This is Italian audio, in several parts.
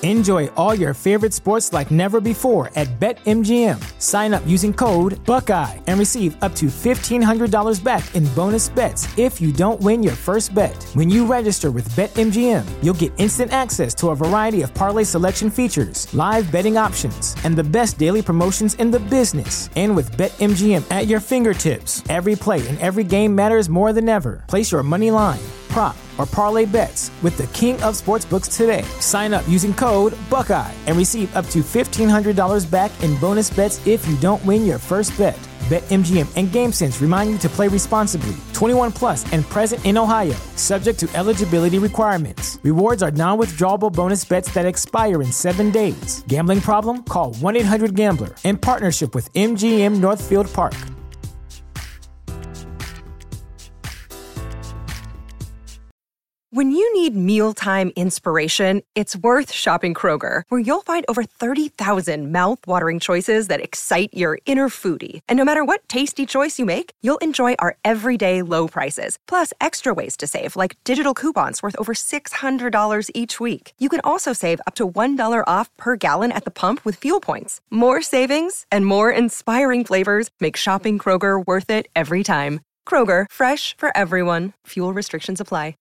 Enjoy all your favorite sports like never before at BetMGM. Sign up using code Buckeye and receive up to $1,500 back in bonus bets if you don't win your first bet. When you register with BetMGM, you'll get instant access to a variety of parlay selection features, live betting options, and the best daily promotions in the business. And with BetMGM at your fingertips, every play and every game matters more than ever. Place your money line, prop, or parlay bets with the king of sportsbooks today. Sign up using code Buckeye and receive up to $1,500 back in bonus bets if you don't win your first bet. BetMGM and GameSense remind you to play responsibly. 21 plus and present in Ohio, subject to eligibility requirements. Rewards are non-withdrawable bonus bets that expire in 7 days. Gambling problem? Call 1-800-GAMBLER. In partnership with MGM Northfield Park. When you need mealtime inspiration, it's worth shopping Kroger, where you'll find over 30,000 mouth-watering choices that excite your inner foodie. And no matter what tasty choice you make, you'll enjoy our everyday low prices, plus extra ways to save, like digital coupons worth over $600 each week. You can also save up to $1 off per gallon at the pump with fuel points. More savings and more inspiring flavors make shopping Kroger worth it every time. Kroger, fresh for everyone. Fuel restrictions apply.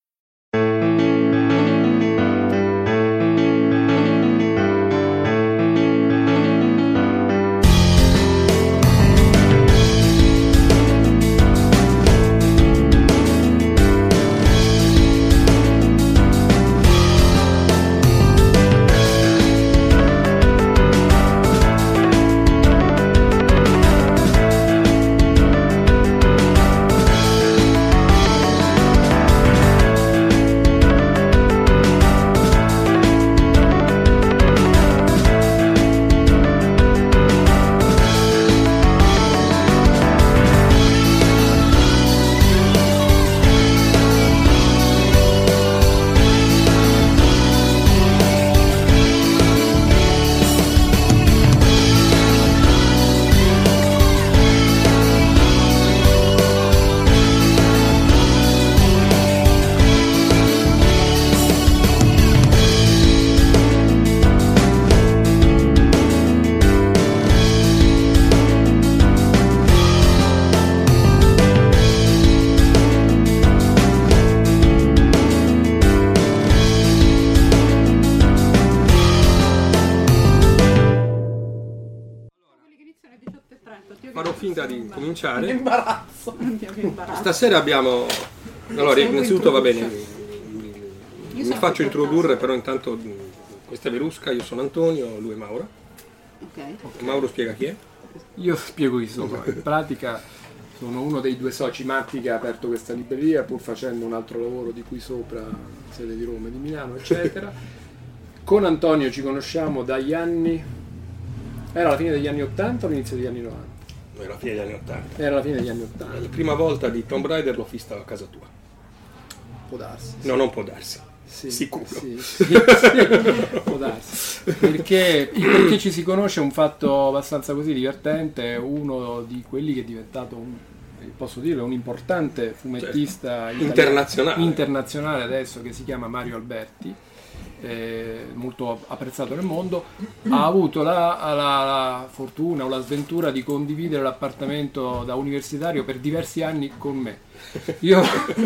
Farò finta di cominciare. Che imbarazzo. Stasera abbiamo... Allora, innanzitutto va bene, mi faccio introdurre, però intanto questa è Verusca, io sono Antonio, lui è Mauro. Okay. Mauro spiega chi è. Io spiego chi sono. In pratica sono uno dei due soci matti che ha aperto questa libreria, pur facendo un altro lavoro di qui sopra, sede di Roma e di Milano, eccetera. Con Antonio ci conosciamo dagli anni... Era la fine degli anni 80 o l'inizio degli anni 90? Era la fine degli anni 80. Era la fine degli anni 80. La prima volta di Tomb Raider l'ho vista a casa tua. Può darsi. No, non può darsi. Sì, sicuro. Sì, può darsi. Perché ci si conosce è un fatto abbastanza così divertente. Uno di quelli che è diventato posso dirlo, un importante fumettista internazionale adesso, che si chiama Mario Alberti, molto apprezzato nel mondo, ha avuto la fortuna o la sventura di condividere l'appartamento da universitario per diversi anni con me. Io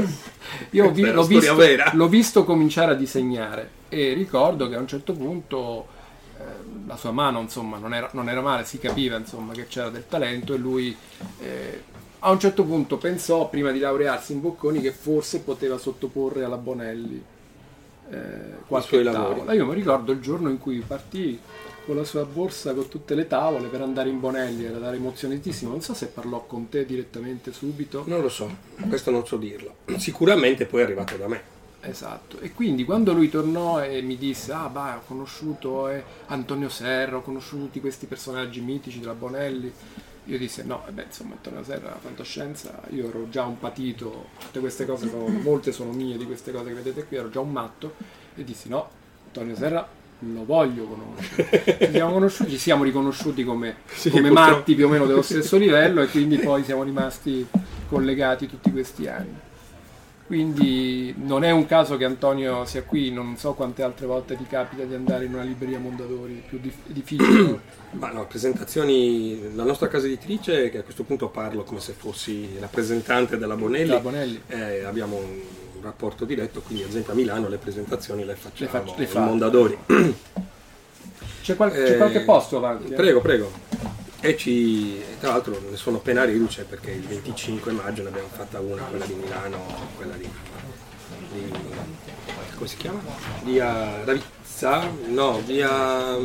l'ho visto cominciare a disegnare e ricordo che a un certo punto la sua mano, insomma, non era male, si capiva, insomma, che c'era del talento, e lui a un certo punto pensò, prima di laurearsi in Bocconi, che forse poteva sottoporre alla Bonelli qualche tavola. Io mi ricordo il giorno in cui partì con la sua borsa con tutte le tavole per andare in Bonelli, era emozionatissimo. Non so se parlò con te direttamente subito. Non lo so, questo non so dirlo. Sicuramente poi è arrivato da me. Esatto. E quindi quando lui tornò e mi disse ho conosciuto Antonio Serra, ho conosciuto tutti questi personaggi mitici della Bonelli, io dissi insomma, Antonio Serra, fantascienza, io ero già un patito, tutte queste cose molte sono mie di queste cose che vedete qui, ero già un matto, e dissi no, Antonio Serra lo voglio conoscere. Ci siamo riconosciuti come matti più o meno dello stesso livello, e quindi poi siamo rimasti collegati tutti questi anni. Quindi non è un caso che Antonio sia qui, non so quante altre volte ti capita di andare in una libreria Mondadori, più difficile. Ma no, presentazioni, la nostra casa editrice, che a questo punto parlo come se fossi rappresentante della Bonelli. Abbiamo un rapporto diretto, quindi ad esempio a Milano le presentazioni le facciamo in Mondadori. C'è qualche posto avanti? Prego. E tra l'altro ne sono appena riduce perché il 25 maggio ne abbiamo fatta una, quella di Milano, quella di come si chiama? Via Ravizza? No, via...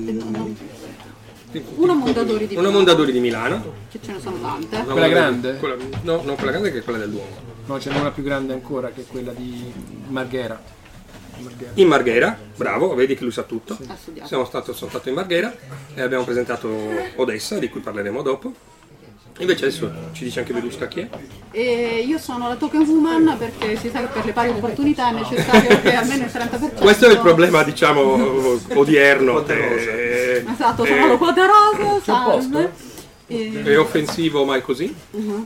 Una Mondadori di Milano. Una Mondadori di Milano. Che ce ne sono tante. Quella grande? No, non quella grande, che è quella del Duomo. No, ce n'è una più grande ancora, che è quella di Marghera. In Marghera, bravo, vedi che lui sa tutto. Sì. Sono stato in Marghera e abbiamo presentato Odessa, di cui parleremo dopo. Invece adesso ci dice anche Verusca chi è? E io sono la token woman, perché si sa che per le pari opportunità è necessario che almeno il 30%. Questo è il problema, diciamo, odierno. Esatto, sono la quota rosa, salve. È offensivo mai così? No,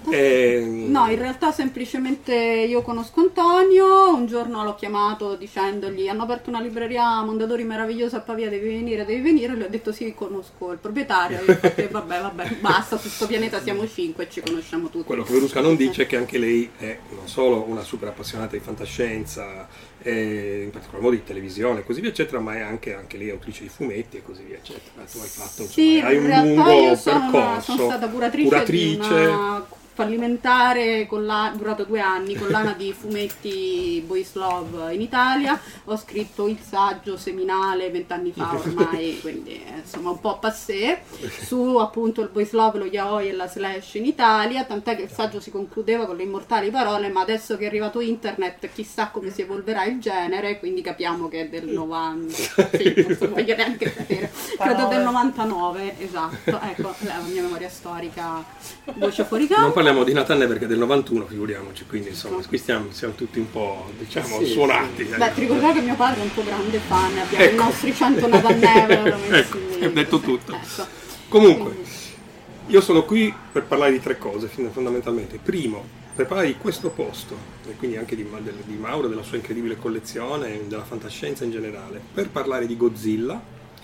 in realtà semplicemente io conosco Antonio, un giorno l'ho chiamato dicendogli hanno aperto una libreria Mondadori meravigliosa a Pavia, devi venire, le ho detto sì, conosco il proprietario, e ho detto, vabbè, basta, su questo pianeta siamo 5 e ci conosciamo tutti. Quello che Verusca non dice è che anche lei è non solo una super appassionata di fantascienza, in particolar modo di televisione e così via eccetera, ma è anche lei autrice di fumetti e così via eccetera. Tu hai fatto, sì, hai un lungo percorso. Sono stata curatrice di una fallimentare durato 2 anni, collana di fumetti Boys Love in Italia. Ho scritto il saggio seminale 20 anni fa ormai, quindi insomma un po' passé, su appunto il Boys Love, lo yaoi e la slash in Italia, tant'è che il saggio si concludeva con le immortali parole ma adesso che è arrivato internet chissà come si evolverà il genere, quindi capiamo che è del 90, sì, non so, voglio neanche sapere, credo del 99, esatto, ecco, la mia memoria storica voce fuori campo. Non parliamo di Natale perché è del 91, figuriamoci, quindi insomma qui siamo tutti un po', diciamo, suonati. Beh, ti ricordare che mio padre è un po' grande fan, abbiamo i nostri 100 Natanneve. Ecco, ho detto tutto. Ecco. Comunque, io sono qui per parlare di 3 cose, fondamentalmente. Primo, per parlare di questo posto, e quindi anche di Mauro, della sua incredibile collezione, della fantascienza in generale, per parlare di Godzilla,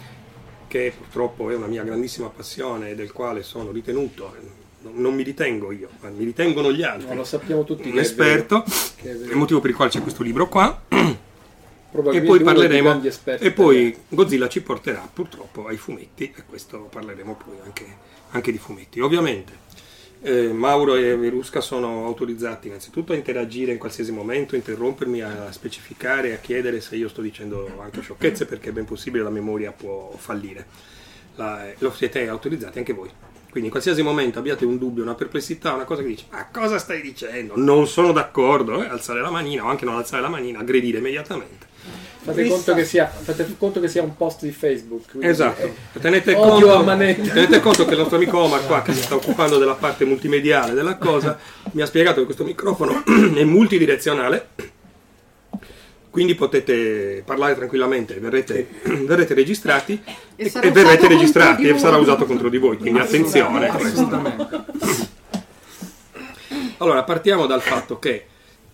che purtroppo è una mia grandissima passione e del quale sono ritenuto, non mi ritengo io, ma mi ritengono gli altri. No, lo sappiamo tutti. Un esperto, è il motivo per il quale c'è questo libro qua. E poi parleremo, e poi Godzilla ci porterà purtroppo ai fumetti, e questo parleremo poi anche di fumetti. Ovviamente Mauro e Verusca sono autorizzati innanzitutto a interagire in qualsiasi momento, a interrompermi, a specificare, a chiedere se io sto dicendo anche sciocchezze, perché è ben possibile, la memoria può fallire. Lo siete autorizzati anche voi. Quindi in qualsiasi momento abbiate un dubbio, una perplessità, una cosa che dice ma cosa stai dicendo? Non sono d'accordo, alzare la manina o anche non alzare la manina, aggredire immediatamente. Fate conto che sia un post di Facebook. Esatto, tenete conto che il nostro amico Omar qua, che si sta occupando della parte multimediale della cosa, mi ha spiegato che questo microfono è multidirezionale, quindi potete parlare tranquillamente, verrete registrati e verrete registrati e sarà usato contro di voi, quindi attenzione. Assolutamente. Allora, partiamo dal fatto che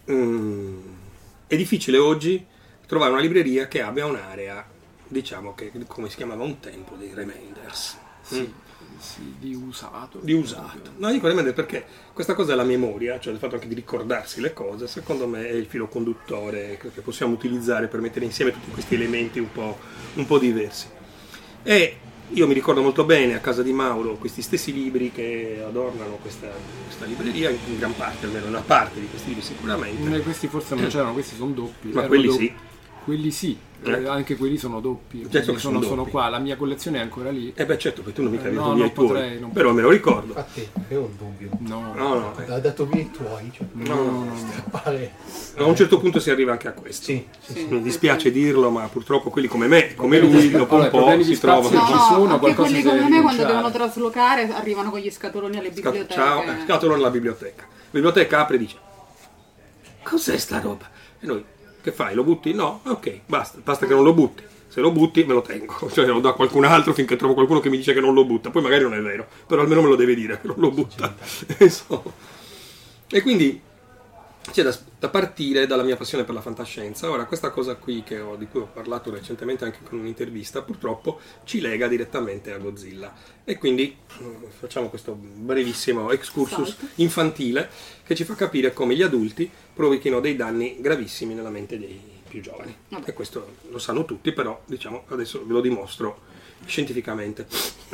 è difficile oggi trovare una libreria che abbia un'area, diciamo, che come si chiamava un tempo, dei reminders. Sì, di usato. No, dico remender perché questa cosa è la memoria, cioè il fatto anche di ricordarsi le cose, secondo me è il filo conduttore che possiamo utilizzare per mettere insieme tutti questi elementi un po' diversi. E io mi ricordo molto bene a casa di Mauro questi stessi libri che adornano questa libreria, in gran parte, almeno una parte di questi libri sicuramente. Questi forse non c'erano, questi sono doppi. Ma quelli sì. Quelli sì, anche quelli sono doppi. Certo, sono qua, la mia collezione è ancora lì. Beh certo, perché tu non mica hai detto non via i tuoi, potrei, però me lo ricordo. A te, è un dubbio. No. Ha dato via i tuoi. Cioè, No. Pare... A un certo punto si arriva anche a questo. Sì. Mi dispiace dirlo, ma purtroppo quelli come me, come lui, dopo un po' si trovano. Anche quelli come me quando devono traslocare arrivano con gli scatoloni alle biblioteche. Ciao, scatolone alla biblioteca. La biblioteca apre e dice: cos'è sta roba? E noi, che fai? Lo butti? No? Ok, basta che non lo butti. Se lo butti me lo tengo, cioè lo do a qualcun altro finché trovo qualcuno che mi dice che non lo butta. Poi magari non è vero, però almeno me lo deve dire che non lo butta. E quindi c'è da partire dalla mia passione per la fantascienza. Ora, questa cosa qui di cui ho parlato recentemente anche con un'intervista, purtroppo ci lega direttamente a Godzilla. E quindi facciamo questo brevissimo excursus infantile che ci fa capire come gli adulti provochino dei danni gravissimi nella mente dei più giovani. E questo lo sanno tutti, però diciamo adesso ve lo dimostro scientificamente.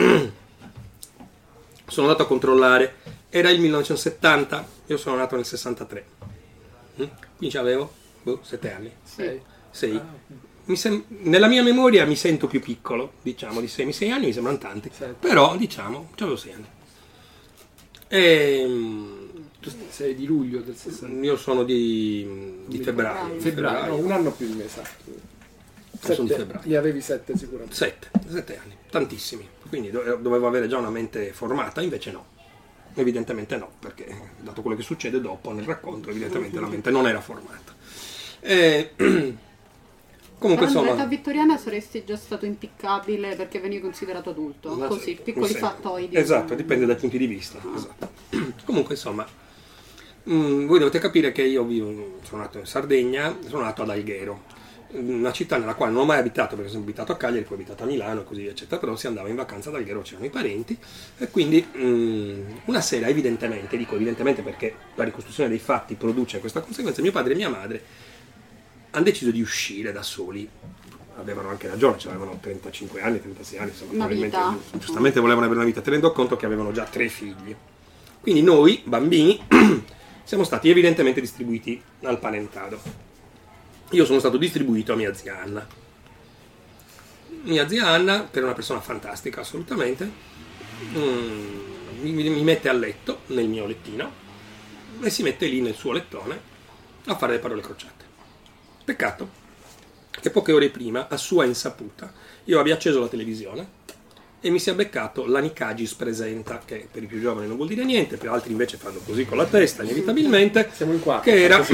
Sono andato a controllare, era il 1970, io sono nato nel 63. Quindi avevo 7 anni, 6. Nella mia memoria mi sento più piccolo, diciamo, di 6 anni mi sembrano tanti, però diciamo avevo 6 anni. Tu sei di luglio del 60? Io sono di febbraio. No, un anno più di me, esatto. Sono di febbraio. Li avevi 7 sicuramente. 7 anni, tantissimi, quindi dovevo avere già una mente formata, invece no. Evidentemente no, perché dato quello che succede dopo nel racconto, evidentemente la mente non era formata. Comunque insomma, nell'età vittoriana saresti già stato impiccabile perché venivi considerato adulto, così, piccoli fattoidi. Esatto, dipende dai punti di vista. Esatto. Comunque insomma, voi dovete capire che io sono nato in Sardegna, sono nato ad Alghero, una città nella quale non ho mai abitato, perché sono abitato a Cagliari, poi ho abitato a Milano e così via, eccetera, però si andava in vacanza ad Alghero, c'erano i parenti, e quindi una sera evidentemente, dico evidentemente perché la ricostruzione dei fatti produce questa conseguenza, mio padre e mia madre hanno deciso di uscire da soli, avevano anche ragione, cioè avevano 35 anni, 36 anni, insomma, probabilmente, giustamente volevano avere una vita, tenendo conto che avevano già 3 figli. Quindi noi, bambini, siamo stati evidentemente distribuiti al parentado. Io sono stato distribuito a mia zia Anna. Mia zia Anna, per una persona fantastica assolutamente, mi mette a letto, nel mio lettino, e si mette lì nel suo lettone a fare le parole crociate. Peccato che poche ore prima, a sua insaputa, io abbia acceso la televisione e mi sia beccato l'Anicagis presenta, che per i più giovani non vuol dire niente, per altri invece fanno così con la testa inevitabilmente. Siamo in qua. Che era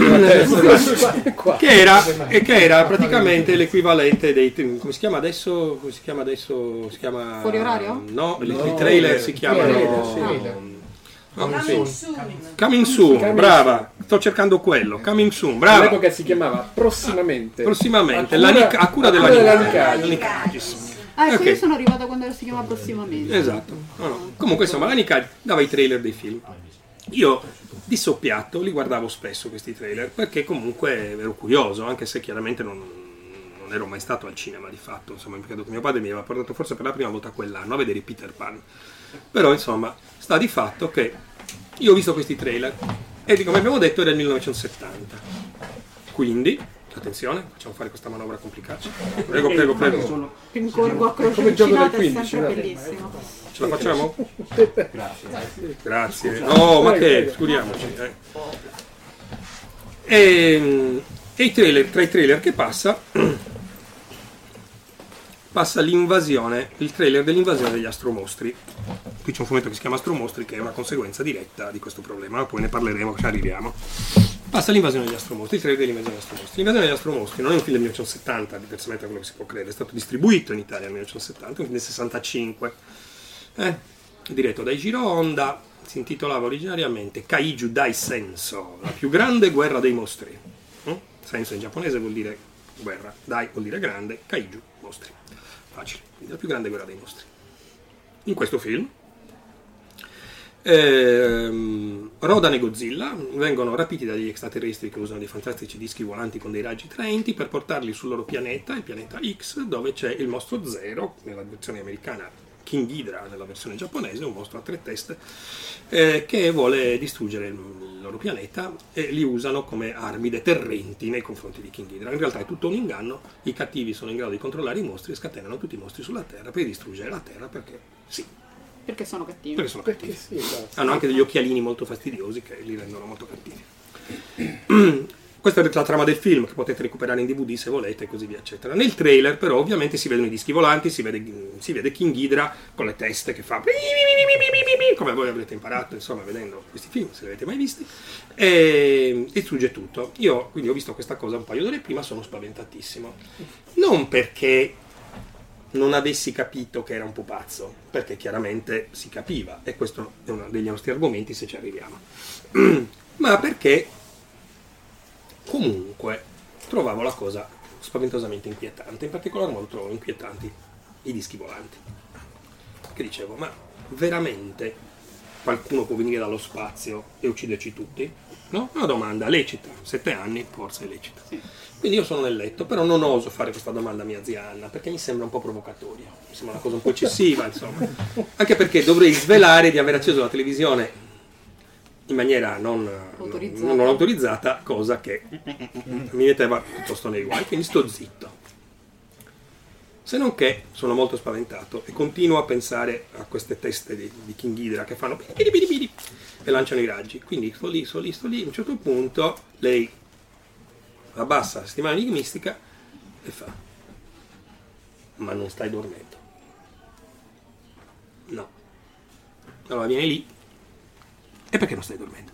praticamente l'equivalente dei, come si chiama adesso? Si chiama Fuori orario? No, i trailer si chiamano Coming Soon, brava, sto cercando quello, Coming Soon, brava. All'epoca si chiamava prossimamente a cura dell'Anicagis. Io sono arrivata quando si chiama prossimamente. Esatto. No. Comunque insomma l'Anicagis dava i trailer dei film. Io di soppiatto li guardavo spesso questi trailer perché comunque ero curioso, anche se chiaramente non ero mai stato al cinema di fatto. Insomma, credo che mio padre mi aveva portato forse per la prima volta quell'anno a vedere Peter Pan. Però insomma sta di fatto che io ho visto questi trailer e come abbiamo detto era il 1970. Quindi attenzione, facciamo fare questa manovra complicata. Prego. Rincorgo a croce come gioco del è 15, sempre bellissimo. Ce la facciamo? Grazie. No, ma che, scusiamoci. E i trailer, tra i trailer che passa il trailer dell'invasione degli astromostri. Qui c'è un fumetto che si chiama Astromostri, che è una conseguenza diretta di questo problema, ma poi ne parleremo, ci arriviamo. Passa l'invasione degli astromostri, il trailer dell'invasione degli astromostri. L'invasione degli astromostri non è un film del 1970, diversamente da quello che si può credere, è stato distribuito in Italia nel 1970, un film del 65, diretto da Eiichiro Honda, si intitolava originariamente Kaiju Dai Senso, la più grande guerra dei mostri. Senso in giapponese vuol dire guerra, Dai vuol dire grande, Kaiju, mostri. Facile, quindi la più grande guerra dei mostri. In questo film Rodan e Godzilla vengono rapiti dagli extraterrestri che usano dei fantastici dischi volanti con dei raggi traenti per portarli sul loro pianeta, il pianeta X, dove c'è il mostro Zero, nella versione americana King Ghidra, nella versione giapponese, un mostro a 3 teste, che vuole distruggere il loro pianeta e li usano come armi deterrenti nei confronti di King Ghidra. In realtà è tutto un inganno, i cattivi sono in grado di controllare i mostri e scatenano tutti i mostri sulla Terra per distruggere la Terra perché sì. Perché sono cattivi. Perché sì, esatto. Hanno anche degli occhialini molto fastidiosi che li rendono molto cattivi. Questa è la trama del film che potete recuperare in DVD se volete e così via eccetera. Nel trailer però ovviamente si vedono i dischi volanti, si vede King Ghidra con le teste che fa come voi avrete imparato insomma vedendo questi film se li avete mai visti, e distrugge tutto. Io quindi ho visto questa cosa un paio d'ore prima, sono spaventatissimo, non perché non avessi capito che era un pupazzo, perché chiaramente si capiva, e questo è uno degli nostri argomenti se ci arriviamo, ma perché Comunque trovavo la cosa spaventosamente inquietante, in particolar modo trovo inquietanti i dischi volanti, che dicevo, ma veramente qualcuno può venire dallo spazio e ucciderci tutti? No? Una domanda lecita, 7 anni, forse è lecita. Sì. Quindi io sono nel letto, però non oso fare questa domanda a mia zia Anna, perché mi sembra un po' provocatoria, mi sembra una cosa un po' eccessiva, insomma. Anche perché dovrei svelare di aver acceso la televisione in maniera non autorizzata, cosa che mi metteva piuttosto nei guai, quindi sto zitto. Se non che sono molto spaventato e continuo a pensare a queste teste di King Ghidorah che fanno bidi e lanciano i raggi. Quindi sto lì, a un certo punto lei abbassa la settimana enigmistica e fa: ma non stai dormendo? No. Allora viene lì. E perché non stai dormendo?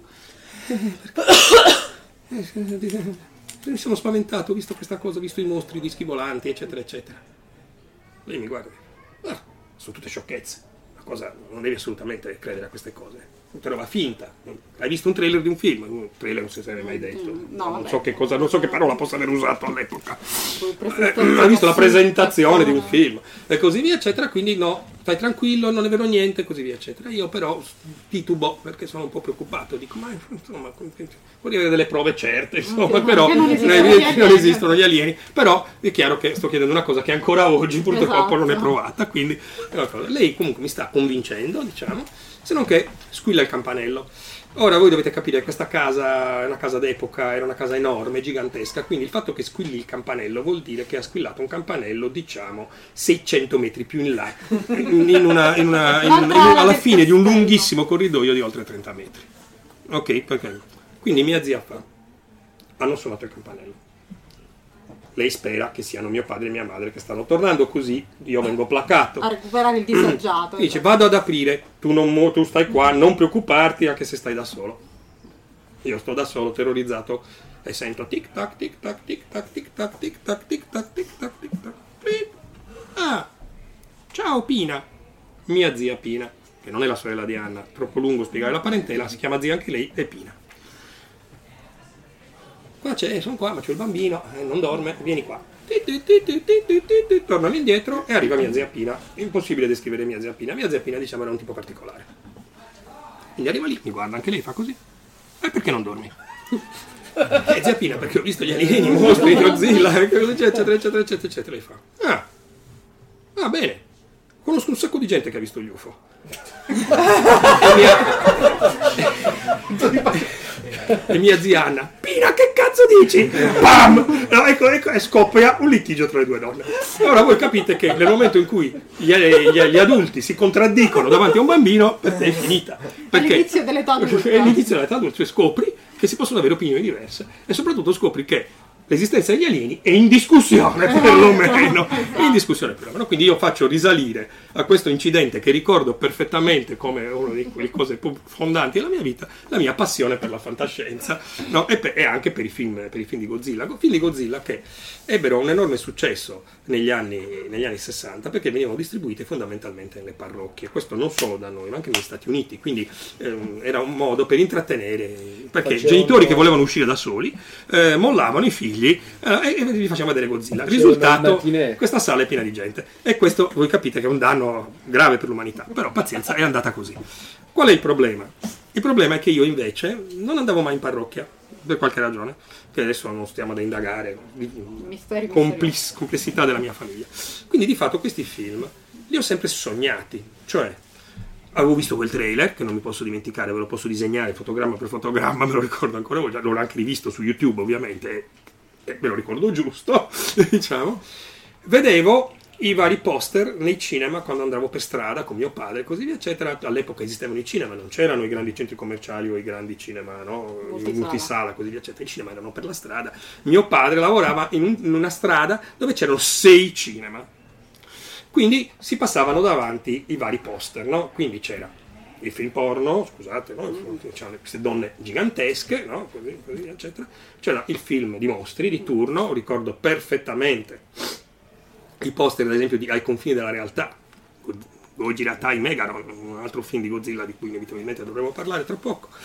Mi sono spaventato, ho visto questa cosa, ho visto i mostri, i dischi volanti, eccetera, eccetera. Lei mi guarda, sono tutte sciocchezze, la cosa, non devi assolutamente credere a queste cose, tutta roba finta. Hai visto un trailer di un film? Un trailer non si sarebbe mai detto, non so che parola possa aver usato all'epoca. Hai visto la presentazione di un film e così via, eccetera, quindi no, stai tranquillo, non è vero niente, e così via, eccetera. Io però titubo perché sono un po' preoccupato, dico, ma insomma, vorrei avere delle prove certe, insomma, però non esistono gli alieni, però è chiaro che sto chiedendo una cosa che ancora oggi purtroppo non è provata, quindi lei comunque mi sta convincendo, diciamo, se non che squilla il campanello. Ora voi dovete capire che questa casa è una casa d'epoca, era una casa enorme, gigantesca, quindi il fatto che squilli il campanello vuol dire che ha squillato un campanello, diciamo, 600 metri più in là, alla fine di un lunghissimo corridoio di oltre 30 metri. Ok? Perché? Quindi mia zia fa: hanno suonato il campanello. Lei spera che siano mio padre e mia madre che stanno tornando, così io vengo placato. A recuperare il disagiato. Dice: vado ad aprire, tu stai qua, non preoccuparti anche se stai da solo. Io sto da solo, terrorizzato, e sento tic tac, tic tac, tic tac, tic tac, tic tac, tic tac, tic tac, tic tac. Ah, ciao Pina, mia zia Pina, che non è la sorella di Anna, troppo lungo spiegare la parentela, si chiama zia anche lei, è Pina. Qua sono qua, ma c'è il bambino, non dorme, vieni qua. Tornano indietro e arriva mia zia Pina. È impossibile descrivere mia zia Pina. Mia zia Pina, diciamo, era un tipo particolare. Quindi arriva lì, mi guarda anche lei, fa così. E perché non dormi? Zia Pina, perché ho visto gli alieni, i mostri, Godzilla, eccetera, eccetera, eccetera, eccetera. Lei fa: ah, bene, conosco un sacco di gente che ha visto gli UFO. E mia zia Anna: Pina, che cazzo dici? Bam! No, ecco, e scoppia un litigio tra le due donne. Allora voi capite che nel momento in cui gli adulti si contraddicono davanti a un bambino, per te è finita. Perché è l'inizio dell'età adulta. È l'inizio dell'età adulta, cioè scopri che si possono avere opinioni diverse e soprattutto scopri che l'esistenza degli alieni è in discussione, perlomeno. È in discussione, perlomeno. Quindi io faccio risalire a questo incidente che ricordo perfettamente come una di quelle cose fondanti della mia vita, la mia passione per la fantascienza, no? E anche per i film di Godzilla. Film di Godzilla che ebbero un enorme successo negli anni 60 perché venivano distribuiti fondamentalmente nelle parrocchie. Questo non solo da noi, ma anche negli Stati Uniti. Quindi era un modo per intrattenere, perché i genitori che volevano uscire da soli mollavano i figli e vi facciamo vedere Godzilla. Il risultato: questa sala è piena di gente, e questo voi capite che è un danno grave per l'umanità, però pazienza, è andata così. Qual è il problema? Il problema è che io invece non andavo mai in parrocchia per qualche ragione che adesso non stiamo ad indagare, complessità della mia famiglia. Quindi di fatto questi film li ho sempre sognati, cioè avevo visto quel trailer che non mi posso dimenticare, ve lo posso disegnare fotogramma per fotogramma, me lo ricordo ancora, l'ho anche rivisto su YouTube ovviamente, e me lo ricordo giusto, diciamo. Vedevo i vari poster nei cinema quando andavo per strada con mio padre e così via, eccetera. All'epoca esistevano i cinema, non c'erano i grandi centri commerciali o i grandi cinema, no? Multisala, così via, eccetera. I cinema erano per la strada. Mio padre lavorava in una strada dove c'erano 6 cinema. Quindi si passavano davanti i vari poster, no? Quindi c'era il film porno, scusate, no? C'erano queste donne gigantesche, no? Così, eccetera. C'era il film di mostri di turno, ricordo perfettamente i poster, ad esempio, di Ai confini della realtà, Gojira Tai Megaron, un altro film di Godzilla di cui inevitabilmente dovremo parlare tra poco.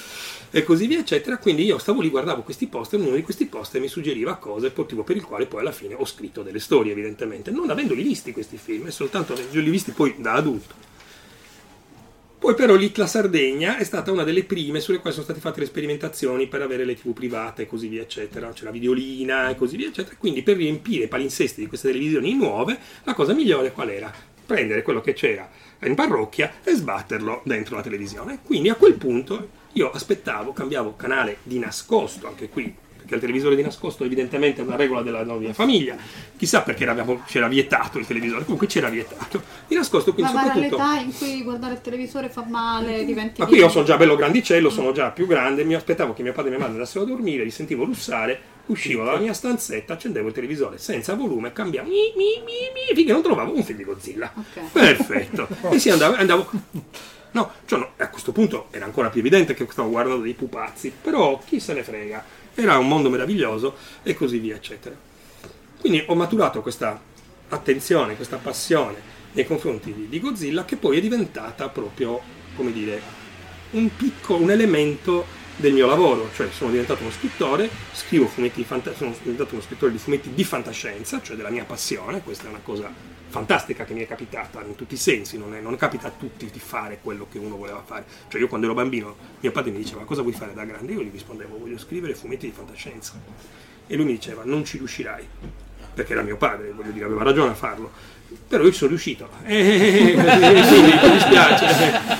e così via eccetera. Quindi io stavo lì, guardavo questi poster, uno di questi poster mi suggeriva cose, motivo per il quale poi alla fine ho scritto delle storie, evidentemente non avendoli visti questi film, e soltanto li ho visti poi da adulto. Poi però lì la Sardegna è stata una delle prime sulle quali sono state fatte le sperimentazioni per avere le TV private e così via eccetera, c'è la videolina e così via eccetera. Quindi per riempire i palinsesti di queste televisioni nuove, la cosa migliore qual era? Prendere quello che c'era in parrocchia e sbatterlo dentro la televisione. Quindi a quel punto io aspettavo, cambiavo canale di nascosto, anche qui, perché il televisore di nascosto evidentemente è una regola della mia famiglia, chissà perché c'era vietato il televisore, comunque c'era vietato di nascosto, quindi ma soprattutto l'età in cui guardare il televisore fa male, diventi... Ma qui io sono già bello grandicello, sono già più grande, mi aspettavo che mio padre e mia madre andassero a dormire, li sentivo russare, uscivo dalla mia stanzetta, accendevo il televisore senza volume, cambiavo finché non trovavo un film di Godzilla. Okay. Perfetto. E sì, andavo no, a questo punto era ancora più evidente che stavo guardando dei pupazzi, però chi se ne frega, era un mondo meraviglioso e così via eccetera. Quindi ho maturato questa attenzione, questa passione nei confronti di Godzilla, che poi è diventata proprio, come dire, un elemento del mio lavoro. Cioè sono diventato uno scrittore, scrivo fumetti sono diventato uno scrittore di fumetti di fantascienza, cioè della mia passione. Questa è una cosa fantastica che mi è capitata in tutti i sensi, non capita a tutti di fare quello che uno voleva fare. Cioè io quando ero bambino mio padre mi diceva: cosa vuoi fare da grande? Io gli rispondevo: voglio scrivere fumetti di fantascienza. E lui mi diceva: non ci riuscirai, perché era mio padre, voglio dire, aveva ragione a farlo, però io ci sono riuscito, quindi mi dispiace,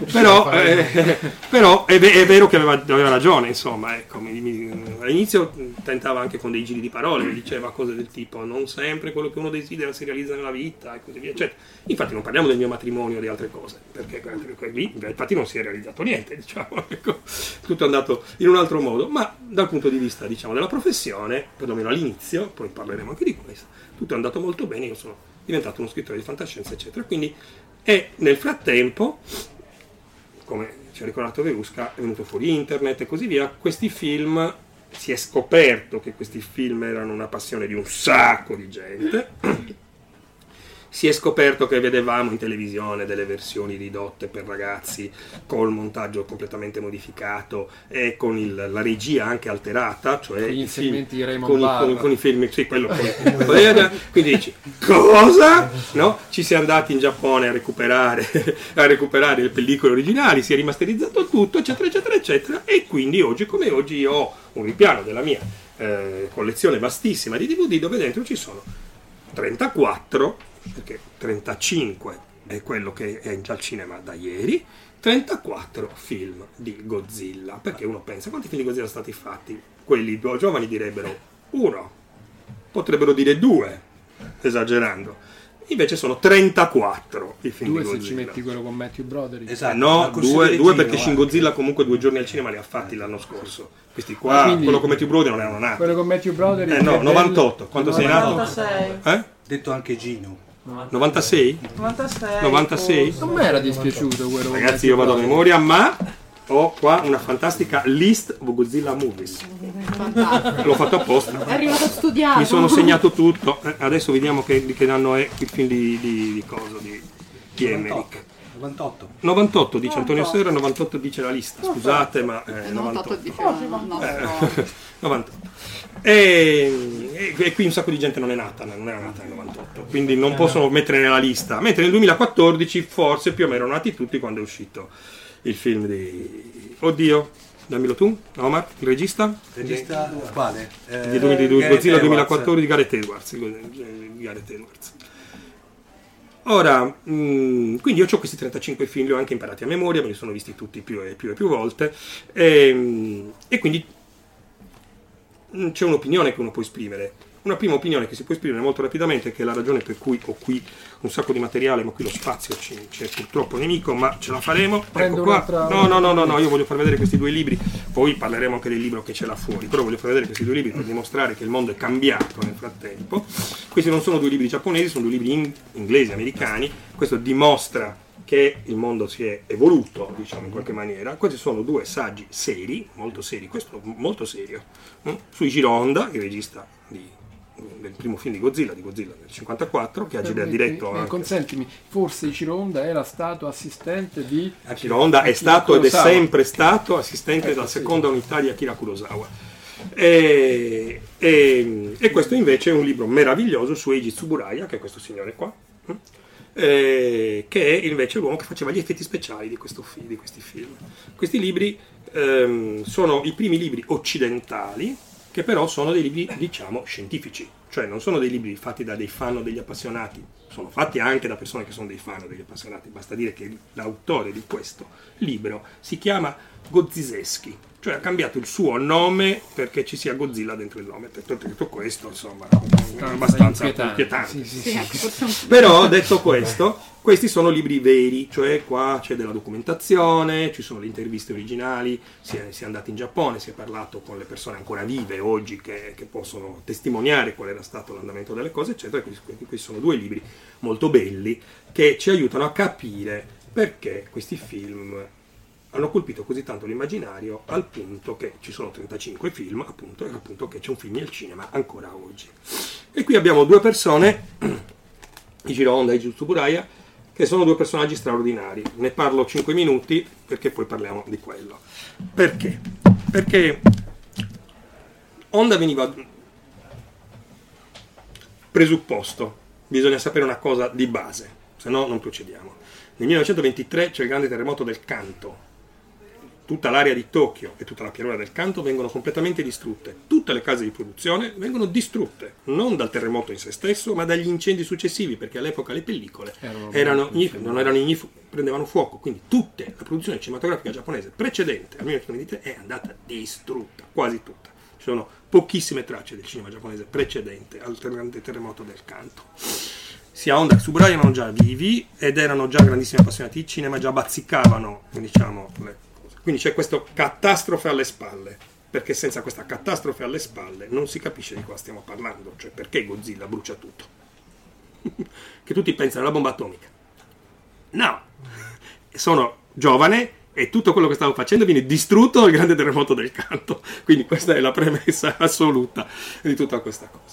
però è vero che aveva ragione, insomma, ecco. All'inizio tentava anche con dei giri di parole, mi diceva cose del tipo: non sempre quello che uno desidera si realizza nella vita e così via, eccetera. Infatti non parliamo del mio matrimonio o di altre cose, perché lì infatti non si è realizzato niente, diciamo, ecco. Tutto è andato in un altro modo, ma dal punto di vista, diciamo, della professione, perlomeno all'inizio, poi parleremo anche di questo, tutto è andato molto bene, io sono diventato uno scrittore di fantascienza eccetera. Quindi, e nel frattempo, come ci ha ricordato Verusca, è venuto fuori internet e così via. Questi film, si è scoperto che questi film erano una passione di un sacco di gente. Si è scoperto che vedevamo in televisione delle versioni ridotte per ragazzi col montaggio completamente modificato e con la regia anche alterata, cioè con gli inserimenti di Raymond con i film, sì, quello quindi dici: cosa? No? Ci si è andati in Giappone a recuperare le pellicole originali, si è rimasterizzato tutto, eccetera eccetera eccetera, e quindi oggi come oggi io ho un ripiano della mia collezione vastissima di DVD, dove dentro ci sono 34, perché 35 è quello che è già al cinema da ieri, 34 film di Godzilla, perché uno pensa: quanti film di Godzilla sono stati fatti? Quelli più giovani direbbero 1, potrebbero dire 2, esagerando, invece sono 34 i film 2 di Godzilla. se ci metti quello con Matthew Broderick. Esatto, No, 2 perché Shin Godzilla comunque 2 giorni al cinema li ha fatti l'anno scorso. Questi qua, quindi, quello con Matthew Broderick non erano nati. Quello con Matthew Broderick No, 98. Quando sei nato? 96. Detto anche Gino. 96? 96? Non mi era dispiaciuto quello. Ragazzi, io vado a memoria, ma ho qua una fantastica list of Godzilla movies. L'ho fatto apposta. È arrivato studiato. Mi sono segnato tutto. Adesso vediamo di che anno è il film di Emmerich. 98 dice Antonio Serra, 98 dice la lista. Scusate, ma 98 dice no. 98. E qui un sacco di gente non era nata nel 98, quindi non possono mettere nella lista. Mentre nel 2014 forse più o meno erano nati tutti quando è uscito il film di... Oddio, dammelo tu, Omar, il regista? Regista quale? Di Godzilla 2014 di Gareth Edwards. Ora, quindi io ho questi 35 film, li ho anche imparati a memoria, me li sono visti tutti più e più volte, e quindi c'è un'opinione che uno può esprimere. Una prima opinione che si può esprimere molto rapidamente, che è la ragione per cui ho qui un sacco di materiale, ma qui lo spazio c'è purtroppo nemico, ma ce la faremo. Ecco qua. No, io voglio far vedere questi 2 libri, poi parleremo anche del libro che c'è là fuori, però voglio far vedere questi 2 libri per dimostrare che il mondo è cambiato nel frattempo. Questi non sono 2 libri giapponesi, sono 2 libri inglesi, americani. Questo dimostra che il mondo si è evoluto, diciamo, in qualche maniera. Questi sono 2 saggi seri, molto seri, questo molto serio, sui Honda, il regista del primo film di Godzilla del 1954, che ha diretto anche. Consentimi, forse Ichiro Honda era stato assistente di Akira Honda è stato ed è Kurosawa. sempre stato assistente della seconda unità di Akira Kurosawa. E questo invece è un libro meraviglioso su Eiji Tsuburaya, che è questo signore qua, che è invece l'uomo che faceva gli effetti speciali di questi film. Questi libri sono i primi libri occidentali che però sono dei libri, diciamo, scientifici, cioè non sono dei libri fatti da dei fan o degli appassionati, sono fatti anche da persone che sono dei fan o degli appassionati, basta dire che l'autore di questo libro si chiama Godziseschi, cioè ha cambiato il suo nome perché ci sia Godzilla dentro il nome. Detto questo, insomma, è abbastanza inquietante. Sì. Però detto questo, questi sono libri veri, cioè qua c'è della documentazione, ci sono le interviste originali, si è andati in Giappone, si è parlato con le persone ancora vive oggi che possono testimoniare qual era stato l'andamento delle cose, eccetera. Questi sono due libri molto belli che ci aiutano a capire perché questi film hanno colpito così tanto l'immaginario al punto che ci sono 35 film, appunto, e appunto che c'è un film al cinema ancora oggi. E qui abbiamo due persone, Ichiro Honda e Eiji Tsuburaya, che sono due personaggi straordinari. Ne parlo 5 minuti perché poi parliamo di quello. Perché? Perché Honda veniva presupposto, bisogna sapere una cosa di base, se no non procediamo. Nel 1923 c'è il grande terremoto del Kanto. Tutta l'area di Tokyo e tutta la pianura del Kanto vengono completamente distrutte. Tutte le case di produzione vengono distrutte, non dal terremoto in se stesso, ma dagli incendi successivi, perché all'epoca le pellicole prendevano fuoco. Quindi tutta la produzione cinematografica giapponese precedente al 1923 è andata distrutta, quasi tutta. Ci sono pochissime tracce del cinema giapponese precedente al grande terremoto del Kanto. Sia Honda che Tsuburaya erano già vivi ed erano già grandissimi appassionati di cinema, già bazzicavano, diciamo, le cose. Quindi c'è questa catastrofe alle spalle, perché senza questa catastrofe alle spalle non si capisce di cosa stiamo parlando, cioè perché Godzilla brucia tutto. Che tutti pensano alla bomba atomica. No! Sono giovane e tutto quello che stavo facendo viene distrutto dal grande terremoto del Kanto. Quindi questa è la premessa assoluta di tutta questa cosa.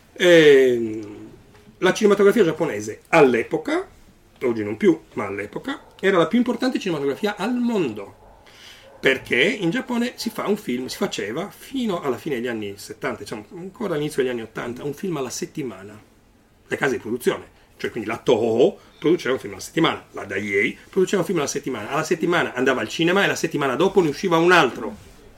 La cinematografia giapponese all'epoca, oggi non più, ma all'epoca, era la più importante cinematografia al mondo. Perché in Giappone si faceva fino alla fine degli anni 70, diciamo ancora all'inizio degli anni 80, un film alla settimana. Le case di produzione, cioè quindi la Toho produceva un film alla settimana, la Daiei produceva un film alla settimana andava al cinema e la settimana dopo ne usciva un altro.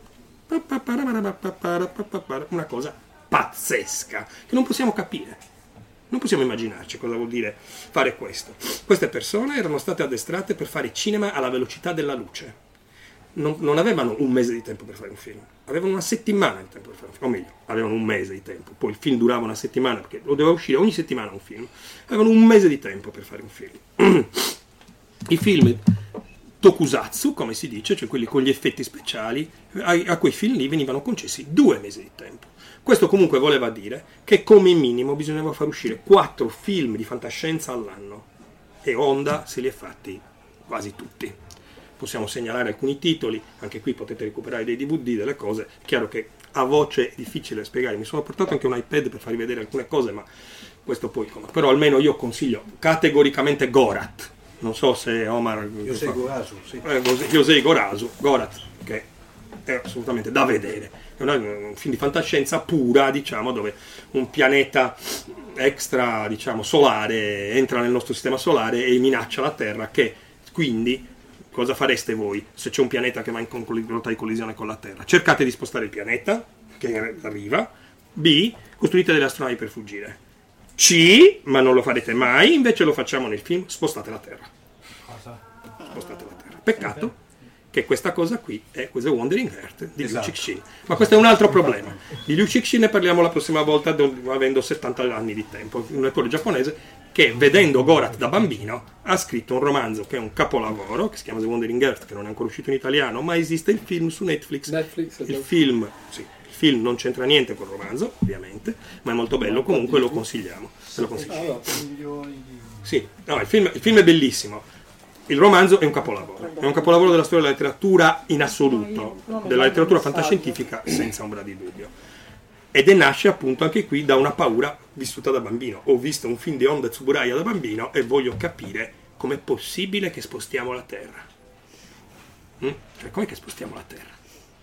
Una cosa pazzesca che non possiamo capire. Non possiamo immaginarci cosa vuol dire fare questo. Queste persone erano state addestrate per fare cinema alla velocità della luce. Non avevano un mese di tempo per fare un film, avevano una settimana di tempo per fare un film, o meglio, avevano un mese di tempo, poi il film durava una settimana perché doveva uscire ogni settimana un film, avevano un mese di tempo per fare un film. I film tokusatsu, come si dice, cioè quelli con gli effetti speciali, a quei film lì venivano concessi 2 mesi di tempo. Questo comunque voleva dire che come minimo bisognava far uscire 4 film di fantascienza all'anno, e Honda se li ha fatti quasi tutti. Possiamo segnalare alcuni titoli, anche qui potete recuperare dei DVD, delle cose. Chiaro che a voce è difficile spiegare, mi sono portato anche un iPad per farvi vedere alcune cose, ma questo poi però almeno io consiglio categoricamente Gorat. Non so se Omar Yosei Gorat, che è assolutamente da vedere. È un film di fantascienza pura, diciamo, dove un pianeta extra, diciamo, solare entra nel nostro sistema solare e minaccia la Terra, che quindi cosa fareste voi se c'è un pianeta che va in lotta di collisione con la Terra? Cercate di spostare il pianeta che arriva. B, costruite delle astronavi per fuggire. C, ma non lo farete mai, invece lo facciamo nel film, spostate la Terra. Spostate la Terra. Peccato che questa cosa qui è questo Wandering Earth di Liu Cixin. Ma questo è un altro problema. Di Liu Cixin ne parliamo la prossima volta, avendo 70 anni di tempo. Un autore giapponese che, vedendo Gorat da bambino, ha scritto un romanzo che è un capolavoro, che si chiama The Wandering Earth, che non è ancora uscito in italiano, ma esiste il film su Netflix. Il film non c'entra niente col romanzo, ovviamente, ma è molto bello, comunque lo consigliamo. Se lo consigliamo. Sì, no, il film è bellissimo. Il romanzo è un capolavoro della storia della letteratura in assoluto, della letteratura fantascientifica senza ombra di dubbio. ed nasce appunto anche qui da una paura vissuta da bambino. Ho visto un film di Honda Tsuburaya da bambino e voglio capire com'è possibile che spostiamo la Terra. Cioè, com'è che spostiamo la Terra?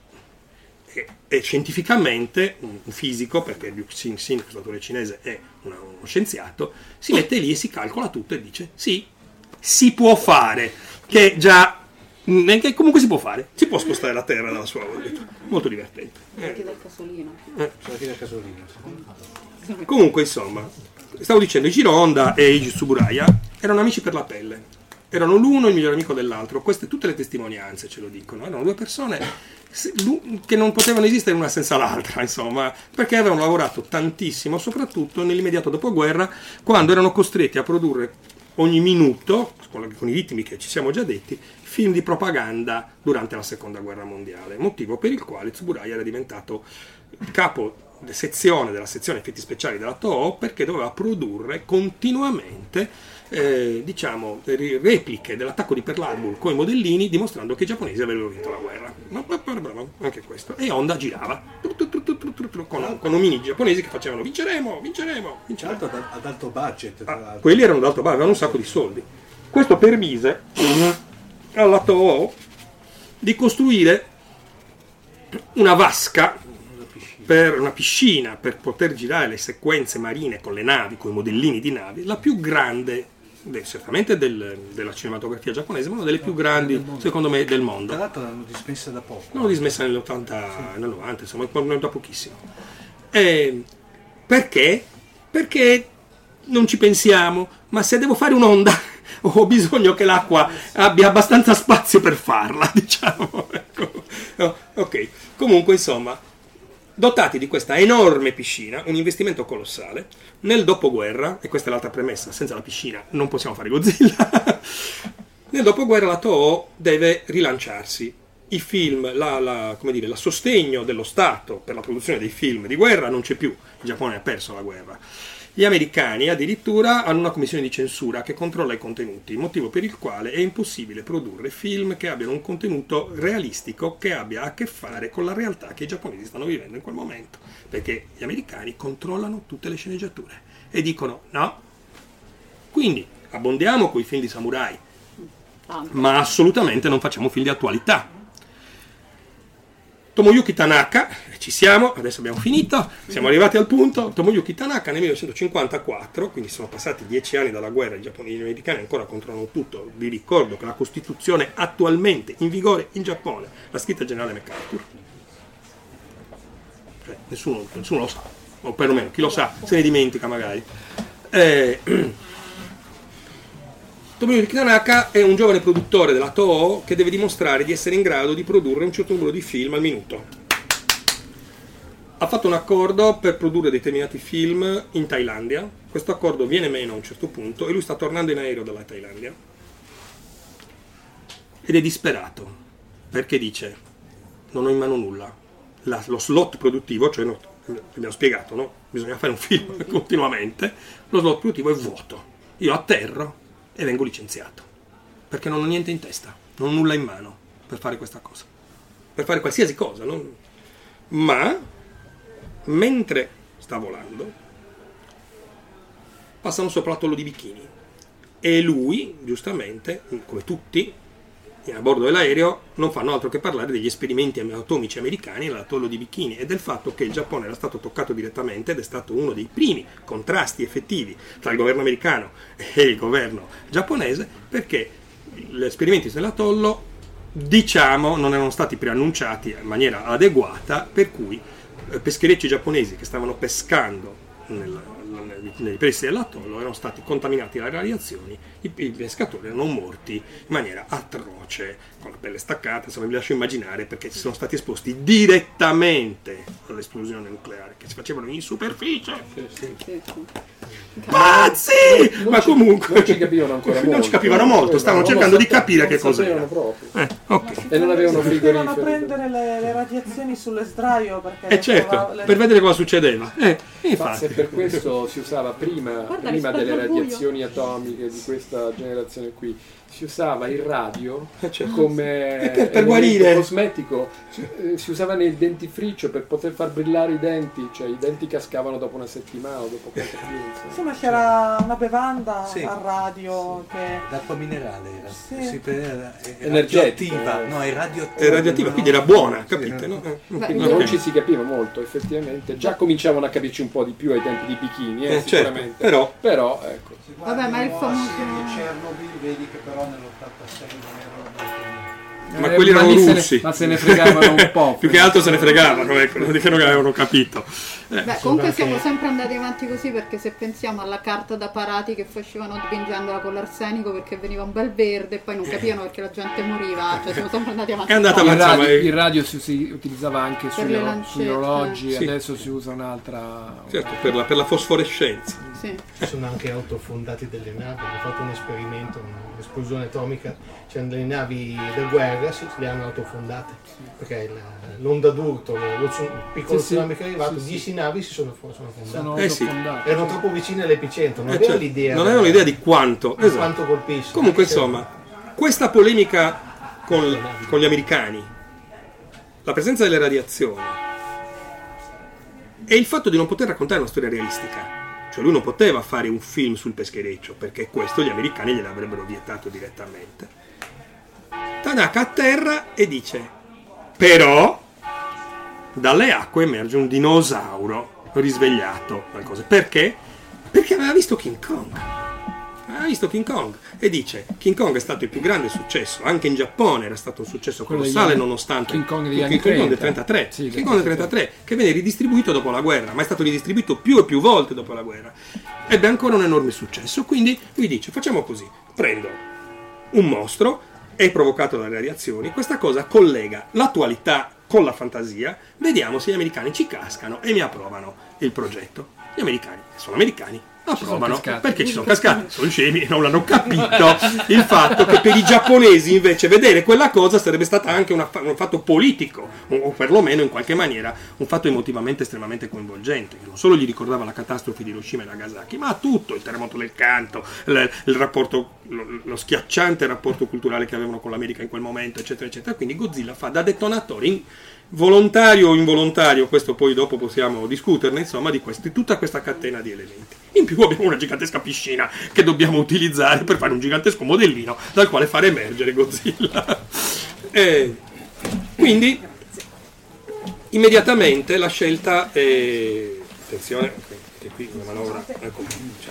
E scientificamente un fisico, perché Liu Cixin, questo autore cinese, è uno scienziato, si mette lì e si calcola tutto e dice sì, si può fare, che già che comunque si può fare, si può spostare la Terra dalla sua orbita. Molto divertente. Dal casolino. Comunque, insomma, stavo dicendo, Ichiro Honda e Eiji Tsuburaya erano amici per la pelle. Erano l'uno il migliore amico dell'altro. Queste tutte le testimonianze ce lo dicono. Erano due persone che non potevano esistere una senza l'altra, insomma, perché avevano lavorato tantissimo, soprattutto nell'immediato dopoguerra, quando erano costretti a produrre ogni minuto, con i ritmi che ci siamo già detti, film di propaganda durante la seconda guerra mondiale, motivo per il quale Tsuburaya era diventato capo sezione della sezione effetti speciali della Toho, perché doveva produrre continuamente repliche dell'attacco di Pearl Harbor con i modellini, dimostrando che i giapponesi avevano vinto la guerra. Anche questo. E Honda girava con omini giapponesi che facevano vinceremo. Ad alto budget, tra l'altro. Quelli erano ad alto budget, avevano un sacco di soldi. Questo permise alla Toho di costruire una vasca, una piscina per poter girare le sequenze marine con le navi, con i modellini di navi, la più grande, certamente della cinematografia giapponese, ma una delle più grandi, secondo me, del mondo. Tra l'altro l'hanno dismessa da poco. L'hanno dismessa nell'80, nel 90, insomma, da pochissimo. Perché? Perché non ci pensiamo, ma se devo fare un'onda ho bisogno che l'acqua abbia abbastanza spazio per farla, diciamo. Ecco. Ok, comunque, insomma, dotati di questa enorme piscina, un investimento colossale, nel dopoguerra, e questa è l'altra premessa, senza la piscina non possiamo fare Godzilla, nel dopoguerra la Toho deve rilanciarsi. I film, la sostegno dello Stato per la produzione dei film di guerra non c'è più, il Giappone ha perso la guerra. Gli americani addirittura hanno una commissione di censura che controlla i contenuti, motivo per il quale è impossibile produrre film che abbiano un contenuto realistico che abbia a che fare con la realtà che i giapponesi stanno vivendo in quel momento, perché gli americani controllano tutte le sceneggiature e dicono no. Quindi abbondiamo coi film di samurai, ma assolutamente non facciamo film di attualità. Tomoyuki Tanaka, ci siamo, adesso abbiamo finito, siamo arrivati al punto. Tomoyuki Tanaka nel 1954, quindi sono passati 10 anni dalla guerra, i giapponesi e gli americani ancora controllano tutto. Vi ricordo che la Costituzione attualmente in vigore in Giappone l'ha scritta il generale MacArthur. Cioè, nessuno lo sa, o perlomeno chi lo sa se ne dimentica magari. Tomoyuki Tanaka è un giovane produttore della Toho che deve dimostrare di essere in grado di produrre un certo numero di film al minuto. Ha fatto un accordo per produrre determinati film in Thailandia. Questo accordo viene meno a un certo punto e lui sta tornando in aereo dalla Thailandia. Ed è disperato, perché dice: non ho in mano nulla. Lo slot produttivo, cioè abbiamo spiegato, no? Bisogna fare un film continuamente. Lo slot produttivo è vuoto. Io atterro e vengo licenziato, perché non ho niente in testa, non ho nulla in mano per fare questa cosa, per fare qualsiasi cosa, no? Ma mentre sta volando passano sopra l'atollo di Bikini e lui, giustamente, come tutti a bordo dell'aereo, non fanno altro che parlare degli esperimenti atomici americani nell'atollo di Bikini e del fatto che il Giappone era stato toccato direttamente ed è stato uno dei primi contrasti effettivi tra il governo americano e il governo giapponese, perché gli esperimenti nell'atollo, diciamo, non erano stati preannunciati in maniera adeguata, per cui pescherecci giapponesi che stavano pescando nei pressi dell'atollo erano stati contaminati dalle radiazioni, i pescatori erano morti in maniera atroce, con la pelle staccata, insomma vi lascio immaginare, perché sono stati esposti direttamente all'esplosione nucleare che si facevano in superficie. Pazzi! Ma comunque non ci capivano ancora molto. Non ci capivano molto, stavano cercando di capire che cos'era. Okay. E non avevano frigoriferi. Dovevano prendere le radiazioni sulle sdraio perché certo, per vedere cosa succedeva. Infatti. Se per questo si usava prima delle radiazioni atomiche di questa generazione qui, si usava il radio come per guarire cosmetico, si usava nel dentifricio per poter far brillare i denti, cioè i denti cascavano dopo una settimana o dopo qualche giorno. Sì, ma c'era una bevanda a radio che... L'acqua minerale era energetica. No, è radioattiva. È radioattiva, quindi era buona, capite? No? Quindi non ci si capiva molto, effettivamente. Già cominciavano a capirci un po' di più ai tempi di bikini, sicuramente. Certo, però ecco. Vabbè, ma il famoso Chernobyl, vedi che però nell'86 non erano ma quelli erano russi. Ma se ne fregavano un po'. Più che altro se ne fregavano, ecco, non dicono che avevano capito. Beh, comunque siamo sempre andati avanti così, perché se pensiamo alla carta da parati che facevano dipingendola con l'arsenico perché veniva un bel verde e poi non capivano perché la gente moriva, cioè siamo sempre andati avanti. È andata avanti. Il radio si utilizzava anche sugli orologi, Sì. adesso si usa un'altra. Certo, per la fosforescenza. Sì. Ci sono anche autofondati delle navi, hanno fatto un esperimento, un'esplosione atomica, c'erano delle navi da guerra, le hanno autofondate, perché l'onda d'urto, il piccolo tsunami che è arrivato, 10 navi si sono fondate. Sì. Erano troppo vicine all'epicentro, non avevano l'idea. Non avevano idea di quanto. Di quanto colpisce. Comunque, insomma, questa polemica con gli americani, la presenza delle radiazioni e il fatto di non poter raccontare una storia realistica. Cioè lui non poteva fare un film sul peschereccio, perché questo gli americani gliel'avrebbero vietato direttamente. Tanaka atterra e dice: però dalle acque emerge un dinosauro risvegliato. Perché? Perché aveva visto King Kong. E dice: King Kong è stato il più grande successo, anche in Giappone era stato un successo colossale, nonostante King Kong del 33, sì, King Kong del 33, che venne ridistribuito dopo la guerra, ma è stato ridistribuito più e più volte dopo la guerra. Ebbe ancora un enorme successo, quindi lui dice: facciamo così, prendo un mostro, è provocato dalle radiazioni, questa cosa collega l'attualità con la fantasia, vediamo se gli americani ci cascano e mi approvano il progetto. Gli americani, che sono americani, approvano perché ci sono cascati, sono scemi e non l'hanno capito il fatto che per i giapponesi invece vedere quella cosa sarebbe stata anche un fatto politico o perlomeno in qualche maniera un fatto emotivamente estremamente coinvolgente, che non solo gli ricordava la catastrofe di Hiroshima e Nagasaki, ma tutto, il terremoto del canto, il rapporto, lo schiacciante rapporto culturale che avevano con l'America in quel momento, eccetera eccetera. Quindi Godzilla fa da detonatore volontario o involontario, questo poi dopo possiamo discuterne, insomma, di tutta questa catena di elementi. In più abbiamo una gigantesca piscina che dobbiamo utilizzare per fare un gigantesco modellino dal quale fare emergere Godzilla. Quindi immediatamente la scelta è... attenzione, che qui una manovra, ecco,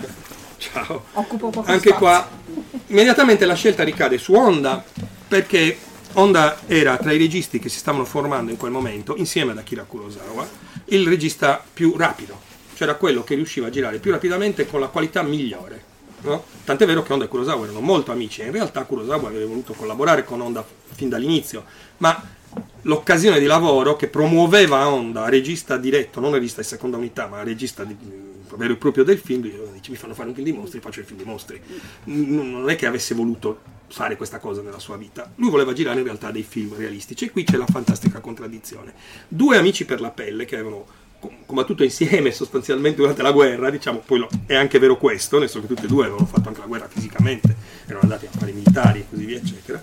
ciao. Occupo poco anche spazio. Qua immediatamente la scelta ricade su Honda, perché Honda era tra i registi che si stavano formando in quel momento, insieme ad Akira Kurosawa, il regista più rapido, cioè era quello che riusciva a girare più rapidamente con la qualità migliore, no? Tant'è vero che Honda e Kurosawa erano molto amici, e in realtà Kurosawa aveva voluto collaborare con Honda fin dall'inizio, ma l'occasione di lavoro che promuoveva Honda, regista diretto, non regista di seconda unità, ma regista vero e proprio del film, dice: mi fanno fare un film di mostri, faccio il film di mostri. Non è che avesse voluto fare questa cosa nella sua vita, lui voleva girare in realtà dei film realistici, e qui c'è la fantastica contraddizione. Due amici per la pelle che avevano combattuto insieme sostanzialmente durante la guerra, diciamo, poi è anche vero questo, nel senso che tutti e due avevano fatto anche la guerra fisicamente, erano andati a fare i militari e così via eccetera,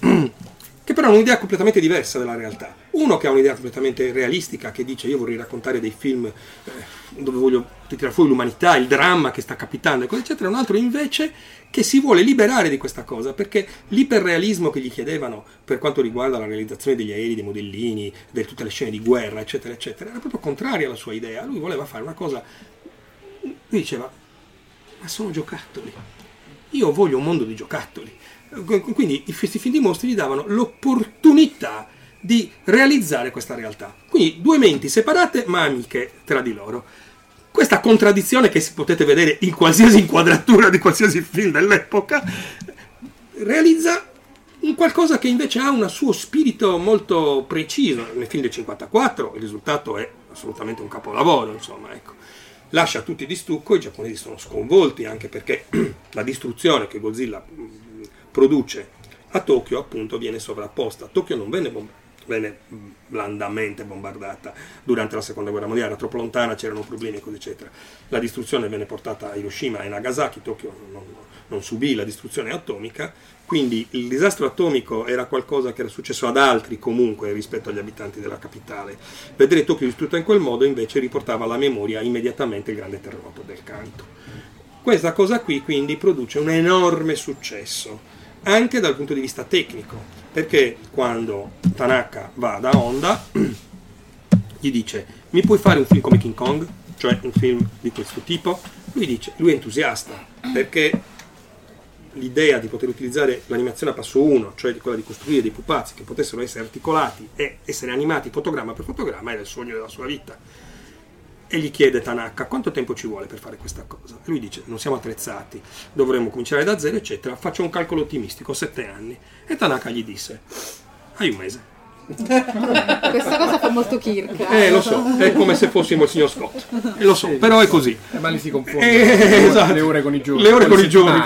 che però hanno un'idea completamente diversa della realtà. Uno che ha un'idea completamente realistica, che dice: io vorrei raccontare dei film dove voglio tirare fuori l'umanità, il dramma che sta capitando, eccetera. Un altro invece che si vuole liberare di questa cosa, perché l'iperrealismo che gli chiedevano per quanto riguarda la realizzazione degli aerei, dei modellini, di tutte le scene di guerra, eccetera, eccetera, era proprio contraria alla sua idea. Lui voleva fare una cosa, lui diceva: ma sono giocattoli, io voglio un mondo di giocattoli. Quindi questi film di mostri gli davano l'opportunità di realizzare questa realtà. Quindi due menti separate ma amiche tra di loro. Questa contraddizione, che potete vedere in qualsiasi inquadratura di qualsiasi film dell'epoca, realizza un qualcosa che invece ha un suo spirito molto preciso. Nel film del 54 il risultato è assolutamente un capolavoro, insomma, ecco. Lascia tutti di stucco, i giapponesi sono sconvolti anche perché la distruzione che Godzilla produce a Tokyo appunto viene sovrapposta. Tokyo non venne venne blandamente bombardata durante la seconda guerra mondiale, era troppo lontana, c'erano problemi, così eccetera. La distruzione venne portata a Hiroshima e Nagasaki, Tokyo non subì la distruzione atomica, quindi il disastro atomico era qualcosa che era successo ad altri comunque rispetto agli abitanti della capitale. Vedere Tokyo distrutta in quel modo invece riportava alla memoria immediatamente il grande terremoto del Kanto. Questa cosa qui quindi produce un enorme successo, anche dal punto di vista tecnico, perché quando Tanaka va da Honda gli dice: mi puoi fare un film come King Kong, cioè un film di questo tipo? Lui è entusiasta, perché l'idea di poter utilizzare l'animazione a passo 1, cioè quella di costruire dei pupazzi che potessero essere articolati e essere animati fotogramma per fotogramma, era il sogno della sua vita. E gli chiede Tanaka: quanto tempo ci vuole per fare questa cosa? E lui dice: non siamo attrezzati, dovremmo cominciare da zero eccetera, faccio un calcolo ottimistico, 7 anni. E Tanaka gli disse: hai un mese. Questa cosa fa molto Kirk. Lo so, è come se fossimo il signor Scott. Lo so, però è così. Ma li si confondono esatto. Le ore con i giorni. Le ore con i giorni.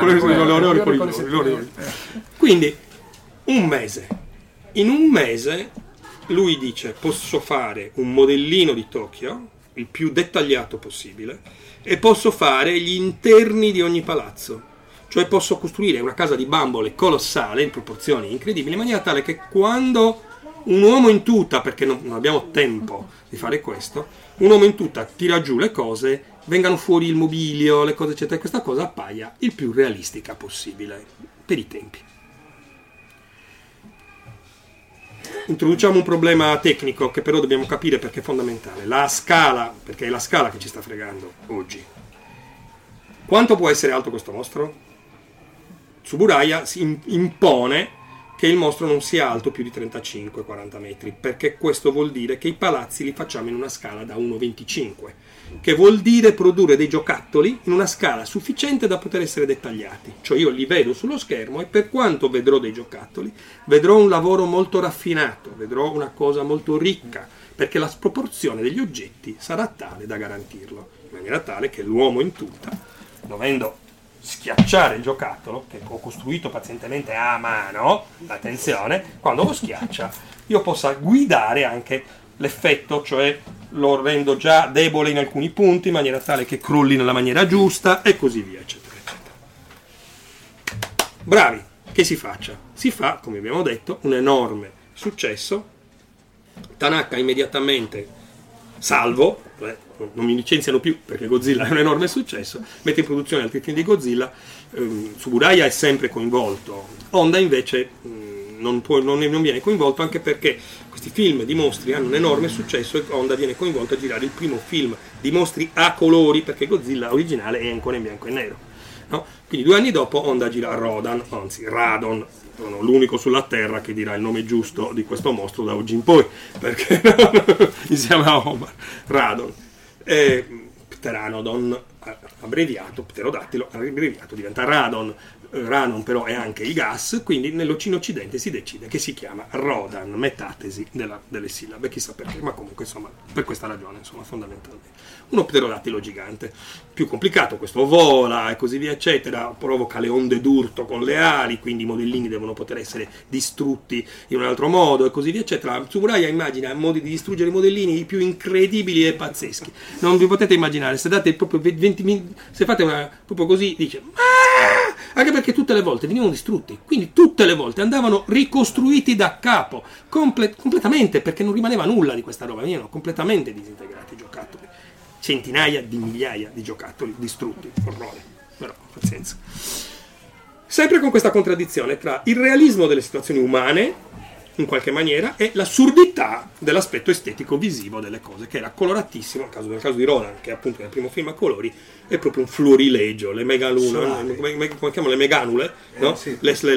Quindi, un mese. In un mese, lui dice: posso fare un modellino di Tokyo, il più dettagliato possibile, e posso fare gli interni di ogni palazzo. Cioè posso costruire una casa di bambole colossale, in proporzioni incredibili, in maniera tale che quando un uomo in tuta, perché non abbiamo tempo di fare questo, un uomo in tuta tira giù le cose, vengano fuori il mobilio, le cose eccetera, e questa cosa appaia il più realistica possibile per i tempi. Introduciamo un problema tecnico che però dobbiamo capire perché è fondamentale: la scala, perché è la scala che ci sta fregando oggi. Quanto può essere alto questo mostro? Tsuburaya si impone che il mostro non sia alto più di 35-40 metri, perché questo vuol dire che i palazzi li facciamo in una scala da 1,25, che vuol dire produrre dei giocattoli in una scala sufficiente da poter essere dettagliati. Cioè io li vedo sullo schermo e per quanto vedrò dei giocattoli, vedrò un lavoro molto raffinato, vedrò una cosa molto ricca, perché la sproporzione degli oggetti sarà tale da garantirlo, in maniera tale che l'uomo in tuta, dovendo schiacciare il giocattolo che ho costruito pazientemente a mano, attenzione, quando lo schiaccia io possa guidare anche l'effetto, cioè lo rendo già debole in alcuni punti in maniera tale che crolli nella maniera giusta e così via eccetera eccetera. Bravi, che si faccia? Si fa, come abbiamo detto, un enorme successo. Tanaka immediatamente salvo, non mi licenziano più perché Godzilla è un enorme successo, mette in produzione altri film di Godzilla. Tsuburaya è sempre coinvolto, Honda invece non viene coinvolto, anche perché questi film di mostri hanno un enorme successo e Honda viene coinvolto a girare il primo film di mostri a colori, perché Godzilla originale è ancora in bianco e nero, no? Quindi 2 anni dopo Honda gira Radon, sono l'unico sulla terra che dirà il nome giusto di questo mostro da oggi in poi, perché insieme a Omar, Radon. Pteranodon abbreviato, pterodattilo abbreviato diventa Radon. Ranon però è anche il gas, quindi in Occidente si decide che si chiama Rodan, metatesi delle sillabe, chissà perché, ma comunque insomma per questa ragione, insomma, fondamentalmente uno pterodattilo gigante, più complicato, questo vola e così via eccetera, provoca le onde d'urto con le ali, quindi i modellini devono poter essere distrutti in un altro modo e così via eccetera. Tsuburaya immagina modi di distruggere i modellini i più incredibili e pazzeschi, non vi potete immaginare, se date proprio 20 minuti, se fate una proprio così, dice anche perché tutte le volte venivano distrutti, quindi tutte le volte andavano ricostruiti da capo completamente, perché non rimaneva nulla di questa roba, venivano completamente disintegrati i giocattoli, centinaia di migliaia di giocattoli distrutti, orrore, però pazienza. Sempre con questa contraddizione tra il realismo delle situazioni umane in qualche maniera e l'assurdità dell'aspetto estetico visivo delle cose, che era coloratissimo. Nel caso di Rodan, che appunto nel primo film a colori è proprio un florilegio, le megalune, come chiamano, le meganule, no? Sì.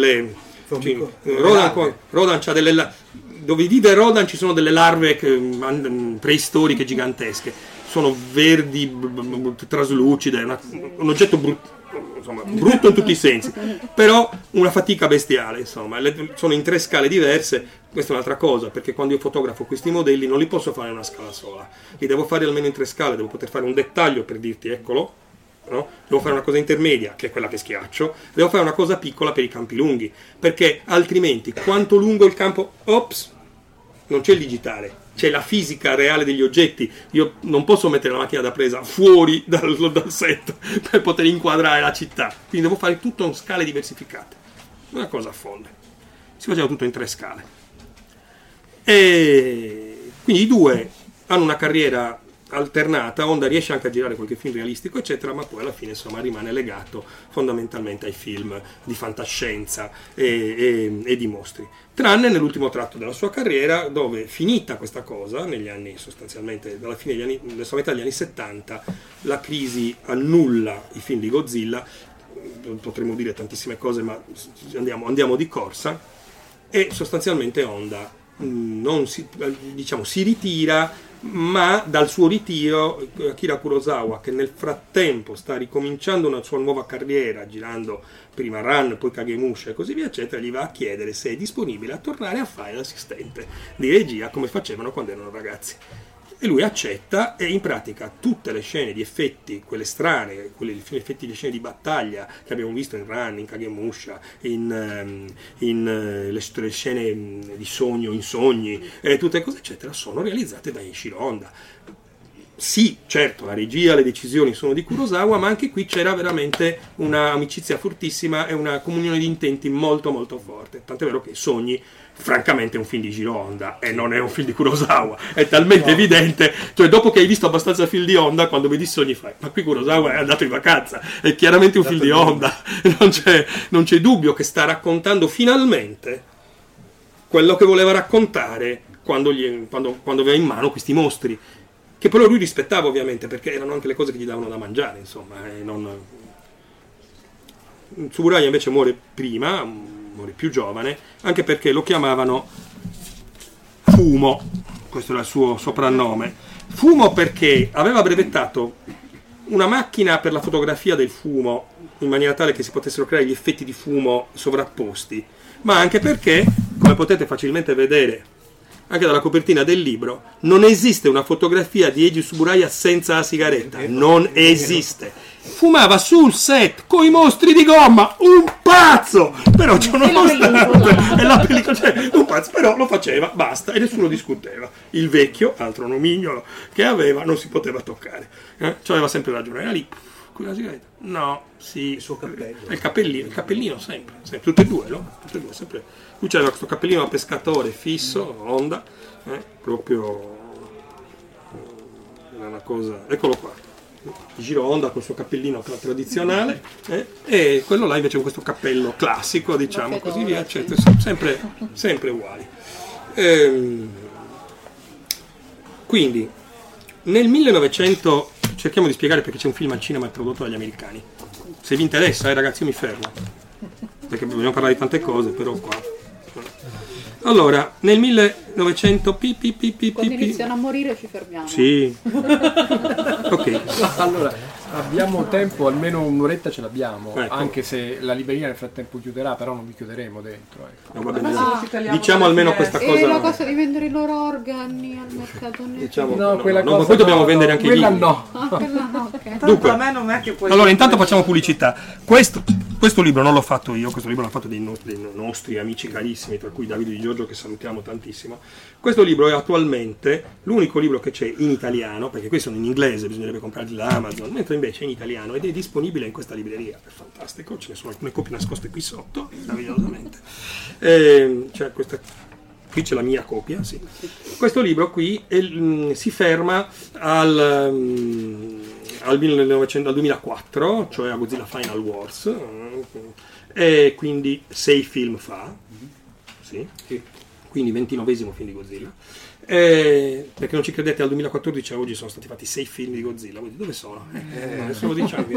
Rodan c'ha delle, dove vive Rodan ci sono delle larve preistoriche gigantesche, sono verdi, traslucide, un oggetto brutto, insomma, brutto in tutti i sensi, però una fatica bestiale, insomma, sono in 3 scale diverse. Questa è un'altra cosa, perché quando io fotografo questi modelli non li posso fare in una scala sola, li devo fare almeno in 3 scale, devo poter fare un dettaglio per dirti eccolo, no? Devo fare una cosa intermedia, che è quella che schiaccio, devo fare una cosa piccola per i campi lunghi, perché altrimenti quanto lungo il campo, non c'è il digitale, c'è la fisica reale degli oggetti. Io non posso mettere la macchina da presa fuori dal set per poter inquadrare la città, quindi devo fare tutto in scale diversificate, una cosa a folle. Si faceva tutto in 3 scale, e quindi i due hanno una carriera alternata. Honda riesce anche a girare qualche film realistico eccetera, ma poi alla fine insomma rimane legato fondamentalmente ai film di fantascienza e di mostri, tranne nell'ultimo tratto della sua carriera, dove, finita questa cosa negli anni, sostanzialmente dalla fine degli anni, verso metà degli anni 70, la crisi annulla i film di Godzilla. Potremmo dire tantissime cose, ma andiamo di corsa, e sostanzialmente Honda si ritira. Ma dal suo ritiro Akira Kurosawa, che nel frattempo sta ricominciando una sua nuova carriera girando prima Run, poi Kagemusha e così via eccetera, gli va a chiedere se è disponibile a tornare a fare l'assistente di regia come facevano quando erano ragazzi, e lui accetta, e in pratica tutte le scene di effetti, quelle strane, quelle effetti di scene di battaglia che abbiamo visto in Run, in Kagemusha, in le scene di sogno, in sogni, tutte cose eccetera, sono realizzate da Eiichiro Honda. Sì, certo, la regia, le decisioni sono di Kurosawa, ma anche qui c'era veramente un'amicizia fortissima e una comunione di intenti molto molto forte, tant'è vero che Sogni francamente è un film di Eiichiro Honda e non è un film di Kurosawa, è talmente evidente, cioè dopo che hai visto abbastanza film di Honda, quando vedi Sogni fai, ma qui Kurosawa è andato in vacanza, è chiaramente un film di Honda, non c'è dubbio che sta raccontando finalmente quello che voleva raccontare quando aveva in mano questi mostri, che però lui rispettava ovviamente, perché erano anche le cose che gli davano da mangiare, insomma. Tsuburaya invece muore più giovane, anche perché lo chiamavano Fumo, questo era il suo soprannome. Fumo perché aveva brevettato una macchina per la fotografia del fumo, in maniera tale che si potessero creare gli effetti di fumo sovrapposti, ma anche perché, come potete facilmente vedere anche dalla copertina del libro, non esiste una fotografia di Eiji Tsuburaya senza la sigaretta, non esiste. Fumava sul set coi mostri di gomma, un pazzo, però c'è una la pellicola, cioè, un pazzo, però lo faceva, basta, e nessuno discuteva. Il vecchio, altro nomignolo che aveva, non si poteva toccare, aveva sempre ragione, era lì, con la sigaretta, no, sì, il suo cappello, il cappellino sempre, tutte e due, no? Tutte e due, sempre. Lui c'aveva questo cappellino a pescatore fisso, Honda, proprio era una cosa, eccolo qua, giro Honda con il suo cappellino tradizionale, e quello là invece con questo cappello classico, diciamo così via, eccetera, sempre uguali. Quindi nel 1900, cerchiamo di spiegare perché c'è un film al cinema tradotto dagli americani, se vi interessa ragazzi io mi fermo, perché vogliamo parlare di tante cose, però qua. Allora, nel 1900 quando iniziano a morire ci fermiamo. Sì. Ok. Allora, abbiamo tempo, almeno un'oretta ce l'abbiamo, ecco. Anche se la libreria nel frattempo chiuderà, però non vi chiuderemo dentro. Ecco. No, va bene. Diciamo almeno questa cosa. E la cosa di vendere i loro organi al mercato nero. Diciamo, no, quella cosa, ma poi dobbiamo vendere anche quella lì. No. Quella no, ok. Dunque, a me non è che puoi allora intanto facciamo pubblicità. Questo libro non l'ho fatto io, questo libro l'ha fatto dei nostri amici carissimi, tra cui Davide Di Giorgio, che salutiamo tantissimo. Questo libro è attualmente l'unico libro che c'è in italiano, perché questi sono in inglese, bisognerebbe comprarli da Amazon, mentre invece è in italiano ed è disponibile in questa libreria. È fantastico, ce ne sono alcune copie nascoste qui sotto, meravigliosamente. Cioè qui c'è la mia copia, sì. Questo libro qui si ferma al 2004, cioè a Godzilla Final Wars, e quindi 6 film fa, sì, quindi 29esimo film di Godzilla, perché non ci credete, al 2014 a oggi sono stati fatti 6 film di Godzilla, quindi dove sono? Adesso lo diciamo.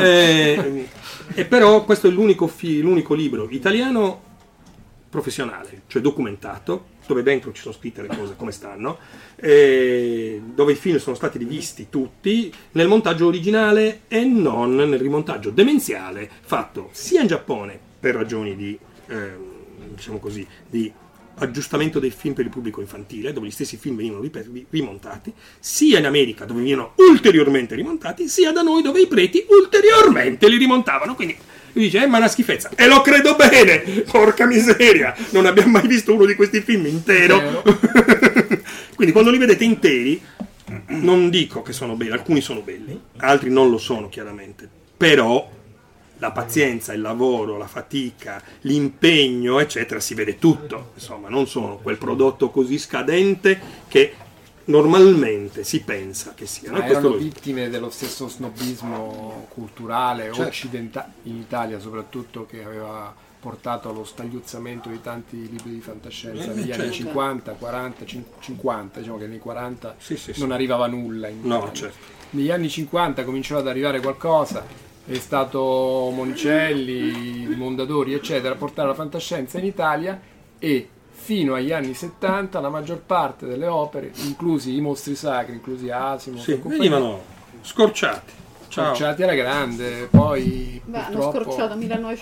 E però questo è l'unico libro italiano professionale, cioè documentato, dove dentro ci sono scritte le cose come stanno, dove i film sono stati rivisti tutti nel montaggio originale e non nel rimontaggio demenziale fatto sia in Giappone per ragioni di diciamo così, di aggiustamento dei film per il pubblico infantile, dove gli stessi film venivano rimontati, sia in America dove venivano ulteriormente rimontati, sia da noi dove i preti ulteriormente li rimontavano, quindi Lui dice, ma è una schifezza. E lo credo bene, porca miseria, non abbiamo mai visto uno di questi film intero. Quindi quando li vedete interi, non dico che sono belli, alcuni sono belli, altri non lo sono chiaramente, però la pazienza, il lavoro, la fatica, l'impegno, eccetera, si vede tutto. Insomma, non sono quel prodotto così scadente che normalmente si pensa che sia. Ma erano vittime dello stesso snobismo culturale occidentale, in Italia soprattutto, che aveva portato allo stagliuzzamento di tanti libri di fantascienza negli anni 50, 40, 50, diciamo che nei 40 non arrivava nulla in Italia. No, certo. Negli anni 50 cominciava ad arrivare qualcosa, è stato Monicelli, Mondadori eccetera a portare la fantascienza in Italia, e fino agli anni 70 la maggior parte delle opere, inclusi i mostri sacri, inclusi Asimov, venivano scorciati alla grande. Poi hanno scorciato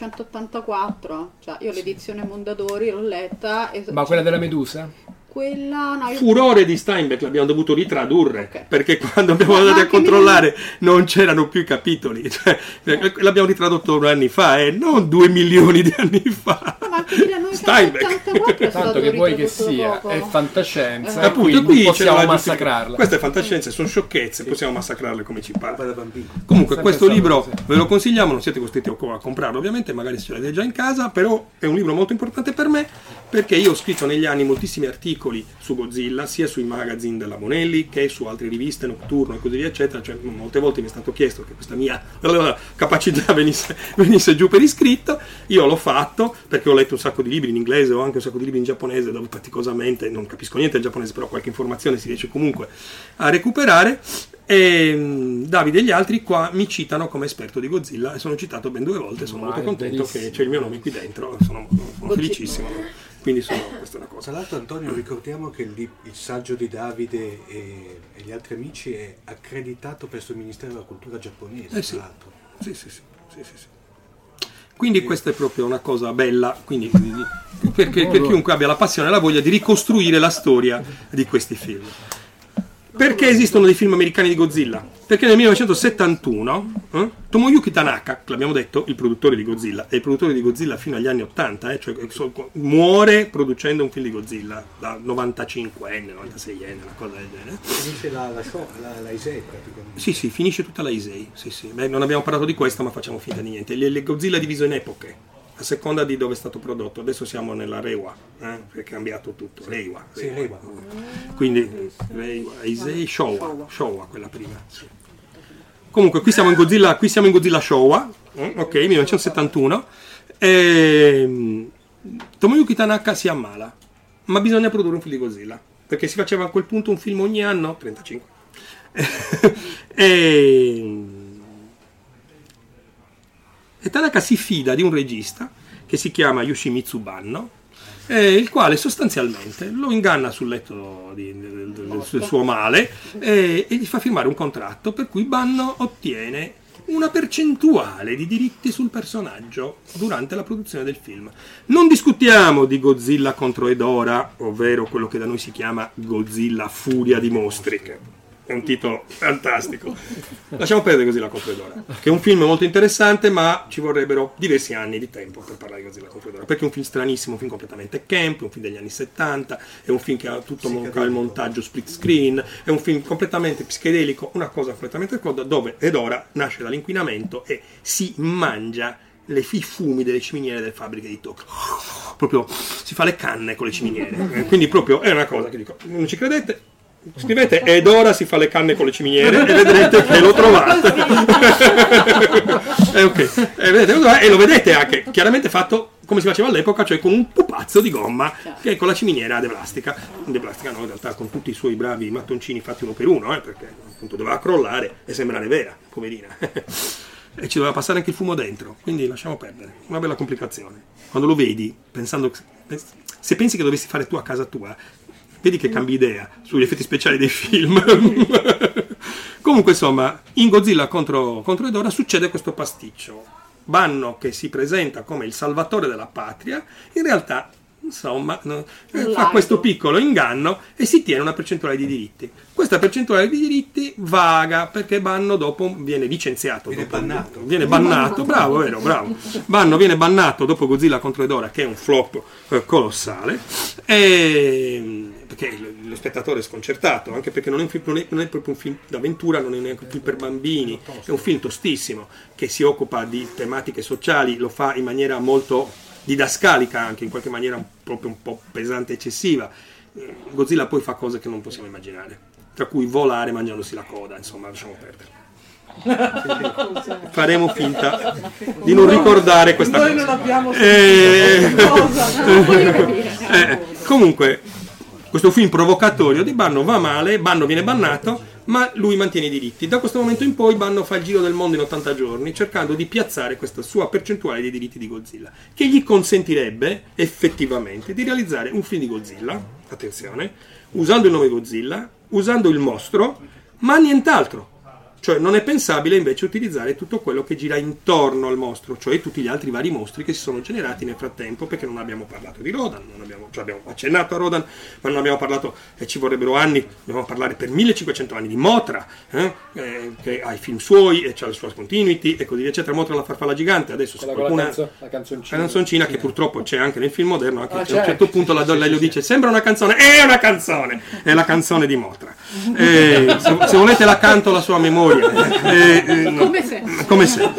1984, cioè io l'edizione Mondadori l'ho letta ma quella della Medusa? Quella, no, Furore di Steinbeck l'abbiamo dovuto ritradurre, perché quando abbiamo andato a controllare non c'erano più i capitoli, cioè, l'abbiamo ritradotto 2 anni fa e non 2 milioni di anni fa. Ma anche 1984 tanto che vuoi che sia è fantascienza, appunto, qui possiamo massacrarla. Queste fantascienze sono sciocchezze, possiamo massacrarle come ci pare. Comunque questo libro ve lo consigliamo, non siete costretti a comprarlo ovviamente, magari ce l'avete già in casa, però è un libro molto importante per me, perché io ho scritto negli anni moltissimi articoli su Godzilla, sia sui magazine della Bonelli che su altre riviste, Notturno e così via eccetera. Cioè, molte volte mi è stato chiesto che questa mia capacità venisse giù per iscritto. Io l'ho fatto perché ho letto un sacco di libri in inglese, ho anche un sacco di libri in giapponese, dove praticamente non capisco niente del giapponese, però qualche informazione si riesce comunque a recuperare. E Davide e gli altri qua mi citano come esperto di Godzilla, e sono citato ben 2 volte, sono molto contento che c'è il mio nome qui dentro, sono felicissimo. Quindi questa è una cosa. Tra l'altro, Antonio, ricordiamo che il saggio di Davide e gli altri amici è accreditato presso il Ministero della Cultura giapponese, Sì. tra l'altro. Sì. Quindi questa è proprio una cosa bella, quindi per chiunque abbia la passione e la voglia di ricostruire la storia di questi film. Perché esistono dei film americani di Godzilla? Perché nel 1971 Tomoyuki Tanaka, l'abbiamo detto, il produttore di Godzilla, è il produttore di Godzilla fino agli anni 80, cioè muore producendo un film di Godzilla da 95enne, 96enne, una cosa del genere. Finisce la Heisei praticamente. Sì, finisce tutta la Heisei. Sì. Beh, non abbiamo parlato di questo, ma facciamo finta di niente. Le Godzilla è diviso in epoche, a seconda di dove è stato prodotto. Adesso siamo nella Reiwa, è cambiato tutto. Reiwa. Quindi Reiwa, Heisei, Showa, quella prima. Sì. Comunque qui siamo in Godzilla Showa, ok, 1971. Tomoyuki Tanaka si ammala, ma bisogna produrre un film di Godzilla, perché si faceva a quel punto un film ogni anno, 35. E Tanaka si fida di un regista che si chiama Yoshimitsu Banno, il quale sostanzialmente lo inganna sul letto del suo male e gli fa firmare un contratto per cui Banno ottiene una percentuale di diritti sul personaggio durante la produzione del film. Non discutiamo di Godzilla contro Hedorah, ovvero quello che da noi si chiama Godzilla Furia di mostri, che è un titolo fantastico. Lasciamo perdere Godzilla contro Hedorah, che è un film molto interessante, ma ci vorrebbero diversi anni di tempo per parlare di Godzilla contro Hedorah, perché è un film stranissimo, un film completamente camp, è un film degli anni 70, è un film che ha tutto il montaggio split screen, è un film completamente psichedelico, una cosa completamente coda, dove Hedorah nasce dall'inquinamento e si mangia i fumi delle ciminiere delle fabbriche di Tokyo. Proprio si fa le canne con le ciminiere. Quindi proprio è una cosa che dico, non ci credete? Scrivete Hedorah si fa le canne con le ciminiere e vedrete che lo trovate. E lo vedete anche chiaramente fatto come si faceva all'epoca, cioè con un pupazzo di gomma che con la ciminiera de plastica no, in realtà con tutti i suoi bravi mattoncini fatti uno per uno, perché appunto doveva crollare e sembrare vera, poverina. E ci doveva passare anche il fumo dentro, quindi lasciamo perdere, una bella complicazione. Quando lo vedi, se pensi che dovessi fare tu a casa tua, vedi che cambi idea sugli effetti speciali dei film. Comunque insomma, in Godzilla contro Hedorah succede questo pasticcio. Banno, che si presenta come il salvatore della patria, in realtà insomma, fa questo piccolo inganno e si tiene una percentuale di diritti. Questa percentuale di diritti vaga perché Banno dopo viene licenziato. Viene bannato, bravo, vero, bravo. Banno viene bannato dopo Godzilla contro Ghidorah, che è un flop colossale, perché lo spettatore è sconcertato, anche perché non è proprio un film d'avventura, non è neanche un film per bambini, è un film tostissimo che si occupa di tematiche sociali, lo fa in maniera molto didascalica, anche in qualche maniera proprio un po' pesante e eccessiva. Godzilla poi fa cose che non possiamo immaginare, tra cui volare mangiandosi la coda, insomma, lasciamo perdere. Faremo finta di non ricordare questa cosa. Noi non abbiamo comunque questo film provocatorio di Banno va male, Banno viene bannato, ma lui mantiene i diritti. Da questo momento in poi Banno fa il giro del mondo in 80 giorni cercando di piazzare questa sua percentuale dei diritti di Godzilla, che gli consentirebbe effettivamente di realizzare un film di Godzilla, attenzione, usando il nome Godzilla, usando il mostro, ma nient'altro. Cioè non è pensabile invece utilizzare tutto quello che gira intorno al mostro, cioè tutti gli altri vari mostri che si sono generati nel frattempo, perché non abbiamo parlato di Rodan, abbiamo accennato a Rodan, ma non abbiamo parlato, e ci vorrebbero anni, dobbiamo parlare per 1500 anni di Mothra, che ha i film suoi e c'ha la sua continuity e così via, eccetera. Mothra la farfalla gigante, adesso se qualcuna la canzoncina che purtroppo c'è anche nel film moderno, anche a un certo punto la donna gli dice sembra una canzone, è una canzone, è la canzone di Mothra. Se volete la canto la sua memoria. Come se.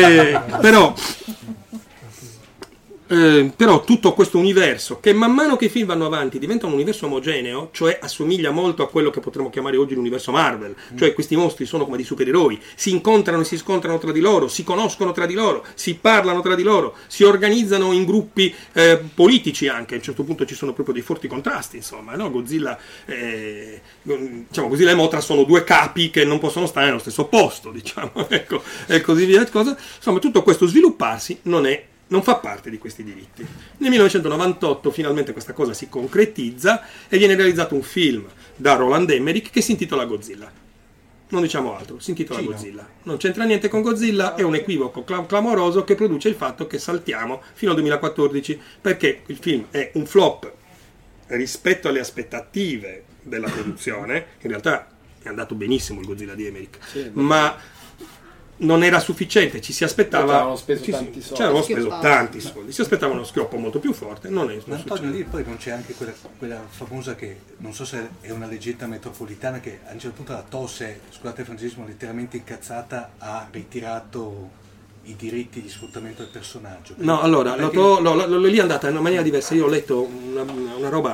Però tutto questo universo, che man mano che i film vanno avanti diventa un universo omogeneo, cioè assomiglia molto a quello che potremmo chiamare oggi l'universo Marvel, cioè questi mostri sono come dei supereroi, si incontrano e si scontrano tra di loro, si conoscono tra di loro, si parlano tra di loro, si organizzano in gruppi politici anche, a un certo punto ci sono proprio dei forti contrasti, insomma, no? Godzilla e Mothra sono due capi che non possono stare nello stesso posto, diciamo, ecco, e così via. Insomma, tutto questo svilupparsi non fa parte di questi diritti. Nel 1998 finalmente questa cosa si concretizza e viene realizzato un film da Roland Emmerich che si intitola Godzilla. Non diciamo altro, si intitola Godzilla. Non c'entra niente con Godzilla, è un equivoco clamoroso che produce il fatto che saltiamo fino al 2014, perché il film è un flop rispetto alle aspettative della produzione. In realtà è andato benissimo il Godzilla di Emmerich, ma non era sufficiente, ci si aspettava. Avevano speso tanti soldi. Avevano speso tanti soldi, si aspettava uno schioppo molto più forte. Non è Antonio, lì poi non c'è anche quella famosa che non so se è una leggenda metropolitana, che a un certo punto la Tosse, scusate il francesismo, letteralmente incazzata ha ritirato i diritti di sfruttamento del personaggio. No, allora lì è andata in una maniera diversa. Io ho letto una roba.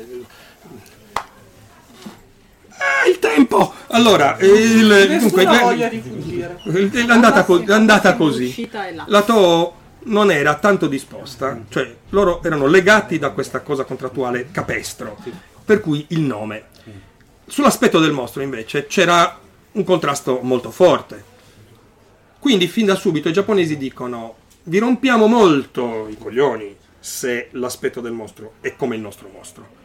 Il tempo! Allora, dunque, è andata così. La Toho non era tanto disposta, cioè loro erano legati da questa cosa contrattuale capestro, per cui il nome. Sull'aspetto del mostro invece c'era un contrasto molto forte. Quindi fin da subito i giapponesi dicono: vi rompiamo molto i coglioni se l'aspetto del mostro è come il nostro mostro.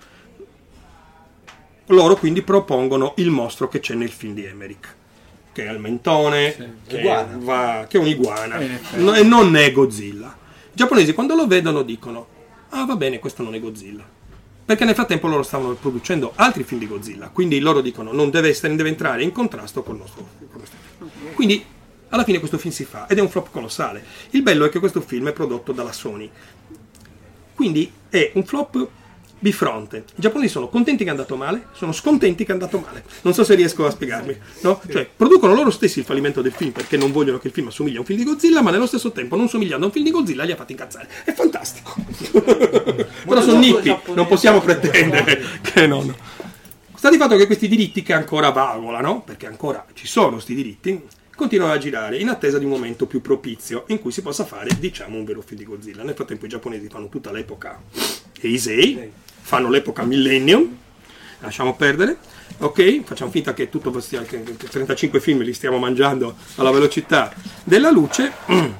Loro quindi propongono il mostro che c'è nel film di Emmerich, che è il mentone, che è un'iguana, e non è Godzilla. I giapponesi quando lo vedono dicono: ah, va bene, questo non è Godzilla, perché nel frattempo loro stavano producendo altri film di Godzilla, quindi loro dicono non deve entrare in contrasto con il nostro film. Quindi alla fine questo film si fa ed è un flop colossale. Il bello è che questo film è prodotto dalla Sony, quindi è un flop bifronte. I giapponesi sono contenti che è andato male, sono scontenti che è andato male. Non so se riesco a spiegarmi, no? Cioè, producono loro stessi il fallimento del film perché non vogliono che il film assomigli a un film di Godzilla, ma nello stesso tempo, non somigliando a un film di Godzilla, li ha fatti incazzare. È fantastico. Però sono nippi, non possiamo pretendere che non. Sta di fatto che questi diritti che ancora vagolano, perché ancora ci sono questi diritti, continuano a girare in attesa di un momento più propizio in cui si possa fare, diciamo, un vero film di Godzilla. Nel frattempo i giapponesi fanno tutta l'epoca Heisei, fanno l'epoca Millennium, lasciamo perdere, ok? Facciamo finta che tutto sia, che 35 film li stiamo mangiando alla velocità della luce,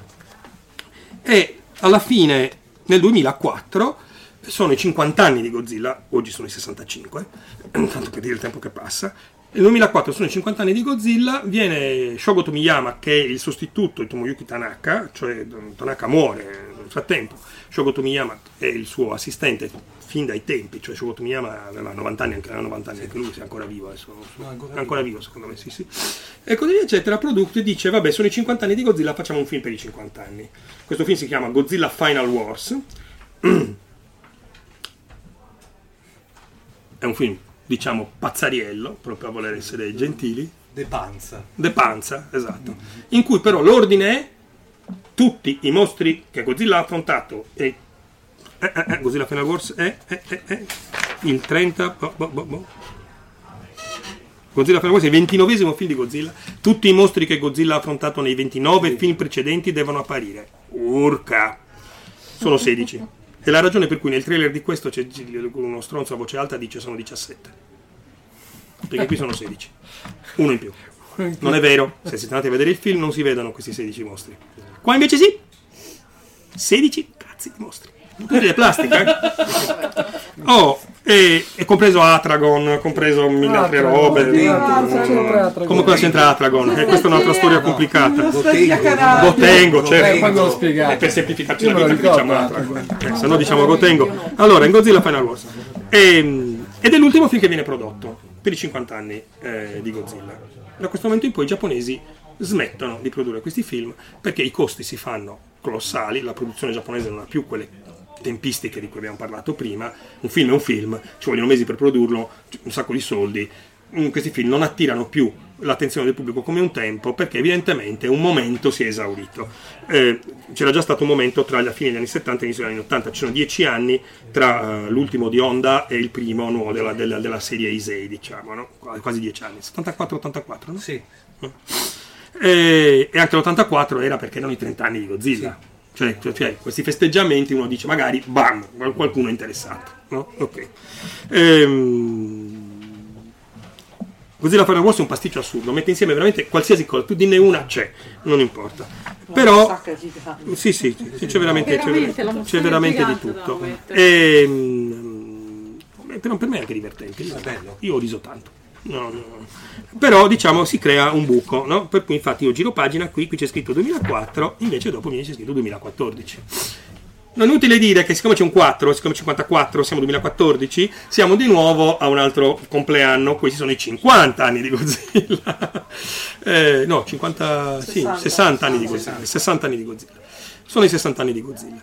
e alla fine, nel 2004, sono i 50 anni di Godzilla, oggi sono i 65, tanto per dire il tempo che passa, Nel 2004 sono i 50 anni di Godzilla, viene Shogo Tomiyama, che è il sostituto di Tomoyuki Tanaka, cioè Tanaka muore nel frattempo, Shogo Tomiyama è il suo assistente fin dai tempi, cioè Shogo Tomiyama aveva 90 anni, anche lui, è ancora vivo adesso, è ancora vivo secondo me, sì. E così via, eccetera. Product dice, vabbè, sono i 50 anni di Godzilla, facciamo un film per i 50 anni. Questo film si chiama Godzilla Final Wars. È un film, diciamo, pazzariello, proprio a voler essere gentili. De panza, esatto. In cui però l'ordine è tutti i mostri che Godzilla ha affrontato e Godzilla Final Wars è il 30 Godzilla Final Wars è il 29esimo film di Godzilla. Tutti i mostri che Godzilla ha affrontato nei 29 film precedenti devono apparire. Urca! Sono 16. E la ragione per cui nel trailer di questo c'è uno stronzo a voce alta dice sono 17. Perché qui sono 16. Uno in più. Non è vero, se siete andati a vedere il film non si vedono questi 16 mostri. Qua invece sì. 16 cazzi di mostri. Tutti di plastica, e compreso Atragon, compreso mille altre robe. Come cosa c'entra Atragon? Questa è un'altra storia complicata. Gotengo, certo. Quando lo spiegate. Per semplificarci la vita diciamo Atragon. Se no diciamo Gotengo. Allora, in Godzilla Final Wars. Ed è l'ultimo film che viene prodotto per i 50 anni di Godzilla. Da questo momento in poi i giapponesi smettono di produrre questi film perché i costi si fanno colossali, la produzione giapponese non ha più quelle tempistiche di cui abbiamo parlato prima. Un film è un film, ci vogliono mesi per produrlo, un sacco di soldi. Questi film non attirano più l'attenzione del pubblico come un tempo perché evidentemente un momento si è esaurito. C'era già stato un momento tra la fine degli anni 70 e l'inizio degli anni 80, ci sono 10 anni tra l'ultimo di Honda e il primo nuovo della serie Heisei, diciamo, no? Quasi 10 anni, 74-84, no? Sì. E anche l'84 era perché erano i 30 anni di Godzilla. Sì. Cioè, questi festeggiamenti uno dice magari bam, qualcuno è interessato, no? Ok. Godzilla Final Wars è un pasticcio assurdo, mette insieme veramente qualsiasi cosa, tu dinne una c'è, non importa. Però sì, c'è veramente di tutto. Però per me è anche divertente. Io ho riso tanto. No. Però diciamo si crea un buco, no? Per cui infatti io giro pagina, qui c'è scritto 2004, invece dopo mi c'è scritto 2014. Non è inutile dire che siccome c'è un 4, siccome 54 siamo 2014, siamo di nuovo a un altro compleanno, questi sono i 50 anni di Godzilla. 60 anni di Godzilla. 60 anni di Godzilla. Sono i 60 anni di Godzilla.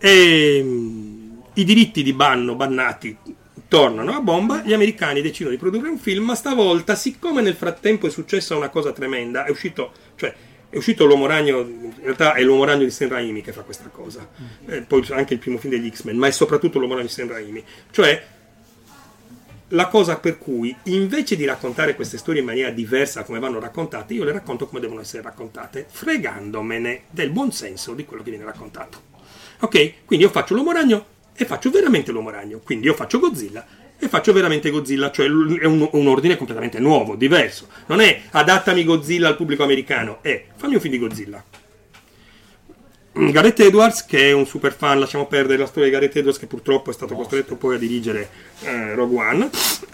I diritti di bannati tornano a bomba, gli americani decidono di produrre un film, ma stavolta, siccome nel frattempo è successa una cosa tremenda, è uscito l'Uomo Ragno, in realtà è l'Uomo Ragno di Sam Raimi che fa questa cosa, poi anche il primo film degli X-Men, ma è soprattutto l'Uomo Ragno di Sam Raimi, cioè la cosa per cui invece di raccontare queste storie in maniera diversa come vanno raccontate, io le racconto come devono essere raccontate, fregandomene del buon senso di quello che viene raccontato. Ok? Quindi io faccio l'Uomo Ragno e faccio veramente l'Uomo Ragno, quindi io faccio Godzilla e faccio veramente Godzilla, cioè è un ordine completamente nuovo, diverso, non è adattami Godzilla al pubblico americano, è fammi un film di Godzilla. Gareth Edwards, che è un super fan, lasciamo perdere la storia di Gareth Edwards che purtroppo è stato costretto poi a dirigere Rogue One,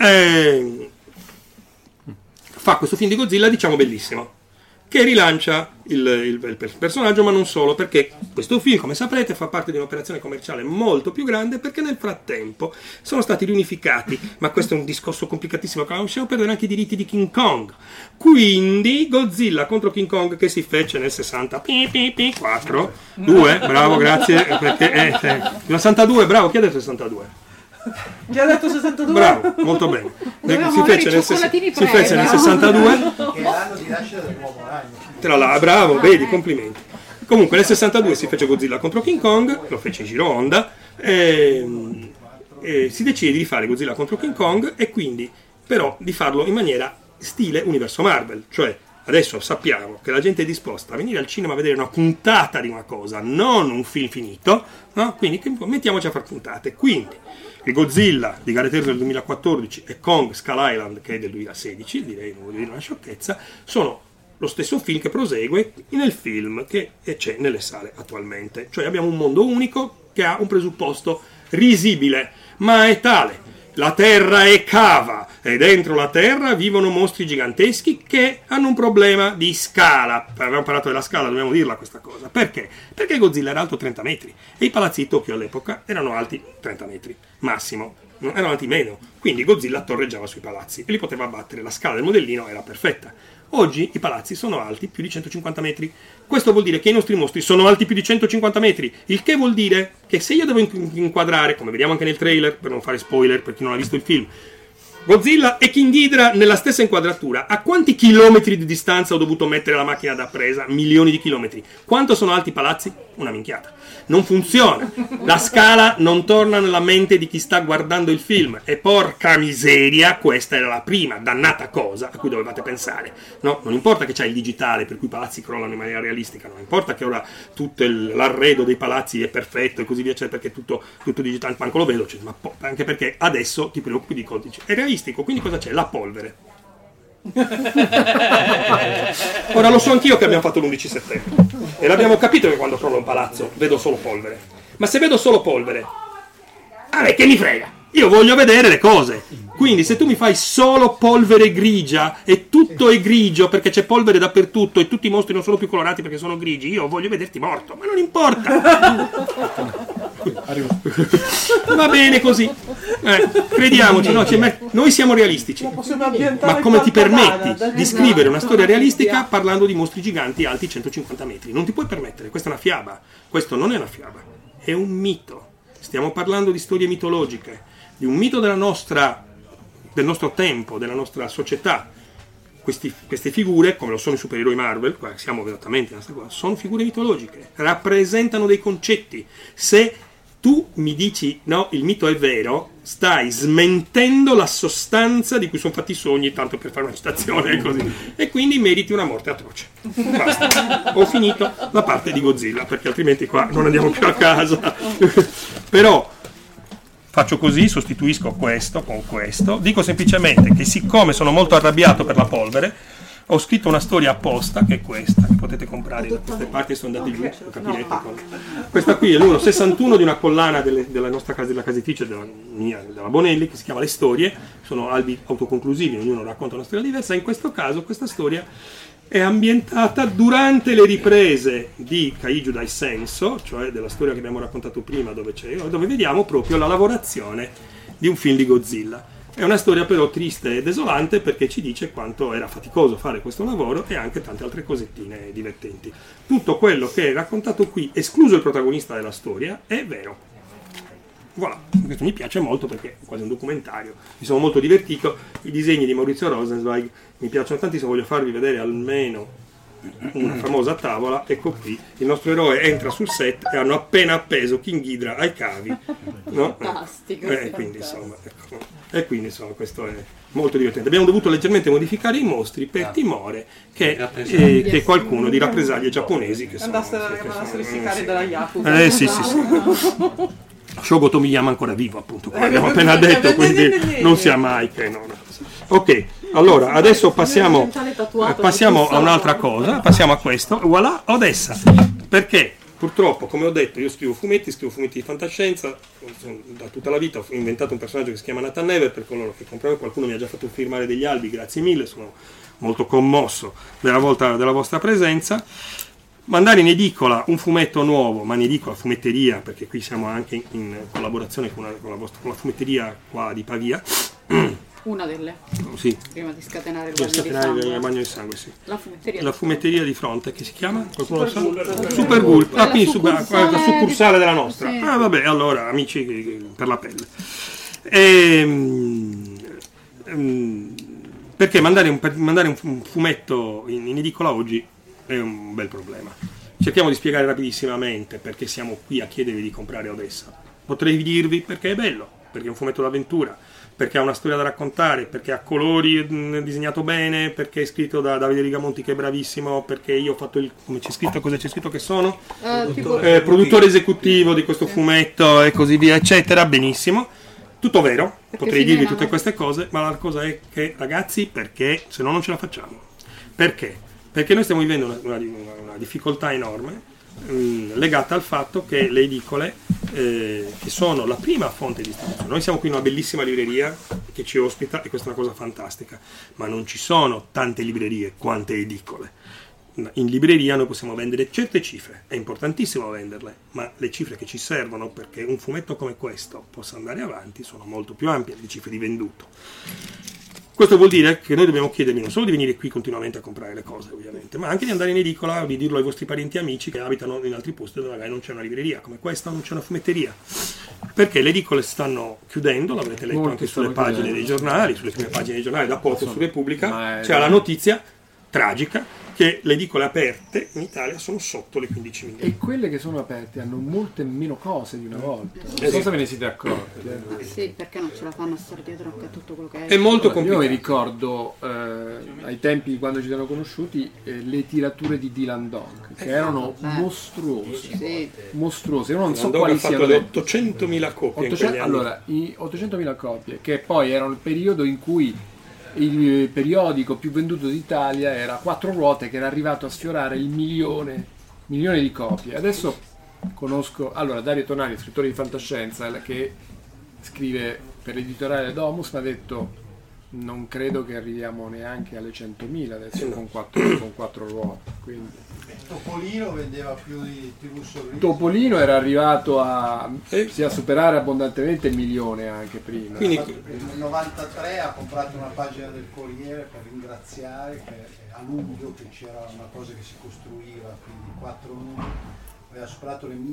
fa questo film di Godzilla, diciamo bellissimo, che rilancia il personaggio, ma non solo, perché questo film, come saprete, fa parte di un'operazione commerciale molto più grande, perché nel frattempo sono stati riunificati, ma questo è un discorso complicatissimo, che non possiamo perdere anche i diritti di King Kong. Quindi Godzilla contro King Kong, che si fece nel 64, 2, bravo, grazie, perché 62, bravo, chi ha detto 62? Chi ha detto 62? Bravo, molto bene. Si fece nel 62. Che è l'anno di nascita del nuovo Ragno. Bravo, vedi, complimenti. Comunque nel 62 si fece Godzilla contro King Kong, lo fece Jiro Honda, e si decide di rifare Godzilla contro King Kong e quindi però di farlo in maniera stile universo Marvel, cioè adesso sappiamo che la gente è disposta a venire al cinema a vedere una puntata di una cosa, non un film finito, no? Quindi mettiamoci a far puntate. Quindi il Godzilla di Gareth Edwards del 2014 e Kong Skull Island, che è del 2016, direi, non voglio dire una sciocchezza, sono lo stesso film che prosegue nel film che c'è nelle sale attualmente. Cioè abbiamo un mondo unico che ha un presupposto risibile, ma è tale la terra è cava e dentro la terra vivono mostri giganteschi che hanno un problema di scala. Abbiamo parlato della scala, dobbiamo dirla questa cosa. Perché? Perché Godzilla era alto 30 metri e i palazzi di Tokyo all'epoca erano alti 30 metri, massimo, non erano alti meno. Quindi Godzilla torreggiava sui palazzi e li poteva abbattere, la scala del modellino era perfetta. Oggi i palazzi sono alti più di 150 metri. Questo vuol dire che i nostri mostri sono alti più di 150 metri. Il che vuol dire che se io devo inquadrare, come vediamo anche nel trailer, per non fare spoiler per chi non ha visto il film, Godzilla e King Ghidra nella stessa inquadratura, a quanti chilometri di distanza ho dovuto mettere la macchina da presa? Milioni di chilometri. Quanto sono alti i palazzi? Una minchiata. Non funziona. La scala non torna nella mente di chi sta guardando il film. E porca miseria, questa era la prima dannata cosa a cui dovevate pensare. No, non importa che c'è il digitale per cui i palazzi crollano in maniera realistica, non importa che ora tutto l'arredo dei palazzi è perfetto e così via, cioè perché tutto digitale, manco lo vedo, cioè, ma anche perché adesso ti preoccupi di codice. È realistico, quindi cosa c'è? La polvere. Ora lo so anch'io che abbiamo fatto l'11 settembre e l'abbiamo capito che quando crollo un palazzo vedo solo polvere, ma se vedo solo polvere, a me che mi frega, io voglio vedere le cose. Quindi se tu mi fai solo polvere grigia e tutto è grigio perché c'è polvere dappertutto e tutti i mostri non sono più colorati perché sono grigi, io voglio vederti morto, ma non importa. Va bene così, crediamoci, no? Noi siamo realistici, ma come ti permetti di scrivere una storia realistica parlando di mostri giganti alti 150 metri? Non ti puoi permettere, questa è una fiaba. Questo non è una fiaba, è un mito. Stiamo parlando di storie mitologiche, di un mito del nostro tempo, della nostra società. Queste figure, come lo sono i supereroi Marvel, qua siamo esattamente nella stessa cosa, sono figure mitologiche, rappresentano dei concetti. Se tu mi dici no, il mito è vero, stai smentendo la sostanza di cui sono fatti i sogni, tanto per fare una citazione e così, e quindi meriti una morte atroce. Basta, ho finito la parte di Godzilla, perché altrimenti qua non andiamo più a casa. Però faccio così, sostituisco questo con questo, dico semplicemente che siccome sono molto arrabbiato per la polvere, ho scritto una storia apposta, che è questa, che potete comprare da queste parti, sono andati giù, lo capirete. Questa qui è l'1 61 di una collana della nostra casa, della casifice, della Bonelli, che si chiama Le Storie, sono albi autoconclusivi, ognuno racconta una storia diversa. In questo caso questa storia è ambientata durante le riprese di Kaiju Dai Senso, cioè della storia che abbiamo raccontato prima, dove vediamo proprio la lavorazione di un film di Godzilla. È una storia però triste e desolante perché ci dice quanto era faticoso fare questo lavoro e anche tante altre cosettine divertenti. Tutto quello che è raccontato qui, escluso il protagonista della storia, è vero. Voilà, questo mi piace molto perché è quasi un documentario, mi sono molto divertito, i disegni di Maurizio Rosenzweig mi piacciono tantissimo, voglio farvi vedere almeno una famosa tavola. Ecco qui, il nostro eroe entra sul set e hanno appena appeso King Ghidra ai cavi, no? Fantastico, quindi insomma questo è molto divertente. Abbiamo dovuto leggermente modificare i mostri per timore che qualcuno di rappresaglie giapponesi che andasse a risticare dalla Yakuza. Sì. Shogo Tomiyama ancora vivo, appunto, come abbiamo appena detto, quindi non sia mai che no. Ok, allora adesso passiamo a un'altra cosa, passiamo a questo. Voilà, Odessa. Perché purtroppo, come ho detto, io scrivo fumetti di fantascienza, da tutta la vita ho inventato un personaggio che si chiama Nathan Never, per coloro che comprano, qualcuno mi ha già fatto firmare degli albi, grazie mille, sono molto commosso della vostra presenza. Mandare in edicola un fumetto nuovo, ma in edicola fumetteria, perché qui siamo anche in collaborazione con la fumetteria qua di Pavia. Una delle. Sì. Prima di scatenare il bagno di sangue, sì. La fumetteria di fronte, che si chiama? Qualcuno lo sa? Super Gulp. Ah, quindi succursale della nostra. Sì. Ah, vabbè, allora, amici per la pelle. Perché mandare un fumetto in edicola oggi è un bel problema. Cerchiamo di spiegare rapidissimamente perché siamo qui a chiedervi di comprare Odessa. Potrei dirvi perché è bello, perché è un fumetto d'avventura, perché ha una storia da raccontare, perché ha colori, è disegnato bene, perché è scritto da Davide Rigamonti che è bravissimo, perché io ho fatto come c'è scritto, cosa c'è scritto che sono? Produttore esecutivo di questo fumetto e così via, eccetera. Benissimo. Tutto vero, potrei dirvi tutte queste cose, ma la cosa è che, ragazzi, perché se no non ce la facciamo. Perché? Perché noi stiamo vivendo una difficoltà enorme legata al fatto che le edicole che sono la prima fonte di istituzione. Noi siamo qui in una bellissima libreria che ci ospita e questa è una cosa fantastica, ma non ci sono tante librerie quante edicole. In libreria noi possiamo vendere certe cifre, è importantissimo venderle, ma le cifre che ci servono perché un fumetto come questo possa andare avanti sono molto più ampie di cifre di venduto. Questo vuol dire che noi dobbiamo chiedervi non solo di venire qui continuamente a comprare le cose, ovviamente, ma anche di andare in edicola o di dirlo ai vostri parenti e amici che abitano in altri posti dove magari non c'è una libreria come questa o non c'è una fumetteria. Perché le edicole stanno chiudendo, l'avrete letto anche sulle pagine dei giornali, sulle prime pagine dei giornali, da poco su Repubblica, c'è la notizia tragica che le edicole aperte in Italia sono sotto le 15 milioni. E quelle che sono aperte hanno molte meno cose di una volta. Non so se ve ne siete accorti. Sì, perché non ce la fanno a stare dietro a tutto quello che è. È molto complicato. Io mi ricordo ai tempi quando ci siamo conosciuti le tirature di Dylan Dog che erano mostruose. Sì. Mostruose. Io non so quali siano. Ha fatto 800.000 copie. Allora, 800.000 copie, che poi erano il periodo in cui il periodico più venduto d'Italia era Quattro Ruote, che era arrivato a sfiorare il milione di copie. Adesso conosco Dario Tonali, scrittore di fantascienza, che scrive per l'editoriale Domus, mi ha detto non credo che arriviamo neanche alle 100.000 adesso con quattro ruote. Quindi. Topolino vendeva più di TV Sorriso. Topolino era arrivato a superare abbondantemente il milione anche prima. Quindi nel 93 ha comprato una pagina del Corriere per ringraziare che a luglio che c'era una cosa che si costruiva, quindi 4 numeri, aveva superato le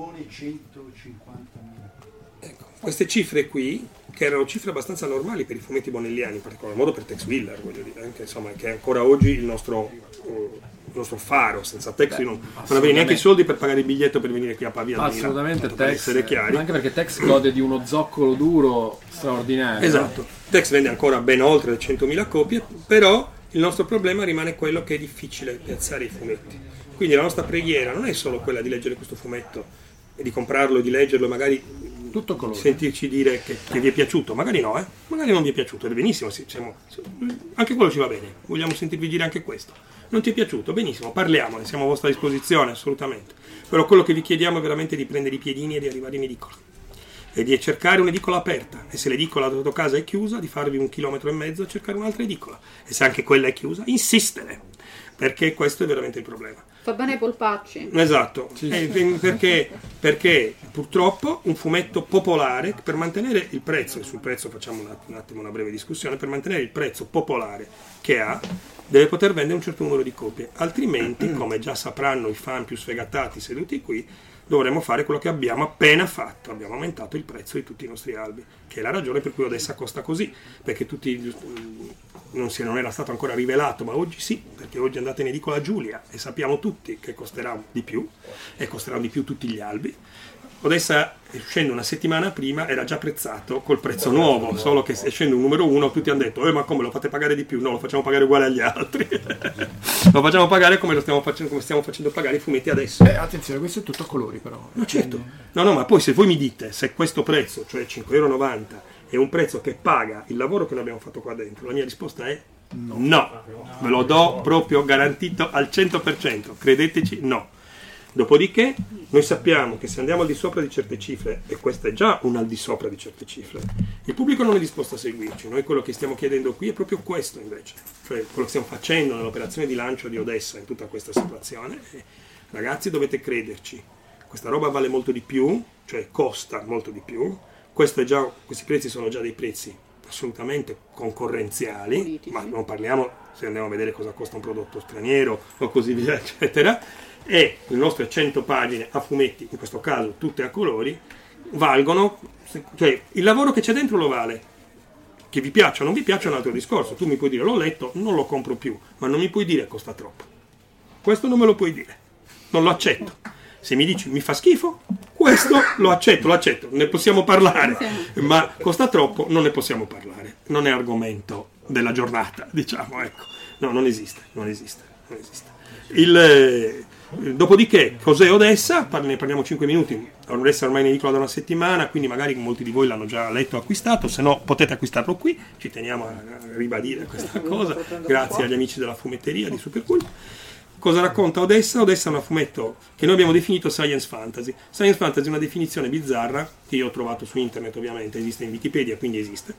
1.150.000. Ecco, queste cifre qui, che erano cifre abbastanza normali per i fumetti bonelliani, in particolar modo per Tex Willer, voglio dire, anche, insomma, che è ancora oggi il nostro faro. Senza Tex non avrei neanche i soldi per pagare il biglietto per venire qui a Pavia. Assolutamente per essere chiari. Anche perché Tex gode di uno zoccolo duro straordinario. Esatto, Tex vende ancora ben oltre le 100.000 copie, però il nostro problema rimane quello che è difficile piazzare i fumetti. Quindi la nostra preghiera non è solo quella di leggere questo fumetto e di comprarlo, di leggerlo, magari tutto colore, sentirci dire che vi è piaciuto, magari no, magari non vi è piaciuto, è benissimo, anche quello ci va bene, vogliamo sentirvi dire anche questo. Non ti è piaciuto? Benissimo, parliamone, siamo a vostra disposizione, assolutamente. Però quello che vi chiediamo è veramente di prendere i piedini e di arrivare in edicola e di cercare un'edicola aperta, e se l'edicola da casa è chiusa, di farvi 1,5 chilometri a cercare un'altra edicola, e se anche quella è chiusa, insistere, perché questo è veramente il problema. Fa bene ai polpacci. Esatto, sì. Perché purtroppo un fumetto popolare, per mantenere il prezzo, e sul prezzo facciamo un attimo una breve discussione, per mantenere il prezzo popolare che ha, deve poter vendere un certo numero di copie, altrimenti, come già sapranno i fan più sfegatati seduti qui, dovremo fare quello che abbiamo appena fatto, abbiamo aumentato il prezzo di tutti i nostri albi, che è la ragione per cui Odessa costa così, perché non era stato ancora rivelato, ma oggi sì, perché oggi andate in edicola Giulia e sappiamo tutti che costerà di più, e costeranno di più tutti gli albi. Odessa, uscendo una settimana prima, era già prezzato col prezzo nuovo, solo che essendo un numero 1 tutti hanno detto ma come lo fate pagare di più? No, lo facciamo pagare uguale agli altri. Lo facciamo pagare come stiamo facendo pagare i fumetti adesso. Attenzione, questo è tutto a colori però. No, certo. No, ma poi se voi mi dite se questo prezzo, cioè 5,90 € è un prezzo che paga il lavoro che noi abbiamo fatto qua dentro, la mia risposta è no. Ve lo do proprio garantito al 100%, credeteci, no. Dopodiché noi sappiamo che se andiamo al di sopra di certe cifre, e questo è già un al di sopra di certe cifre, il pubblico non è disposto a seguirci. Noi quello che stiamo chiedendo qui è proprio questo invece, cioè quello che stiamo facendo nell'operazione di lancio di Odessa in tutta questa situazione. Ragazzi, dovete crederci, questa roba vale molto di più, cioè costa molto di più, questi prezzi sono già dei prezzi assolutamente concorrenziali, politici. Ma non parliamo se andiamo a vedere cosa costa un prodotto straniero o così via eccetera, e le nostre 100 pagine a fumetti, in questo caso tutte a colori, valgono, cioè il lavoro che c'è dentro lo vale. Che vi piaccia o non vi piaccia è un altro discorso, tu mi puoi dire l'ho letto, non lo compro più, ma non mi puoi dire costa troppo, questo non me lo puoi dire, non lo accetto. Se mi dici mi fa schifo, questo lo accetto, ne possiamo parlare, ma costa troppo, non ne possiamo parlare, non è argomento della giornata, diciamo, ecco. No, non esiste. Dopodiché, cos'è Odessa? Ne parliamo 5 minuti. Odessa ormai in edicola da una settimana, quindi magari molti di voi l'hanno già letto o acquistato, se no potete acquistarlo qui, ci teniamo a ribadire questa cosa, grazie agli amici della fumetteria di Supercool. Cosa racconta Odessa? Odessa è un fumetto che noi abbiamo definito science fantasy. Science fantasy è una definizione bizzarra che io ho trovato su internet, ovviamente, esiste in Wikipedia, quindi esiste,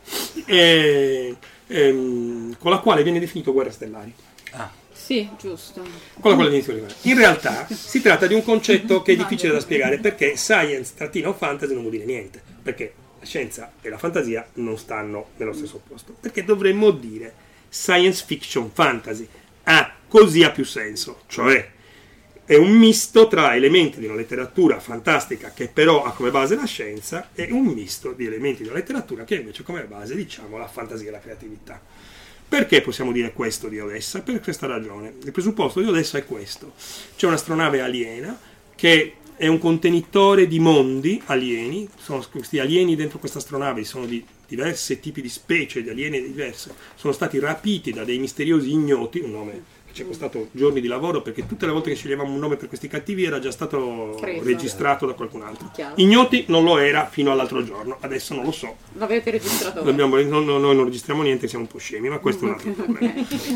con la quale viene definito Guerre Stellari. Sì, giusto. In realtà si tratta di un concetto che è difficile da spiegare, perché science-fantasy non vuol dire niente, perché la scienza e la fantasia non stanno nello stesso posto, perché dovremmo dire science fiction fantasy. Così ha più senso, cioè è un misto tra elementi di una letteratura fantastica che però ha come base la scienza e un misto di elementi di una letteratura che invece ha come base, diciamo, la fantasia e la creatività. Perché possiamo dire questo di Odessa? Per questa ragione. Il presupposto di Odessa è questo: c'è un'astronave aliena che è un contenitore di mondi alieni, sono questi alieni dentro questa astronave, sono di diversi tipi di specie di alieni diverse, sono stati rapiti da dei misteriosi ignoti, un nome che ci è costato giorni di lavoro, perché tutte le volte che sceglievamo un nome per questi cattivi era già stato registrato da qualcun altro. Chiaro. Ignoti non lo era fino all'altro giorno, adesso non lo so. L'avete registrato? Noi non registriamo niente, siamo un po' scemi, ma questo è un altro problema.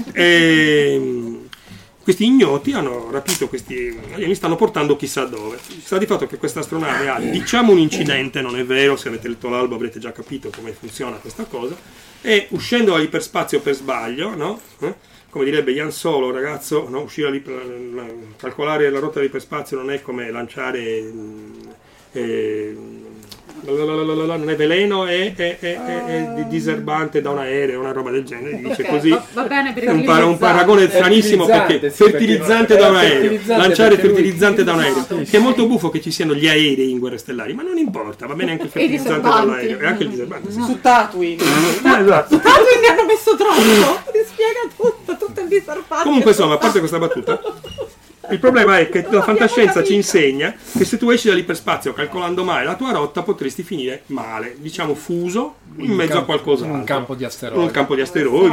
Questi ignoti hanno rapito questi alieni, stanno portando chissà dove. Sta di fatto che questa astronave ha, diciamo, un incidente, non è vero, se avete letto l'albo avrete già capito come funziona questa cosa, e uscendo dall'iperspazio per sbaglio, no? Come direbbe Jan Solo, ragazzo, no? Calcolare la rotta dell'iperspazio non è come lanciare... non è veleno, è diserbante da un aereo, una roba del genere, dice così. Va bene, è un paragone stranissimo, perché fertilizzante da un aereo, lanciare fertilizzante da un aereo, che è molto buffo che ci siano gli aerei in Guerre Stellari, ma non importa, va bene anche il fertilizzante da un aereo e anche il diserbante. Su Tatooine. Esatto. Su Tatooine ne hanno messo troppo, ti spiega tutto il diserbante. Comunque, insomma, a parte questa battuta, il problema è che la fantascienza ci insegna che se tu esci dall'iperspazio calcolando male la tua rotta potresti finire male, diciamo fuso in mezzo a qualcos'altro. Un campo di asteroidi. Un campo di asteroidi.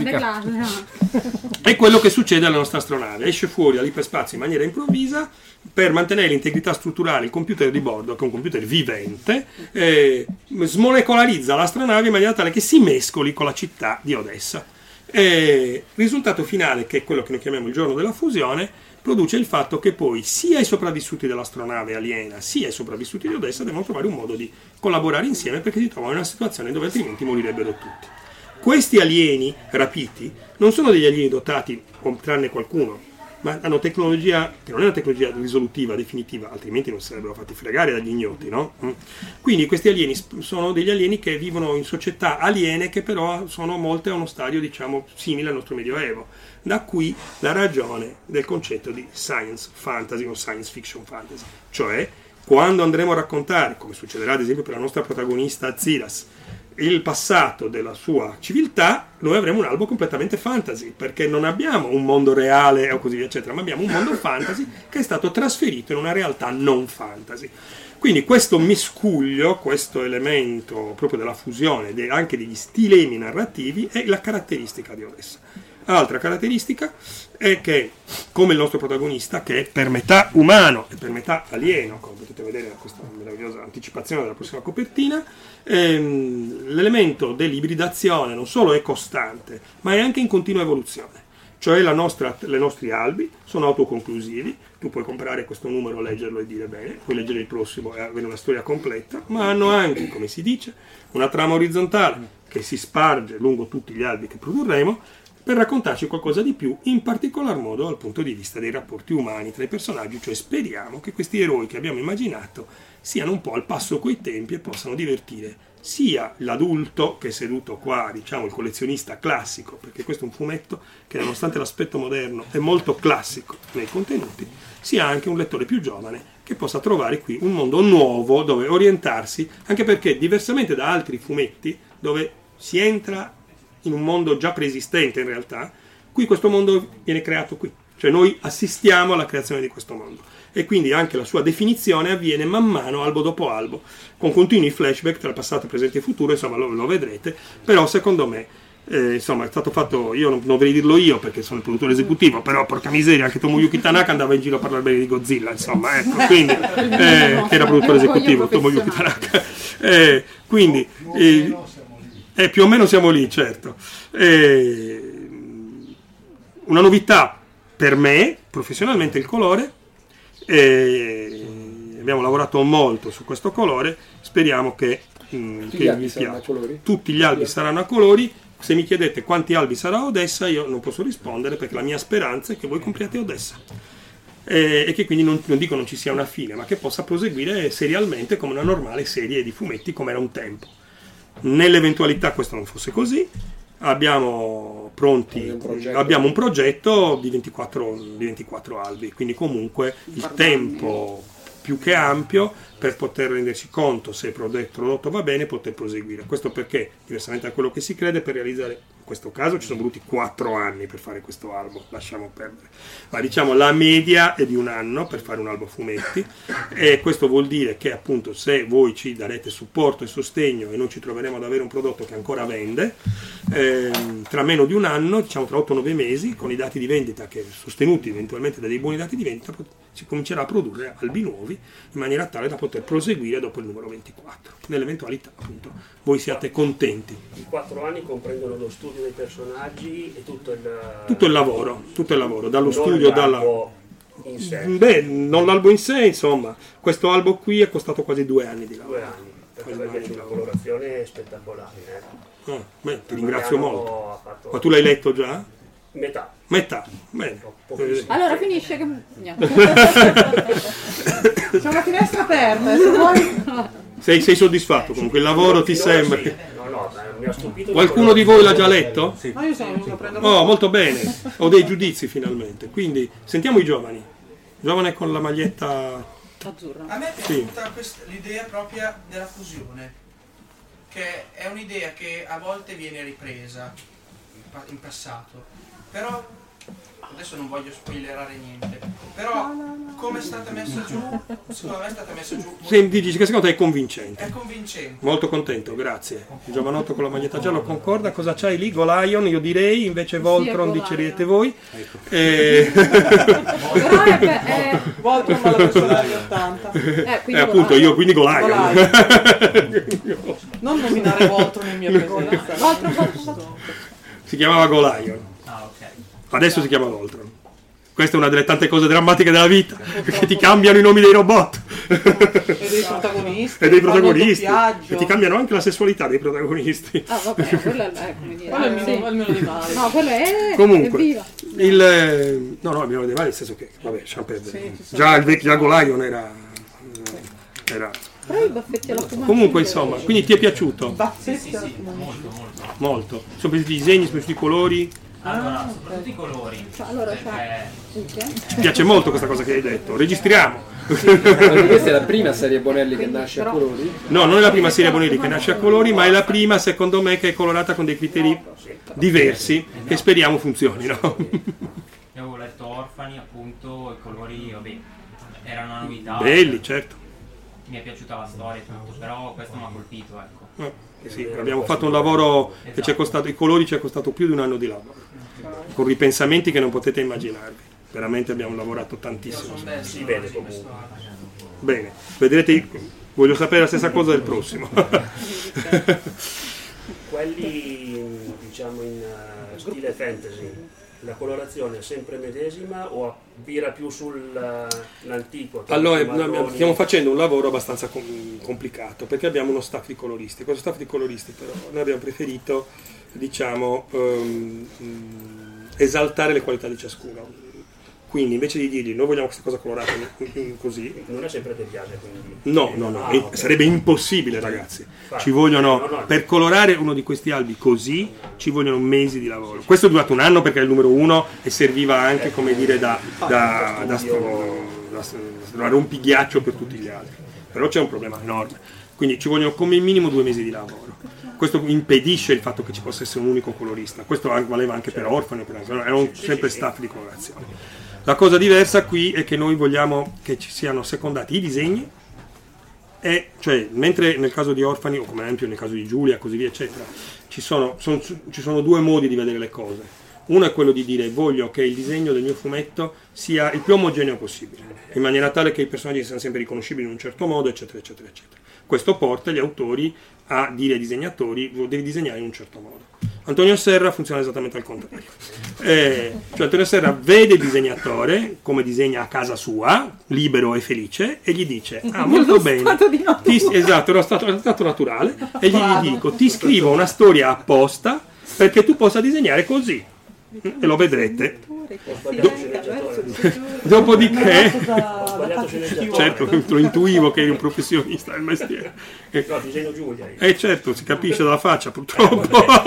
È quello che succede alla nostra astronave. Esce fuori dall'iperspazio in maniera improvvisa per mantenere l'integrità strutturale. Il computer di bordo, che è un computer vivente, smolecolarizza l'astronave in maniera tale che si mescoli con la città di Odessa. Risultato finale, che è quello che noi chiamiamo il giorno della fusione, produce il fatto che poi sia i sopravvissuti dell'astronave aliena sia i sopravvissuti di Odessa devono trovare un modo di collaborare insieme, perché si trovano in una situazione dove altrimenti morirebbero tutti. Questi alieni rapiti non sono degli alieni dotati, tranne qualcuno, ma hanno tecnologia che non è una tecnologia risolutiva, definitiva, altrimenti non si sarebbero fatti fregare dagli ignoti, no? Quindi questi alieni sono degli alieni che vivono in società aliene, che però sono molte a uno stadio, diciamo, simile al nostro Medioevo. Da qui la ragione del concetto di science fantasy o science fiction fantasy, cioè quando andremo a raccontare, come succederà ad esempio per la nostra protagonista Zilas, il passato della sua civiltà, noi avremo un albo completamente fantasy, perché non abbiamo un mondo reale o così via eccetera, ma abbiamo un mondo fantasy che è stato trasferito in una realtà non fantasy. Quindi questo miscuglio, questo elemento proprio della fusione anche degli stilemi narrativi è la caratteristica di Odessa. Altra caratteristica è che, come il nostro protagonista, che è per metà umano e per metà alieno, come potete vedere da questa meravigliosa anticipazione della prossima copertina, l'elemento dell'ibridazione non solo è costante, ma è anche in continua evoluzione. Cioè i nostri albi sono autoconclusivi, tu puoi comprare questo numero, leggerlo e dire bene, puoi leggere il prossimo e avere una storia completa, ma hanno anche, come si dice, una trama orizzontale che si sparge lungo tutti gli albi che produrremo, per raccontarci qualcosa di più, in particolar modo dal punto di vista dei rapporti umani tra i personaggi, cioè speriamo che questi eroi che abbiamo immaginato siano un po' al passo coi tempi e possano divertire sia l'adulto che è seduto qua, diciamo il collezionista classico, perché questo è un fumetto che nonostante l'aspetto moderno è molto classico nei contenuti, sia anche un lettore più giovane che possa trovare qui un mondo nuovo dove orientarsi, anche perché diversamente da altri fumetti dove si entra in un mondo già preesistente in realtà, qui questo mondo viene creato qui, cioè noi assistiamo alla creazione di questo mondo e quindi anche la sua definizione avviene man mano, albo dopo albo, con continui flashback tra passato, presente e futuro, insomma lo vedrete, però secondo me insomma è stato fatto, io non dovrei dirlo io perché sono il produttore esecutivo, però porca miseria anche Tomoyuki Tanaka andava in giro a parlare bene di Godzilla, insomma, ecco, quindi che era produttore esecutivo Tomoyuki Tanaka, quindi più o meno siamo lì, certo. Una novità per me professionalmente il colore, abbiamo lavorato molto su questo colore, speriamo che vi piaccia. Tutti gli albi saranno a colori. Se mi chiedete quanti albi sarà a Odessa, io non posso rispondere, perché la mia speranza è che voi compriate Odessa e che quindi non dico non ci sia una fine, ma che possa proseguire serialmente come una normale serie di fumetti come era un tempo. Nell'eventualità questo non fosse così, abbiamo un progetto di 24 albi, quindi comunque il tempo più che ampio per poter rendersi conto se il prodotto va bene e poter proseguire. Questo perché, diversamente da quello che si crede, per realizzare in questo caso ci sono voluti 4 anni per fare questo albo, lasciamo perdere, ma diciamo la media è di 1 anno per fare un albo a fumetti, e questo vuol dire che appunto se voi ci darete supporto e sostegno e noi ci troveremo ad avere un prodotto che ancora vende, tra meno di 1 anno, diciamo tra 8-9 mesi, con i dati di vendita che sostenuti eventualmente da dei buoni dati di vendita, si comincerà a produrre albi nuovi in maniera tale da poter proseguire dopo il numero 24, nell'eventualità appunto voi siate contenti. I 4 anni comprendono lo studio dei personaggi e tutto il lavoro, dallo studio, in sé. Beh, non l'albo in sé, insomma, questo albo qui è costato quasi 2 anni di lavoro. 2 anni, perché c'è una colorazione spettacolare. Ti ringrazio molto. Ma tu l'hai letto già? Metà, bene. Allora finisce che... C'è una finestra aperta, se vuoi... Sei soddisfatto comunque? Il lavoro ti sembra? No, mi ha stupito. Qualcuno di voi l'ha già letto? Sì. No, io sono venuto a prendere... Oh, molto bene. Ho dei giudizi finalmente. Quindi sentiamo i giovani. Giovane con la maglietta azzurra. A me è piaciuta l'idea propria della fusione, che è un'idea che a volte viene ripresa in passato, però adesso non voglio spoilerare niente, però come è stata messa giù, secondo me è stata messa giù dici che secondo te è convincente? È convincente. Molto contento, grazie. Il giovanotto con la maglietta gialla concorda. Cosa c'hai lì? Golion, io direi, invece Voltron dicerete voi. Voltron va la persona degli 80. Appunto, io quindi Golion. Non nominare Voltron in mia presenza. Voltron. Si chiamava Golion. Adesso si chiama Voltron. Questa è una delle tante cose drammatiche della vita, perché ti cambiano i nomi dei robot e dei protagonisti e ti cambiano anche la sessualità dei protagonisti. Vabbè, quello è come dire. Quello è il meno di male. No, quello è comunque il no, il meno di male nel senso che vabbè, lasciamo perdere. Già il vecchio Golion era però i baffetti alla fumatura. Comunque insomma, quindi ti è piaciuto? Sì, molto. Sono piaciuti i disegni, sono piaciuti i colori. Allora, soprattutto i colori. Allora, Ci piace molto questa cosa che hai detto. Registriamo. Questa è la prima serie Bonelli che nasce a colori? No, non è la prima serie Bonelli che nasce a colori, ma è la prima, secondo me, che è colorata con dei criteri diversi che speriamo funzionino. Io avevo letto Orfani, appunto, i colori, vabbè, erano una novità. Belli, certo. Mi è piaciuta la storia e tutto, però questo mi ha colpito, ecco. Sì, abbiamo fatto un lavoro che ci è costato, i colori ci è costato più di 1 anno di lavoro, con ripensamenti che non potete immaginarvi. Veramente abbiamo lavorato tantissimo. Si vede comunque. Bene, vedrete, voglio sapere la stessa cosa del prossimo. Quelli, diciamo, in stile fantasy, la colorazione è sempre medesima o vira più sull'antico? Allora, stiamo facendo un lavoro abbastanza complicato, perché abbiamo uno staff di coloristi. Questo staff di coloristi però noi abbiamo preferito, diciamo, esaltare le qualità di ciascuno. Quindi invece di dirgli noi vogliamo questa cosa colorata così, non è sempre ti piace, quindi no, sarebbe impossibile, ragazzi. Ci vogliono, per colorare uno di questi albi così ci vogliono mesi di lavoro. Questo è durato 1 anno perché è il numero 1 e serviva anche, come dire, da rompighiaccio per tutti gli altri. Però c'è un problema enorme, quindi ci vogliono come minimo 2 mesi di lavoro. Questo impedisce il fatto che ci possa essere un unico colorista. Questo valeva anche per Orfani, erano sempre staff di colorazione. La cosa diversa qui è che noi vogliamo che ci siano secondati i disegni, e cioè mentre nel caso di Orfani, o come ad esempio nel caso di Giulia, così via eccetera, ci sono 2 modi di vedere le cose. Uno è quello di dire voglio che il disegno del mio fumetto sia il più omogeneo possibile, in maniera tale che i personaggi siano sempre riconoscibili in un certo modo, eccetera eccetera eccetera. Questo porta gli autori a dire ai disegnatori devi disegnare in un certo modo. Antonio Serra funziona esattamente al contrario. Cioè Antonio Serra vede il disegnatore come disegna a casa sua, libero e felice, e gli dice: ah, molto bene, esatto, era stato naturale, e gli dico: ti scrivo una storia apposta perché tu possa disegnare così, e lo vedrete. Dopodiché, certo, lo intuivo che eri un professionista del mestiere. No, disegno Giulia. Certo, si capisce dalla faccia, purtroppo.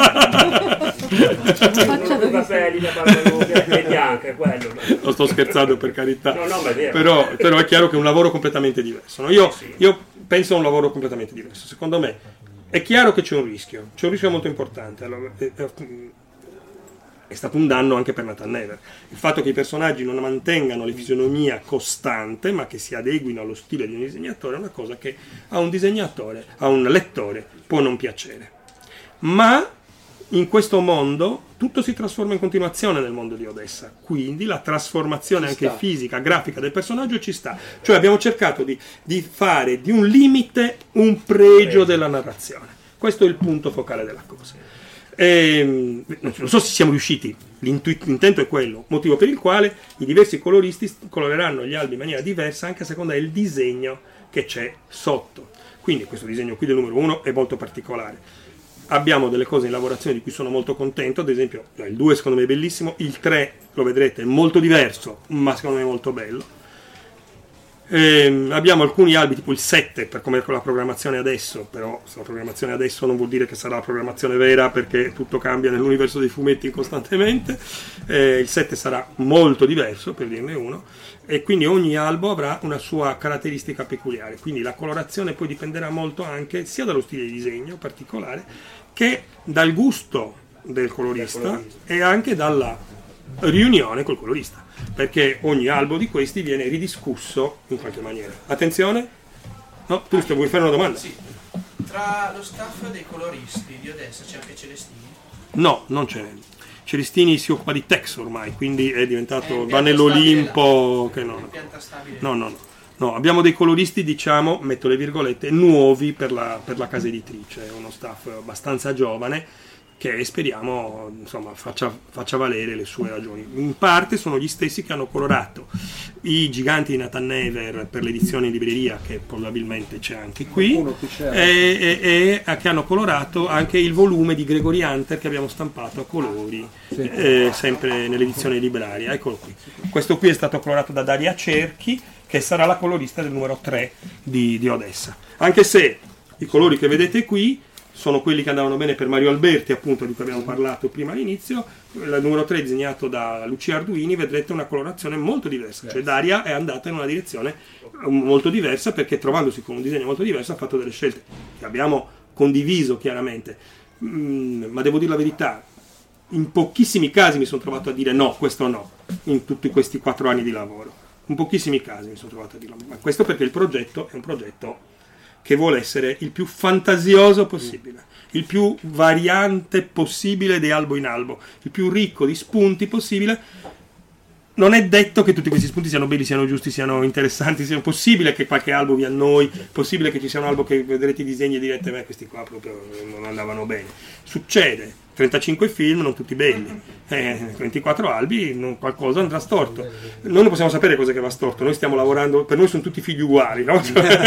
Capelli, la barba lunga e bianca, è quello. Lo sto scherzando, per carità. No, ma è vero. Però è chiaro che è un lavoro completamente diverso. No? Io penso a un lavoro completamente diverso. Secondo me è chiaro che c'è un rischio molto importante. Allora, è stato un danno anche per Nathan Never. Il fatto che i personaggi non mantengano la fisionomia costante, ma che si adeguino allo stile di un disegnatore, è una cosa che a un disegnatore, a un lettore, può non piacere. Ma in questo mondo tutto si trasforma in continuazione nel mondo di Odessa, quindi la trasformazione anche fisica, grafica del personaggio ci sta. Cioè abbiamo cercato di fare di un limite un pregio della narrazione. Questo è il punto focale della cosa. Non so se siamo riusciti, l'intento è quello, motivo per il quale i diversi coloristi coloreranno gli albi in maniera diversa anche a seconda del disegno che c'è sotto. Quindi questo disegno qui del numero 1 è molto particolare. Abbiamo delle cose in lavorazione di cui sono molto contento, ad esempio il 2 secondo me è bellissimo, il 3 lo vedrete è molto diverso ma secondo me è molto bello. Abbiamo alcuni albi tipo il 7 per come è con la programmazione adesso, però la programmazione adesso non vuol dire che sarà la programmazione vera, perché tutto cambia nell'universo dei fumetti costantemente. Il 7 sarà molto diverso, per dirne uno, e quindi ogni albo avrà una sua caratteristica peculiare, quindi la colorazione poi dipenderà molto anche sia dallo stile di disegno particolare che dal gusto del colorista e anche dalla riunione col colorista, perché ogni albo di questi viene ridiscusso in qualche maniera. Attenzione, no, tu vuoi fare una domanda? Sì. Tra lo staff dei coloristi di Odessa c'è anche Celestini? No, non c'è. Celestini si occupa di Tex ormai, quindi è diventato, va nell'Olimpo che no. No, abbiamo dei coloristi, diciamo, metto le virgolette, nuovi per la casa editrice, è uno staff abbastanza giovane che speriamo insomma faccia valere le sue ragioni. In parte sono gli stessi che hanno colorato i Giganti di Nathan Never per l'edizione in libreria, che probabilmente c'è anche qui, e che hanno colorato anche il volume di Gregory Hunter che abbiamo stampato a colori, sempre nell'edizione libraria. Eccolo qui. Questo qui è stato colorato da Daria Cerchi, che sarà la colorista del numero 3 di Odessa, anche se i colori che vedete qui sono quelli che andavano bene per Mario Alberti, appunto, di cui abbiamo parlato prima all'inizio. Il numero 3 disegnato da Lucia Arduini, vedrete una colorazione molto diversa, cioè Daria è andata in una direzione molto diversa, perché trovandosi con un disegno molto diverso ha fatto delle scelte che abbiamo condiviso chiaramente, ma devo dire la verità, in pochissimi casi mi sono trovato a dire no, questo no, in tutti questi 4 anni di lavoro, in pochissimi casi mi sono trovato a dire no, ma questo perché il progetto è un progetto che vuole essere il più fantasioso possibile, il più variante possibile di albo in albo, il più ricco di spunti possibile. Non è detto che tutti questi spunti siano belli, siano giusti, siano interessanti, sia possibile che qualche albo vi annoi, possibile che ci sia un albo che vedrete i disegni e direte beh, questi qua proprio non andavano bene. Succede, 35 film, non tutti belli, 24 albi, qualcosa andrà storto. Noi non possiamo sapere cosa che va storto, noi stiamo lavorando, per noi sono tutti figli uguali, no?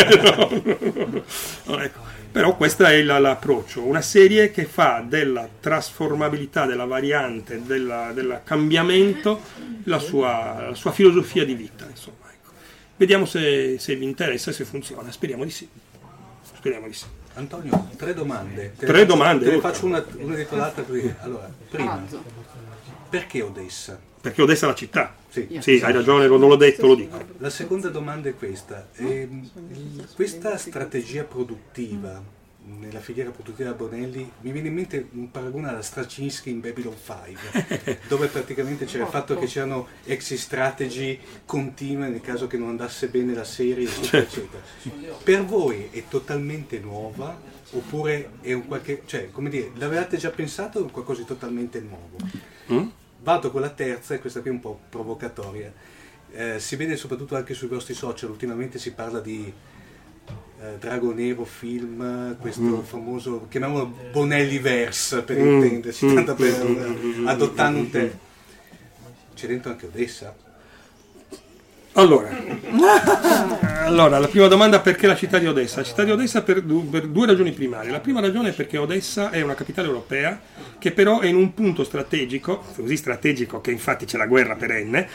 No, ecco. Però questo è l'approccio, una serie che fa della trasformabilità, della variante, del cambiamento la sua filosofia di vita, insomma, ecco. Vediamo se vi interessa e se funziona, speriamo di sì. Antonio, 3 domande. Tre domande. Te ne faccio una dietro l'altra. Allora, prima, perché Odessa? Perché Odessa è la città. Sì, hai ragione, non l'ho detto, lo dico. La seconda domanda è questa. Questa strategia produttiva nella filiera produttiva Bonelli mi viene in mente un paragone alla Straczynski in Babylon 5, dove praticamente c'era il fatto che c'erano exit strategy continue nel caso che non andasse bene la serie, eccetera, eccetera. Per voi è totalmente nuova oppure è un qualche, cioè, come dire, l'avevate già pensato o è qualcosa di totalmente nuovo? Vado con la terza, e questa qui è un po' provocatoria. Si vede soprattutto anche sui vostri social, ultimamente si parla di Drago Nero film, questo famoso, chiamiamolo Bonelliverse per intendersi, tanto per adottando un te. C'è dentro anche Odessa? Allora, la prima domanda: perché la città di Odessa? La città di Odessa per due ragioni primarie. La prima ragione è perché Odessa è una capitale europea che però è in un punto strategico, così strategico che infatti c'è la guerra perenne,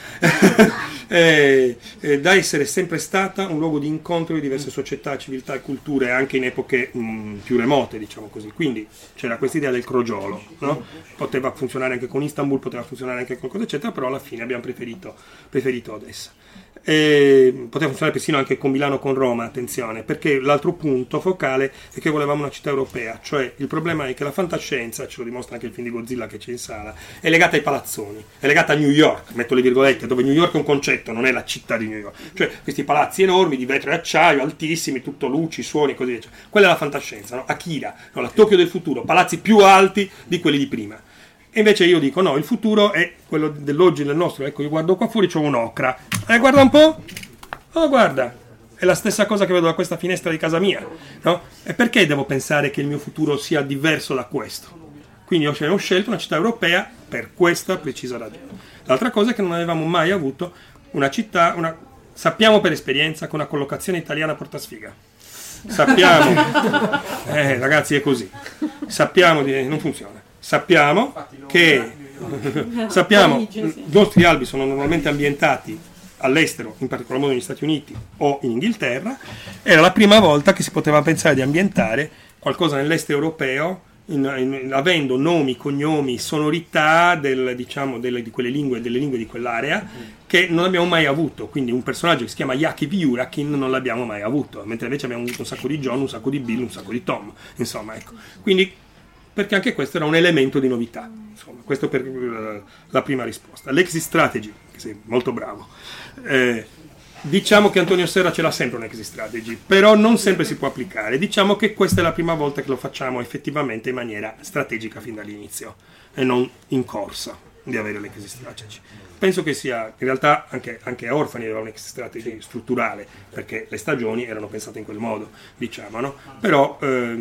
da essere sempre stata un luogo di incontro di diverse società, civiltà e culture, anche in epoche più remote, diciamo così. Quindi c'era questa idea del crogiolo, no? Poteva funzionare anche con Istanbul, poteva funzionare anche con cose eccetera, però alla fine abbiamo preferito Odessa. Poteva funzionare persino anche con Milano, con Roma, attenzione, perché l'altro punto focale è che volevamo una città europea, cioè il problema è che la fantascienza, ce lo dimostra anche il film di Godzilla che c'è in sala, è legata ai palazzoni, è legata a New York, metto le virgolette, dove New York è un concetto, non è la città di New York, cioè questi palazzi enormi di vetro e acciaio, altissimi, tutto luci, suoni e così via. Quella è la fantascienza, no? Akira, no? La Tokyo del futuro, palazzi più alti di quelli di prima. E invece io dico no, il futuro è quello dell'oggi, del nostro. Ecco, io guardo qua fuori, c'ho un'ocra. Guarda un po'. Oh, guarda. È la stessa cosa che vedo da questa finestra di casa mia, no? E perché devo pensare che il mio futuro sia diverso da questo? Quindi ho scelto una città europea per questa precisa ragione. L'altra cosa è che non avevamo mai avuto una città, sappiamo per esperienza che una collocazione italiana porta sfiga. Sappiamo, ragazzi, è così. Sappiamo non funziona. Sappiamo che i nostri albi sono normalmente ambientati all'estero, in particolar modo negli Stati Uniti o in Inghilterra. Era la prima volta che si poteva pensare di ambientare qualcosa nell'est europeo avendo nomi, cognomi, sonorità di quelle lingue, delle lingue di quell'area che non abbiamo mai avuto. Quindi un personaggio che si chiama Yaki Vyurakin non l'abbiamo mai avuto, mentre invece abbiamo avuto un sacco di John, un sacco di Bill, un sacco di Tom, insomma, ecco. Quindi perché anche questo era un elemento di novità, insomma, questo per la prima risposta. L'exit strategy, che sei molto bravo, diciamo che Antonio Serra ce l'ha sempre un exit strategy, però non sempre si può applicare. Diciamo che questa è la prima volta che lo facciamo effettivamente in maniera strategica fin dall'inizio e non in corsa di avere l'exit strategy. Penso che sia, in realtà anche a Orfani aveva un exit strategy strutturale, perché le stagioni erano pensate in quel modo, diciamo, no? Però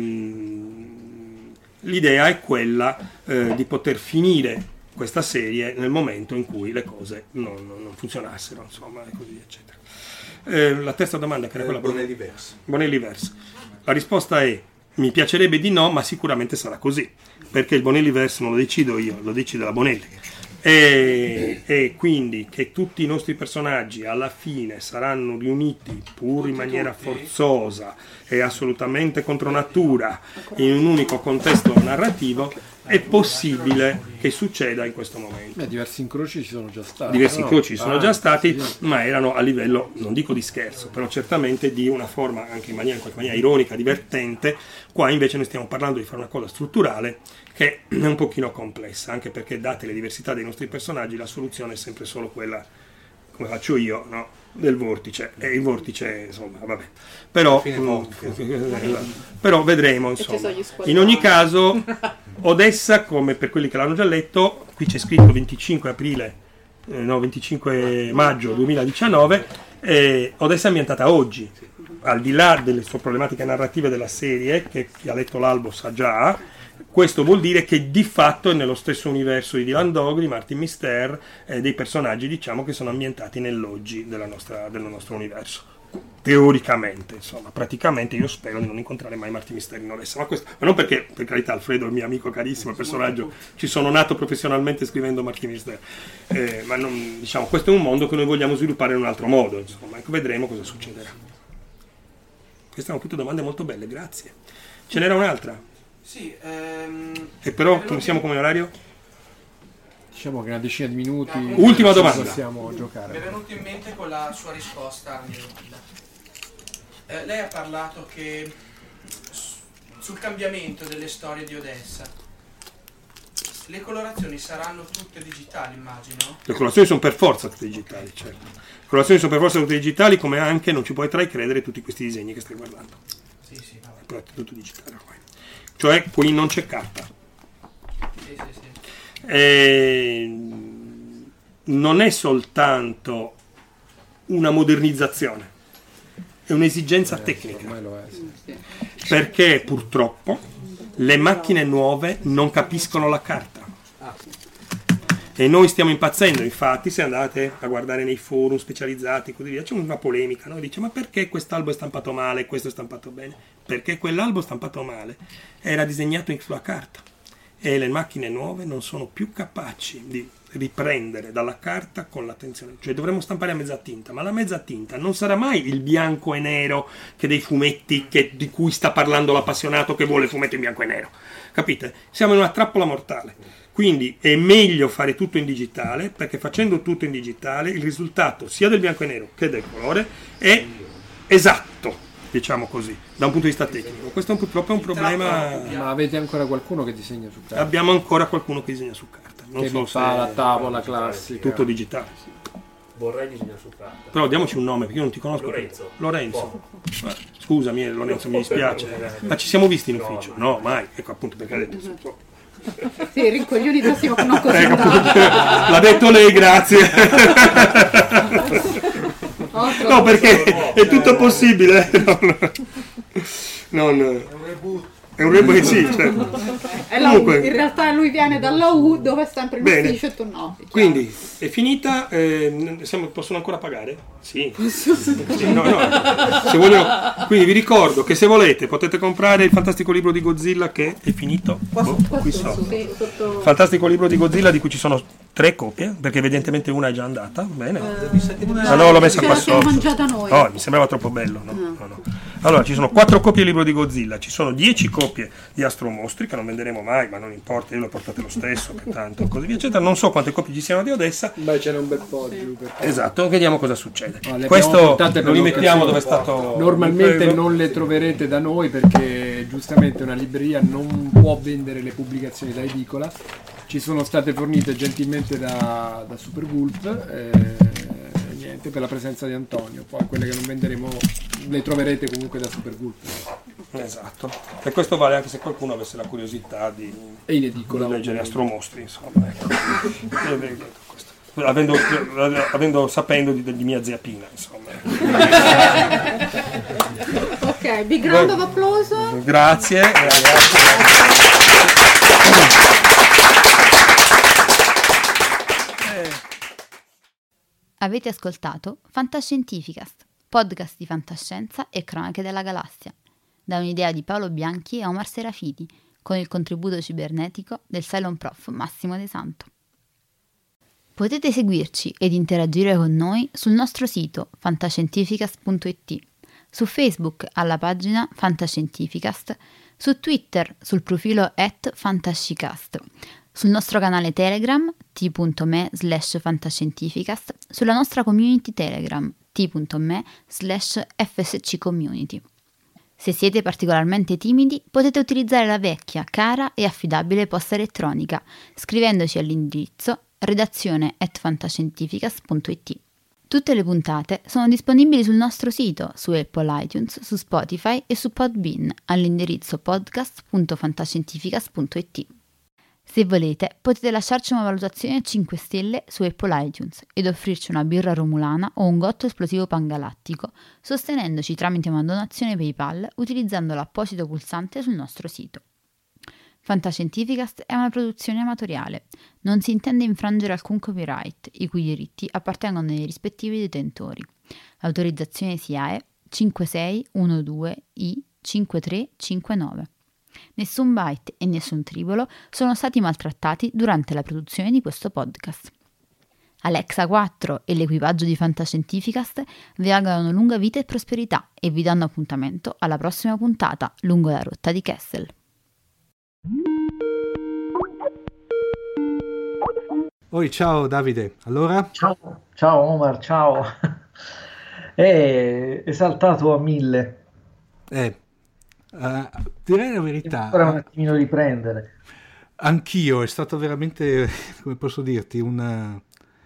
l'idea è quella di poter finire questa serie nel momento in cui le cose non funzionassero, insomma, e così eccetera. La terza domanda, che era quella Bonelliverse. La risposta è: mi piacerebbe di no, ma sicuramente sarà così, perché il Bonelliverse non lo decido io, lo decide la Bonelli. E quindi che tutti i nostri personaggi alla fine saranno riuniti pur in maniera forzosa e assolutamente contro natura in un unico contesto narrativo è possibile che succeda in questo momento. Diversi incroci ci sono già stati. Diversi incroci ci sono già stati, ma erano a livello, non dico di scherzo, però certamente di una forma anche in qualche maniera ironica, divertente. Qua invece noi stiamo parlando di fare una cosa strutturale che è un pochino complessa, anche perché date le diversità dei nostri personaggi la soluzione è sempre solo quella, come faccio io, no? Del vortice, e il vortice, insomma, vabbè. Però vedremo, insomma. In ogni caso Odessa, come per quelli che l'hanno già letto, qui c'è scritto 25 maggio 2019, Odessa è ambientata oggi, al di là delle problematiche narrative della serie, che chi ha letto l'albo sa già. Questo vuol dire che di fatto è nello stesso universo di Dylan Dog, di Martin Mister, dei personaggi, diciamo, che sono ambientati nell'oggi del nostro universo. Teoricamente, insomma, praticamente io spero di non incontrare mai Martin Mister in Odessa, ma non perché, per carità, Alfredo è il mio amico carissimo, il personaggio, ci sono nato professionalmente scrivendo Martin Mister, ma non, diciamo, questo è un mondo che noi vogliamo sviluppare in un altro modo, insomma, ecco, vedremo cosa succederà. Queste erano tutte domande molto belle, grazie. Ce n'era un'altra? Sì, e però come siamo come orario? Diciamo che una decina di minuti. Ultima domanda. Possiamo giocare. Mi è venuto in mente con la sua risposta alla mia domanda. Lei ha parlato che sul cambiamento delle storie di Odessa le colorazioni saranno tutte digitali, immagino? Le colorazioni sono per forza tutte digitali, certo. Le colorazioni sono per forza tutte digitali, come anche non ci puoi credere tutti questi disegni che stai guardando. Sì, vabbè. Però è tutto digitale ormai. Cioè qui non c'è carta. Non è soltanto una modernizzazione, è un'esigenza tecnica. Ormai lo è, sì. Perché purtroppo le macchine nuove non capiscono la carta. E noi stiamo impazzendo, infatti se andate a guardare nei forum specializzati e così via, c'è una polemica, no? Dice: ma perché quest'albo è stampato male e questo è stampato bene? Perché quell'albo stampato male era disegnato sulla carta e le macchine nuove non sono più capaci di riprendere dalla carta con l'attenzione. Cioè dovremmo stampare a mezza tinta, ma la mezza tinta non sarà mai il bianco e nero che dei fumetti di cui sta parlando l'appassionato che vuole il fumetto in bianco e nero. Capite? Siamo in una trappola mortale. Quindi è meglio fare tutto in digitale, perché facendo tutto in digitale il risultato sia del bianco e nero che del colore è esatto, diciamo così, da un punto di vista tecnico. Questo è purtroppo è un problema. Ma avete ancora qualcuno che disegna su carta? Abbiamo ancora qualcuno che disegna su carta. Non che so se fa la tavola classica. Tutto digitale. Sì. Vorrei disegnare su carta. Però diamoci un nome, perché io non ti conosco. Lorenzo. Scusami Lorenzo, mi dispiace. Ma ci siamo visti in ufficio? No, mai. Ecco appunto perché ha detto. Sì, rincoglionità non così. L'ha detto lei, grazie. No, perché è tutto possibile. È un reboot, sì, certo. Comunque, in realtà lui viene dalla U dove è sempre l'ufficio e tu no. Quindi è finita, possono ancora pagare? Sì. Sì, no. Se vogliono, quindi vi ricordo che se volete potete comprare il fantastico libro di Godzilla che è finito qui sotto. Fantastico libro di Godzilla di cui ci sono 3 copie, perché evidentemente una è già andata. Bene. Ma no, l'ho messa qua sotto. Mangiata noi. No, mi sembrava troppo bello. No. Allora, ci sono 4 copie del libro di Godzilla, ci sono 10 copie di Astro Mostri che non venderemo mai, ma non importa, io lo portate lo stesso, che tanto, così via, eccetera. Non so quante copie ci siano di Odessa. Beh, c'era un bel po' giù. Esatto, vediamo cosa succede. Questo lo rimettiamo dove è stato. Normalmente non le troverete da noi perché giustamente una libreria non può vendere le pubblicazioni da edicola. Ci sono state fornite gentilmente da Supergulp. Niente, per la presenza di Antonio, poi quelle che non venderemo le troverete comunque da Supergulp. Esatto, e questo vale anche se qualcuno avesse la curiosità di leggere Astro Mostri, insomma, ecco. Sapendo di mia zia Pina, insomma. Ok, big round of applause. Grazie. Avete ascoltato Fantascientificast, podcast di fantascienza e cronache della galassia, da un'idea di Paolo Bianchi e Omar Serafiti, con il contributo cibernetico del Cylon Prof Massimo De Santo. Potete seguirci ed interagire con noi sul nostro sito fantascientificast.it, su Facebook alla pagina Fantascientificast, su Twitter sul profilo @fantascicast, sul nostro canale Telegram t.me/fantascientificast, sulla nostra community Telegram t.me/fsccommunity. Se siete particolarmente timidi, potete utilizzare la vecchia, cara e affidabile posta elettronica, scrivendoci all'indirizzo redazione@fantascientificast.it. Tutte le puntate sono disponibili sul nostro sito, su Apple iTunes, su Spotify e su Podbean all'indirizzo podcast.fantascientificast.it. Se volete, potete lasciarci una valutazione a 5 stelle su Apple iTunes ed offrirci una birra romulana o un gotto esplosivo pangalattico, sostenendoci tramite una donazione PayPal utilizzando l'apposito pulsante sul nostro sito. Fantascientificast è una produzione amatoriale. Non si intende infrangere alcun copyright, i cui diritti appartengono ai rispettivi detentori. L'autorizzazione SIAE 5612I5359. Nessun byte e nessun tribolo sono stati maltrattati durante la produzione di questo podcast. Alexa 4 e l'equipaggio di Fantascientificast vi augurano lunga vita e prosperità e vi danno appuntamento alla prossima puntata lungo la rotta di Kessel. Oi, ciao Davide, allora? Ciao Omar, ciao. Esaltato a 1000. Direi la verità. Ora un attimino riprendere. Anch'io, è stato veramente, come posso dirti, una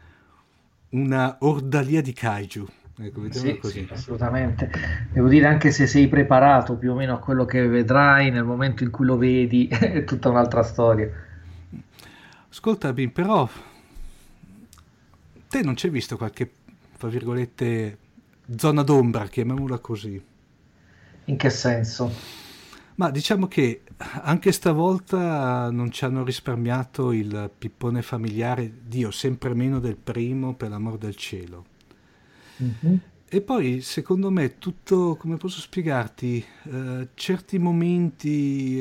ordalia di kaiju. Ecco, sì, così. Sì, assolutamente. Devo dire, anche se sei preparato più o meno a quello che vedrai, nel momento in cui lo vedi è tutta un'altra storia. Ascolta, Bin, però te non c'è visto qualche, tra virgolette, zona d'ombra, chiamiamola così. In che senso? Ma diciamo che anche stavolta non ci hanno risparmiato il pippone familiare, Dio, sempre meno del primo, per l'amor del cielo. Mm-hmm. E poi, secondo me, tutto, come posso spiegarti, certi momenti,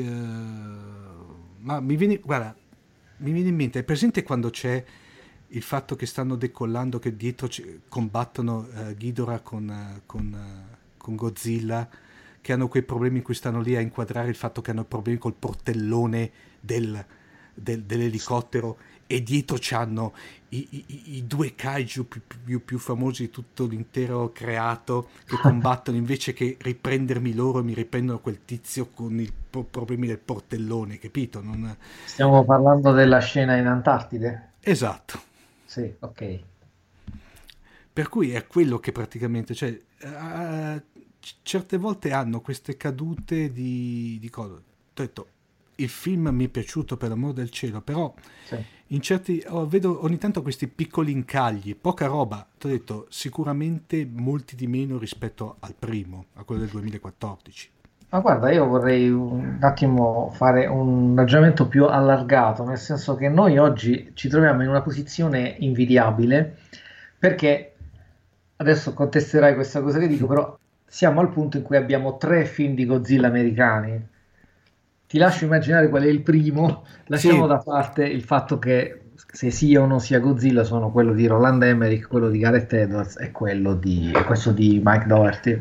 ma mi viene in mente, è presente quando c'è il fatto che stanno decollando, che dietro combattono Ghidorah con Godzilla, che hanno quei problemi in cui stanno lì a inquadrare il fatto che hanno problemi col portellone dell'elicottero, e dietro c'hanno i due kaiju più famosi di tutto l'intero creato, che combattono, invece che riprendermi loro mi riprendono quel tizio con i problemi del portellone, capito? Stiamo parlando della scena in Antartide? Esatto. Sì, ok. Per cui è quello che praticamente, cioè, certe volte hanno queste cadute di cosa. Ho detto, il film mi è piaciuto, per l'amor del cielo, però sì, in certi vedo ogni tanto questi piccoli incagli, poca roba. Ti ho detto, sicuramente molti di meno rispetto al primo, a quello del 2014. Ma guarda, io vorrei un attimo fare un ragionamento più allargato, nel senso che noi oggi ci troviamo in una posizione invidiabile, perché adesso contesterai questa cosa che dico, però siamo al punto in cui abbiamo 3 film di Godzilla americani. Ti lascio immaginare qual è il primo. Lasciamo da parte il fatto che se sia o non sia Godzilla sono quello di Roland Emmerich, quello di Gareth Edwards e questo di Mike Dougherty.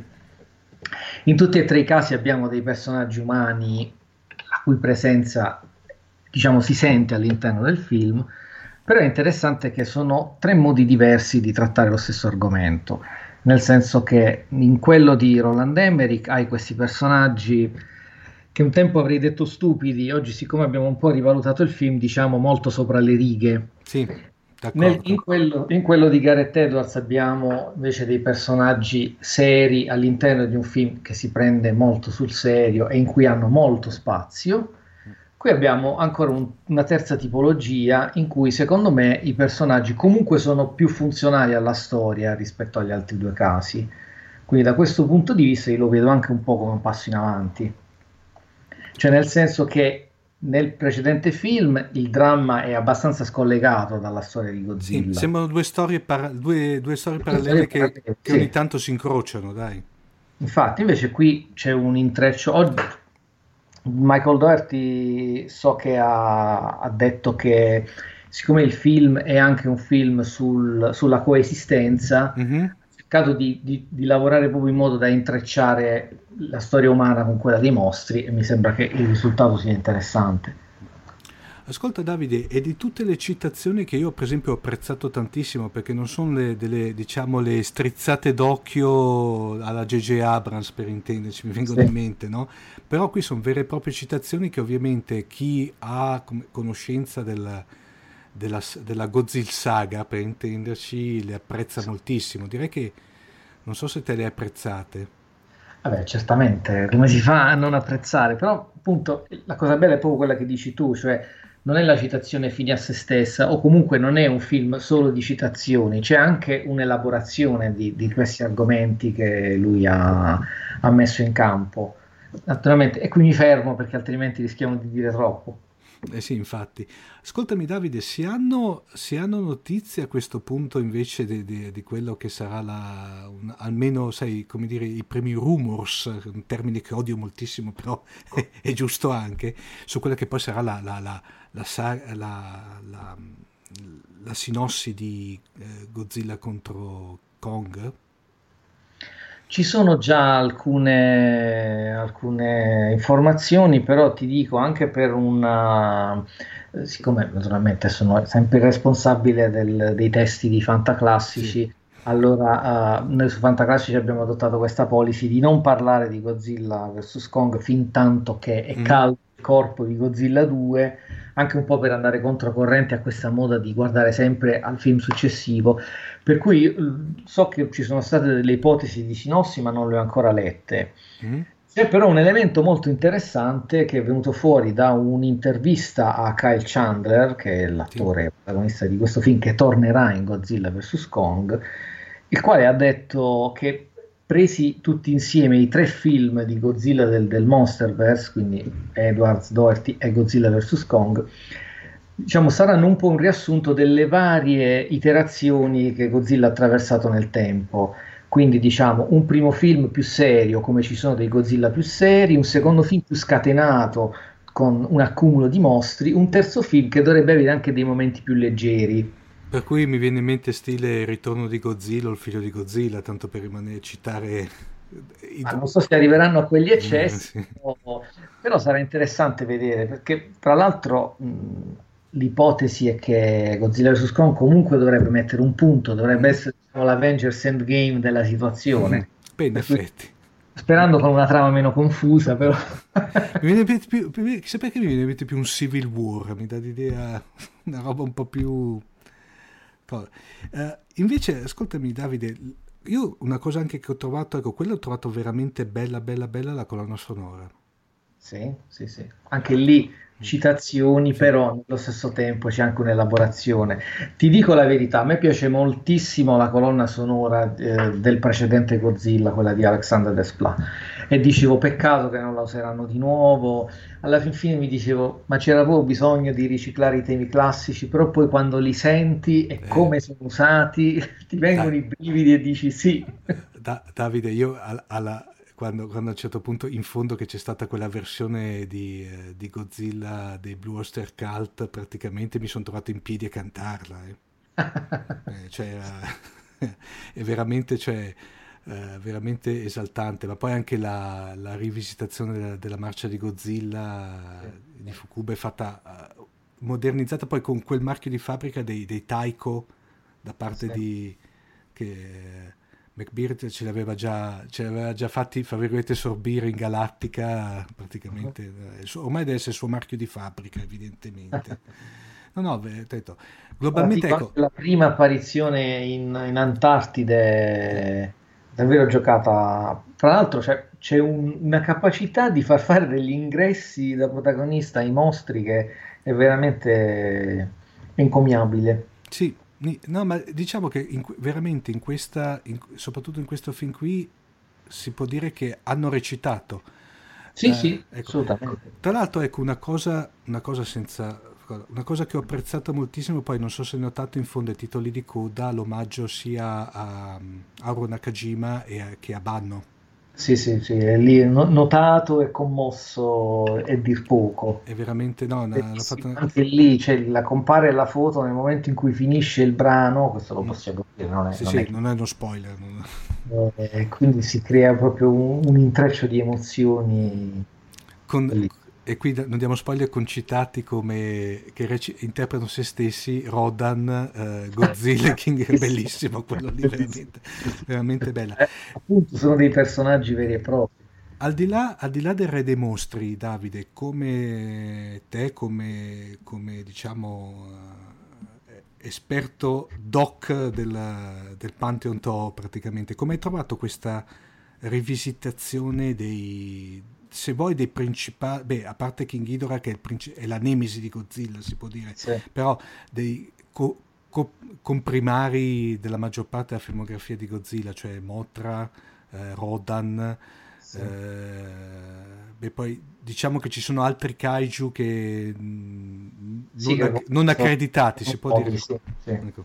In tutti e 3 i casi abbiamo dei personaggi umani la cui presenza, diciamo, si sente all'interno del film, però è interessante che sono 3 modi diversi di trattare lo stesso argomento, nel senso che in quello di Roland Emmerich hai questi personaggi che un tempo avrei detto stupidi, oggi, siccome abbiamo un po' rivalutato il film, diciamo molto sopra le righe. Sì, d'accordo. In quello di Gareth Edwards abbiamo invece dei personaggi seri all'interno di un film che si prende molto sul serio e in cui hanno molto spazio. Qui abbiamo ancora una terza tipologia in cui, secondo me, i personaggi comunque sono più funzionali alla storia rispetto agli altri 2 casi. Quindi da questo punto di vista io lo vedo anche un po' come un passo in avanti. Cioè, nel senso che nel precedente film il dramma è abbastanza scollegato dalla storia di Godzilla. Sì, sembrano due storie parallele che ogni tanto si incrociano, dai. Infatti, invece qui c'è un intreccio. Oggi Michael Dougherty so che ha detto che siccome il film è anche un film sulla coesistenza, ha cercato di lavorare proprio in modo da intrecciare la storia umana con quella dei mostri, e mi sembra che il risultato sia interessante. Ascolta Davide, e di tutte le citazioni che io per esempio ho apprezzato tantissimo, perché non sono le strizzate d'occhio alla J.J. Abrams, per intenderci, mi vengono in mente, no? Però qui sono vere e proprie citazioni che ovviamente chi ha conoscenza della Godzilla saga, per intenderci, le apprezza moltissimo. Direi che non so se te le hai apprezzate. Vabbè, certamente, come si fa a non apprezzare? Però appunto la cosa bella è proprio quella che dici tu, cioè non è la citazione fine a se stessa, o comunque non è un film solo di citazioni, c'è anche un'elaborazione di questi argomenti che lui ha messo in campo. Naturalmente, e qui mi fermo perché altrimenti rischiamo di dire troppo. Sì, infatti. Ascoltami Davide, si hanno notizie a questo punto invece di quello che sarà almeno, sai, come dire, i primi rumors, un termine che odio moltissimo, però è giusto anche, su quella che poi sarà la sinossi di Godzilla contro Kong? Ci sono già alcune informazioni, però ti dico anche siccome naturalmente sono sempre il responsabile dei testi di Fantaclassici, sì. Allora noi su Fantaclassici abbiamo adottato questa policy di non parlare di Godzilla vs Kong fin tanto che è caldo il corpo di Godzilla 2, anche un po' per andare controcorrente a questa moda di guardare sempre al film successivo. Per cui so che ci sono state delle ipotesi di sinossi, ma non le ho ancora lette. C'è però un elemento molto interessante che è venuto fuori da un'intervista a Kyle Chandler, che è l'attore protagonista di questo film, che tornerà in Godzilla vs Kong, il quale ha detto che presi tutti insieme i 3 film di Godzilla del Monsterverse, quindi Edwards, Doherty e Godzilla vs. Kong, diciamo, saranno un po' un riassunto delle varie iterazioni che Godzilla ha attraversato nel tempo. Quindi diciamo un primo film più serio, come ci sono dei Godzilla più seri, un secondo film più scatenato con un accumulo di mostri, un terzo film che dovrebbe avere anche dei momenti più leggeri. Per cui mi viene in mente stile Ritorno di Godzilla o il figlio di Godzilla, tanto per rimanere citare... non so se arriveranno a quegli eccessi, sì. Però sarà interessante vedere, perché tra l'altro l'ipotesi è che Godzilla vs. Kong comunque dovrebbe mettere un punto, dovrebbe essere l'Avengers Endgame della situazione. Beh, in effetti. Sperando con una trama meno confusa, però. Chissà perché mi viene in mente più un Civil War, mi dà l'idea una roba un po' più... invece, ascoltami Davide, io una cosa anche che ho trovato, ecco, quella ho trovato veramente bella la colonna sonora. Sì. Anche lì citazioni, però nello stesso tempo c'è anche un'elaborazione. Ti dico la verità, a me piace moltissimo la colonna sonora del precedente Godzilla, quella di Alexander Desplat, e dicevo peccato che non la useranno di nuovo. Alla fine mi dicevo, ma c'era proprio bisogno di riciclare i temi classici, però poi quando li senti e come sono usati ti vengono i brividi e dici sì. Davide, io quando a un certo punto in fondo che c'è stata quella versione di Godzilla dei Blue Oyster Cult, praticamente mi sono trovato in piedi a cantarla. È veramente, veramente esaltante, ma poi anche la rivisitazione della marcia di Godzilla di Fukuba è fatta modernizzata poi con quel marchio di fabbrica dei Taiko da parte di... che McBeard ce l'aveva già fatti, fra virgolette, sorbire in Galattica, praticamente. Ormai deve essere il suo marchio di fabbrica, evidentemente. Detto, globalmente, ecco... La prima apparizione in Antartide davvero giocata. Tra l'altro c'è una capacità di far fare degli ingressi da protagonista ai mostri che è veramente encomiabile. Sì. No, ma diciamo che veramente soprattutto in questo film qui si può dire che hanno recitato. Sì, ecco. Assolutamente. Tra l'altro, ecco, una cosa che ho apprezzato moltissimo, poi non so se hai notato in fondo ai titoli di coda l'omaggio sia a Haruo Nakajima che a Banno. Sì, è lì notato e commosso e dir poco. È veramente anche lì la compare la foto nel momento in cui finisce il brano, questo lo possiamo dire, non è uno spoiler. Quindi si crea proprio un intreccio di emozioni. E qui non diamo spoiler con citati come che interpretano se stessi, Rodan, Godzilla, King, è bellissimo quello lì, veramente bella. Appunto sono dei personaggi veri e propri. Al di là del Re dei Mostri, Davide, come te, come diciamo esperto doc del Pantheon Toho, praticamente, come hai trovato questa rivisitazione dei principali, a parte King Ghidorah che è la nemesi di Godzilla, si può dire, sì. Però dei comprimari della maggior parte della filmografia di Godzilla, cioè Mothra, Rodan, sì. Poi diciamo che ci sono altri kaiju che non accreditati, si può dire. Sì. Ecco.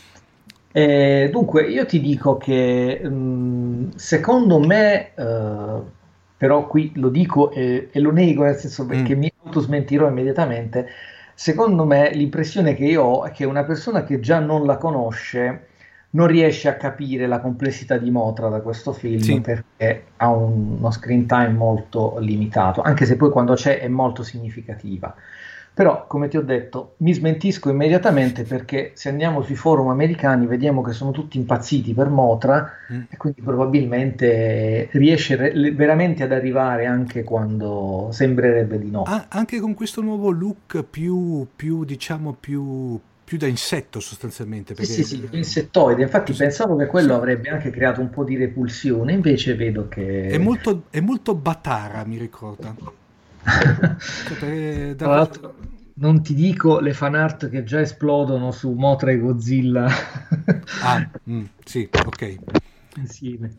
Dunque io ti dico che secondo me però qui lo dico e lo nego, nel senso perché mi autosmentirò immediatamente. Secondo me l'impressione che io ho è che una persona che già non la conosce non riesce a capire la complessità di Mothra da questo film, sì. Perché ha uno screen time molto limitato, anche se poi quando c'è è molto significativa. Però, come ti ho detto, mi smentisco immediatamente perché se andiamo sui forum americani vediamo che sono tutti impazziti per Mothra e quindi probabilmente riesce veramente ad arrivare anche quando sembrerebbe di no. Anche con questo nuovo look più da insetto sostanzialmente. Perché... Sì, insettoide. Infatti pensavo che quello avrebbe anche creato un po' di repulsione, invece vedo che... È molto Batara, mi ricorda. Tra l'altro non ti dico le fan art che già esplodono su Mothra e Godzilla. Sì, ok. insieme.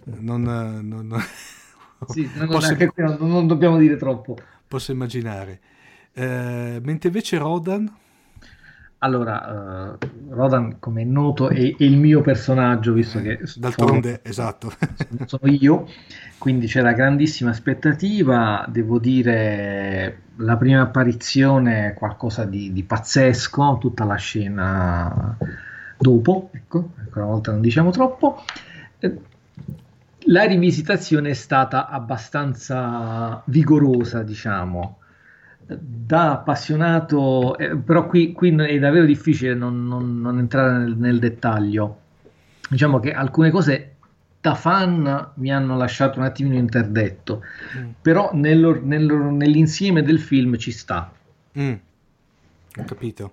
Sì, non dobbiamo dire troppo. Posso immaginare. Mentre invece Rodan? Allora, Rodan, come è noto, è il mio personaggio, visto che d'altronde, esatto, sono io, quindi c'era grandissima aspettativa. Devo dire, la prima apparizione è qualcosa di pazzesco, tutta la scena dopo, ecco, ancora una volta non diciamo troppo. La rivisitazione è stata abbastanza vigorosa, diciamo. Da appassionato, però qui è davvero difficile non entrare nel dettaglio. Diciamo che alcune cose da fan mi hanno lasciato un attimino interdetto, però nell'insieme del film ci sta. Ho capito.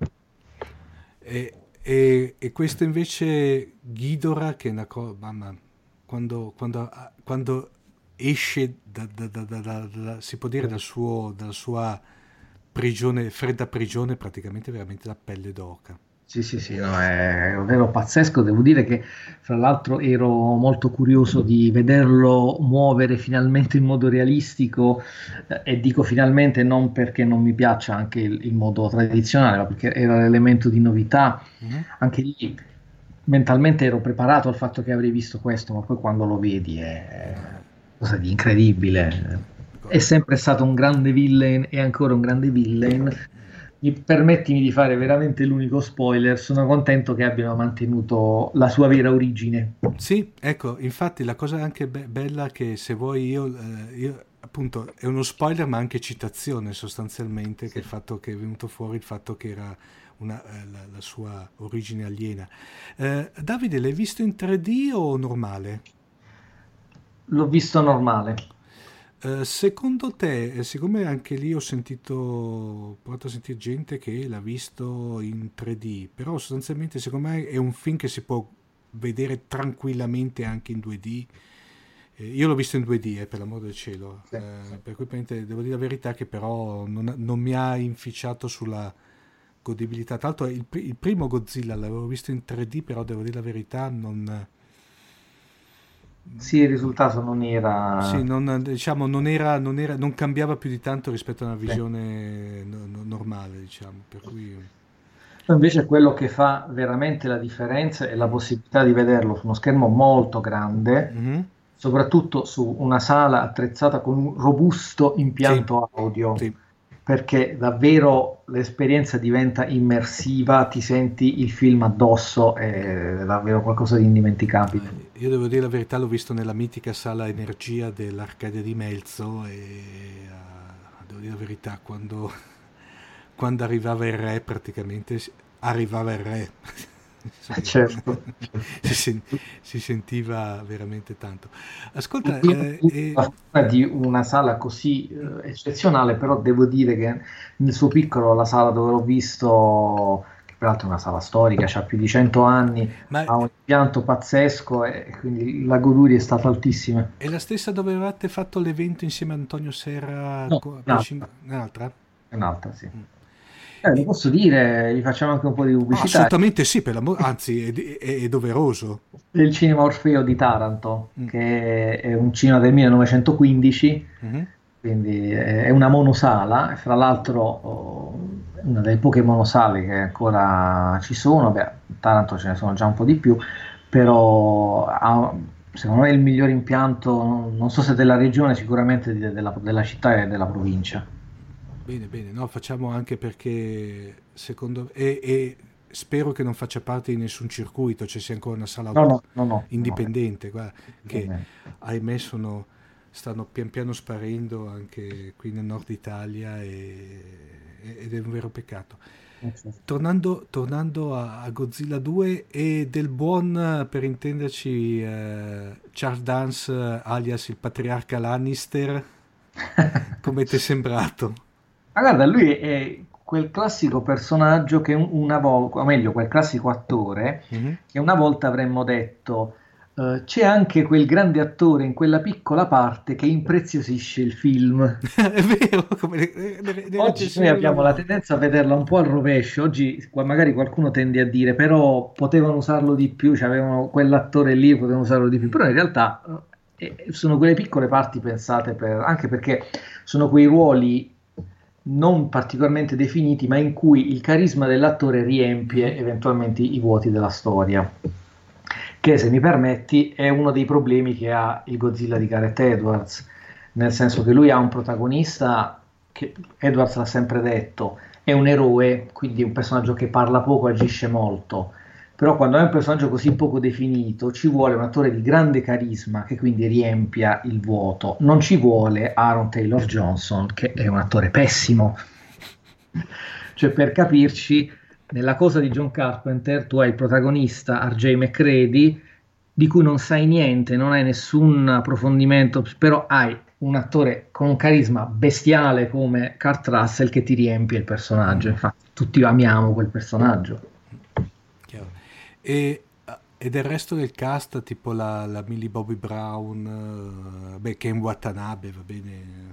E questo invece Ghidorah, che è una cosa, mamma, quando esce si può dire dalla sua prigione, fredda prigione, praticamente veramente la pelle d'oca. Sì, no, è davvero pazzesco. Devo dire che fra l'altro ero molto curioso di vederlo muovere finalmente in modo realistico, e dico finalmente non perché non mi piaccia anche il modo tradizionale, ma perché era l'elemento di novità. Anche lì mentalmente ero preparato al fatto che avrei visto questo, ma poi quando lo vedi è qualcosa di incredibile. È sempre stato un grande villain e ancora un grande villain. Permettimi di fare veramente l'unico spoiler: sono contento che abbiano mantenuto la sua vera origine. Sì, ecco, infatti la cosa anche bella che, se vuoi, io appunto, è uno spoiler ma anche citazione sostanzialmente, che il fatto che è venuto fuori il fatto che era la sua origine aliena. Davide, l'hai visto in 3D o normale? L'ho visto normale. Secondo te, siccome anche lì ho provato a sentire gente che l'ha visto in 3D, però sostanzialmente secondo me è un film che si può vedere tranquillamente anche in 2D. Io l'ho visto in 2D, per l'amor del cielo, per cui devo dire la verità che però non mi ha inficiato sulla godibilità. Tra l'altro il primo Godzilla l'avevo visto in 3D, però devo dire la verità, sì, il risultato non era... Sì, non cambiava più di tanto rispetto a una visione normale, diciamo, per cui... Invece quello che fa veramente la differenza è la possibilità di vederlo su uno schermo molto grande, soprattutto su una sala attrezzata con un robusto impianto audio. Sì. Perché davvero l'esperienza diventa immersiva, ti senti il film addosso, è davvero qualcosa di indimenticabile. Io devo dire la verità, l'ho visto nella mitica sala Energia dell'Arcadia di Melzo e devo dire la verità, quando arrivava il re, praticamente arrivava il re. Certo. Si sentiva veramente tanto. Ascolta, di una sala così eccezionale, però devo dire che nel suo piccolo, la sala dove l'ho visto, che peraltro è una sala storica, ha più di 100 anni, ha un impianto pazzesco e quindi la goduria è stata altissima. È la stessa dove avevate fatto l'evento insieme a Antonio Serra? No, un'altra? Un'altra, sì. Lo posso dire, gli facciamo anche un po' di pubblicità. Assolutamente sì, anzi è doveroso. Il Cinema Orfeo di Taranto, che è un cinema del 1915, quindi è una monosala, e fra l'altro una delle poche monosale che ancora ci sono. Beh, a Taranto ce ne sono già un po' di più, però secondo me è il miglior impianto, non so se della regione, sicuramente della città e della provincia. Bene, no, facciamo anche perché secondo e spero che non faccia parte di nessun circuito, ci sia ancora una sala indipendente, guarda, che ahimè stanno pian piano sparendo anche qui nel nord Italia ed è un vero peccato. Tornando a Godzilla 2 e del buon, per intenderci, Charles Dance alias il patriarca Lannister, come ti è sembrato? Ma guarda, lui è quel classico personaggio che una volta, o meglio, quel classico attore che una volta avremmo detto c'è anche quel grande attore in quella piccola parte che impreziosisce il film. È vero, Oggi noi abbiamo la tendenza a vederla un po' al rovescio. Oggi magari qualcuno tende a dire però potevano usarlo di più, cioè avevano quell'attore lì, potevano usarlo di più, però in realtà sono quelle piccole parti pensate anche perché sono quei ruoli non particolarmente definiti, ma in cui il carisma dell'attore riempie eventualmente i vuoti della storia, che, se mi permetti, è uno dei problemi che ha il Godzilla di Gareth Edwards, nel senso che lui ha un protagonista che Edwards l'ha sempre detto, è un eroe, quindi un personaggio che parla poco, agisce molto, però quando è un personaggio così poco definito ci vuole un attore di grande carisma che quindi riempia il vuoto. Non ci vuole Aaron Taylor Johnson, che è un attore pessimo. Cioè, per capirci, nella cosa di John Carpenter tu hai il protagonista R.J. McCready di cui non sai niente, non hai nessun approfondimento, però hai un attore con un carisma bestiale come Kurt Russell che ti riempie il personaggio. Infatti tutti amiamo quel personaggio. E del resto del cast, tipo la Millie Bobby Brown, Ken Watanabe, va bene.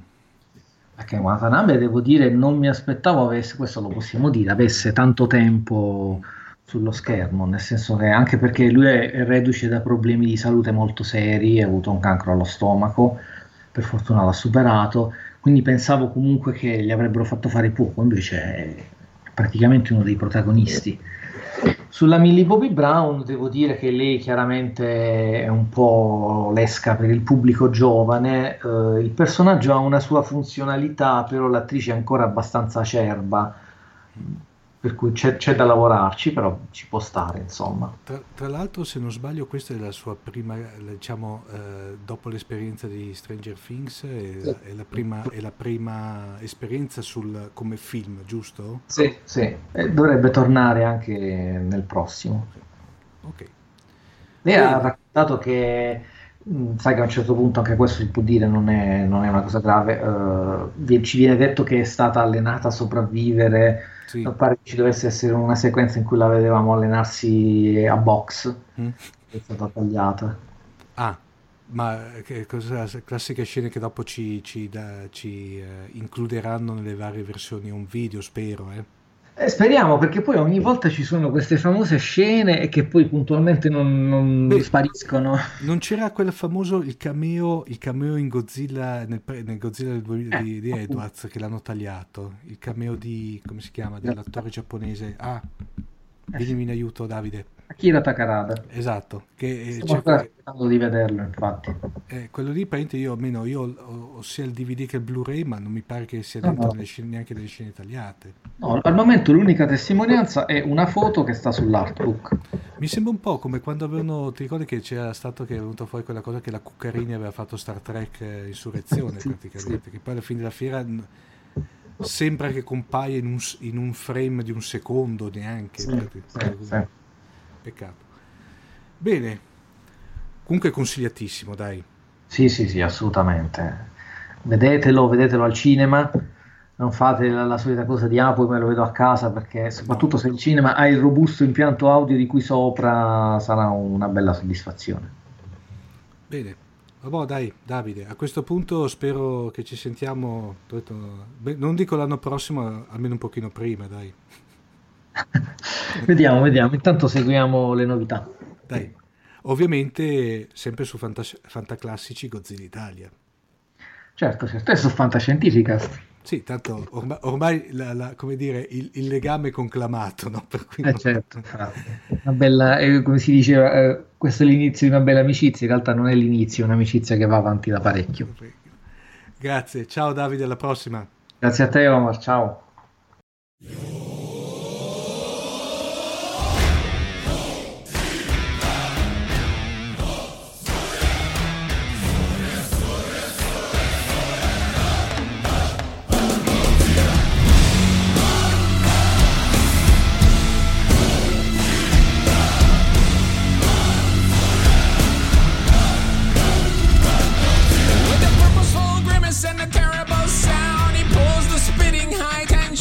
Ken Watanabe, devo dire, non mi aspettavo avesse, questo lo possiamo dire, avesse tanto tempo sullo schermo, nel senso che anche perché lui è reduce da problemi di salute molto seri, ha avuto un cancro allo stomaco, per fortuna l'ha superato, quindi pensavo comunque che gli avrebbero fatto fare poco, invece è praticamente uno dei protagonisti. Sulla Millie Bobby Brown devo dire che lei chiaramente è un po' l'esca per il pubblico giovane, il personaggio ha una sua funzionalità, però l'attrice è ancora abbastanza acerba, per cui c'è da lavorarci, però ci può stare, insomma. Tra l'altro, se non sbaglio, questa è la sua prima, diciamo, dopo l'esperienza di Stranger Things, è la prima esperienza come film, giusto? Sì, sì. Dovrebbe tornare anche nel prossimo. Ok. Lei ha raccontato che, sai che a un certo punto, anche questo si può dire, non è una cosa grave, ci viene detto che è stata allenata a sopravvivere. Sì. Pare che ci dovesse essere una sequenza in cui la vedevamo allenarsi a box, che è stata tagliata. Ah, ma che cosa, classiche scene che dopo ci includeranno nelle varie versioni un video, spero, speriamo, perché poi ogni volta ci sono queste famose scene e che poi puntualmente non spariscono. Non c'era quel famoso il cameo in Godzilla nel Godzilla del 2000 di Edwards, che l'hanno tagliato, il cameo di, come si chiama, dell'attore giapponese, venimi in aiuto, Davide. Akira Takarada. Esatto, che stiamo ancora aspettando di vederlo, infatti. Quello lì, io ho sia il DVD che il Blu-ray, ma non mi pare che sia dentro neanche delle scene tagliate. No, al momento l'unica testimonianza è una foto che sta sull'artbook. Mi sembra un po' come quando ti ricordi che c'era stato, che è venuto fuori quella cosa che la Cuccarini aveva fatto Star Trek Insurrezione, praticamente, che poi alla fine della fiera sembra che compaia in un frame di un secondo neanche. Sì. Peccato. Bene, comunque consigliatissimo, dai. Sì, assolutamente. Vedetelo al cinema, non fate la solita cosa di poi me lo vedo a casa, perché soprattutto se il cinema ha il robusto impianto audio di cui sopra sarà una bella soddisfazione. Bene, vabbè, dai, Davide, a questo punto spero che ci sentiamo, non dico l'anno prossimo, almeno un pochino prima, dai. Vediamo, intanto seguiamo le novità. Dai, ovviamente sempre su Fantaclassici Godzilla Italia. Certo, è su Fantascientificast. Sì, tanto ormai come dire, il legame è conclamato, no? Per cui certo, una bella, come si diceva, questo è l'inizio di una bella amicizia, in realtà non è l'inizio, è un'amicizia che va avanti da parecchio. Grazie, ciao Davide, alla prossima. Grazie a te, Omar, ciao. And a terrible sound, he pulls the spitting height and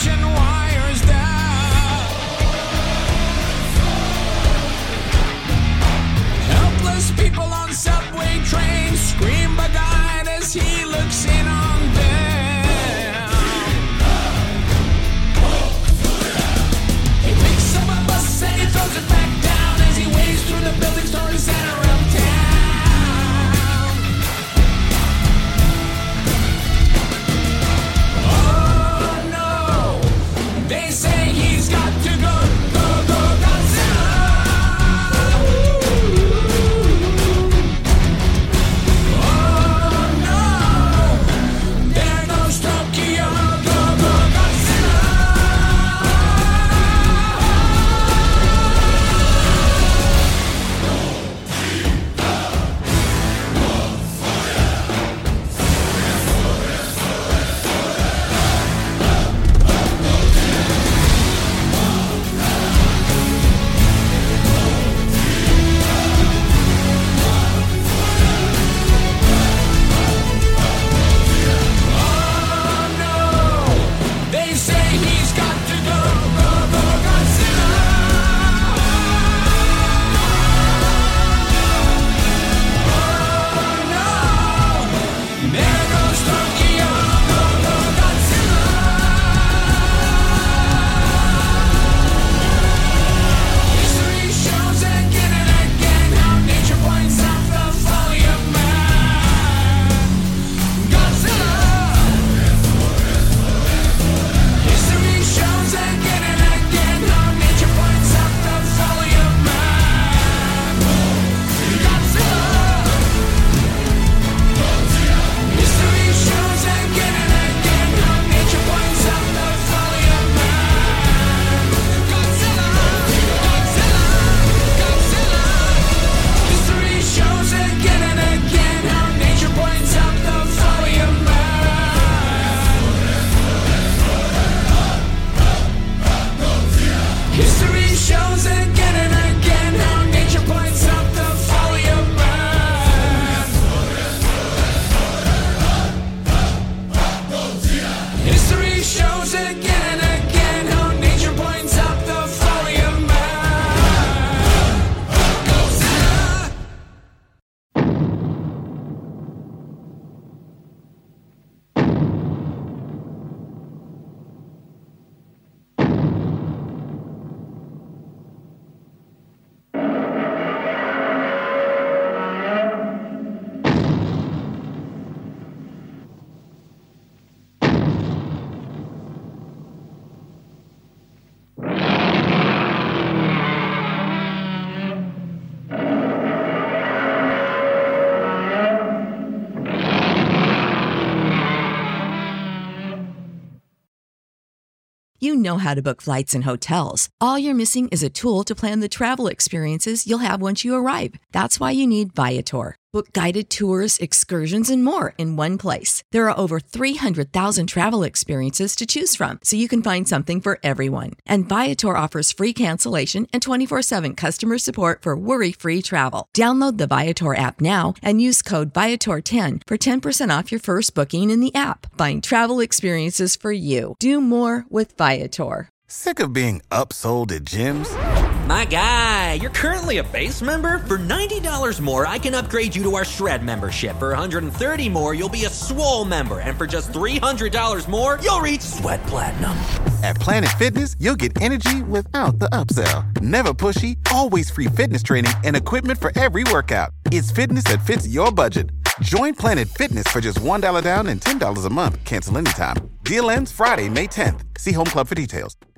You know how to book flights and hotels. All you're missing is a tool to plan the travel experiences you'll have once you arrive. That's why you need Viator. Book guided tours, excursions, and more in one place. There are over 300,000 travel experiences to choose from, so you can find something for everyone. And Viator offers free cancellation and 24/7 customer support for worry-free travel. Download the Viator app now and use code Viator10 for 10% off your first booking in the app. Find travel experiences for you. Do more with Viator. Sick of being upsold at gyms? My guy, you're currently a base member? For $90 more, I can upgrade you to our Shred membership. For $130 more, you'll be a Swole member. And for just $300 more, you'll reach Sweat Platinum. At Planet Fitness, you'll get energy without the upsell. Never pushy, always free fitness training and equipment for every workout. It's fitness that fits your budget. Join Planet Fitness for just $1 down and $10 a month. Cancel anytime. Deal ends Friday, May 10th. See Home Club for details.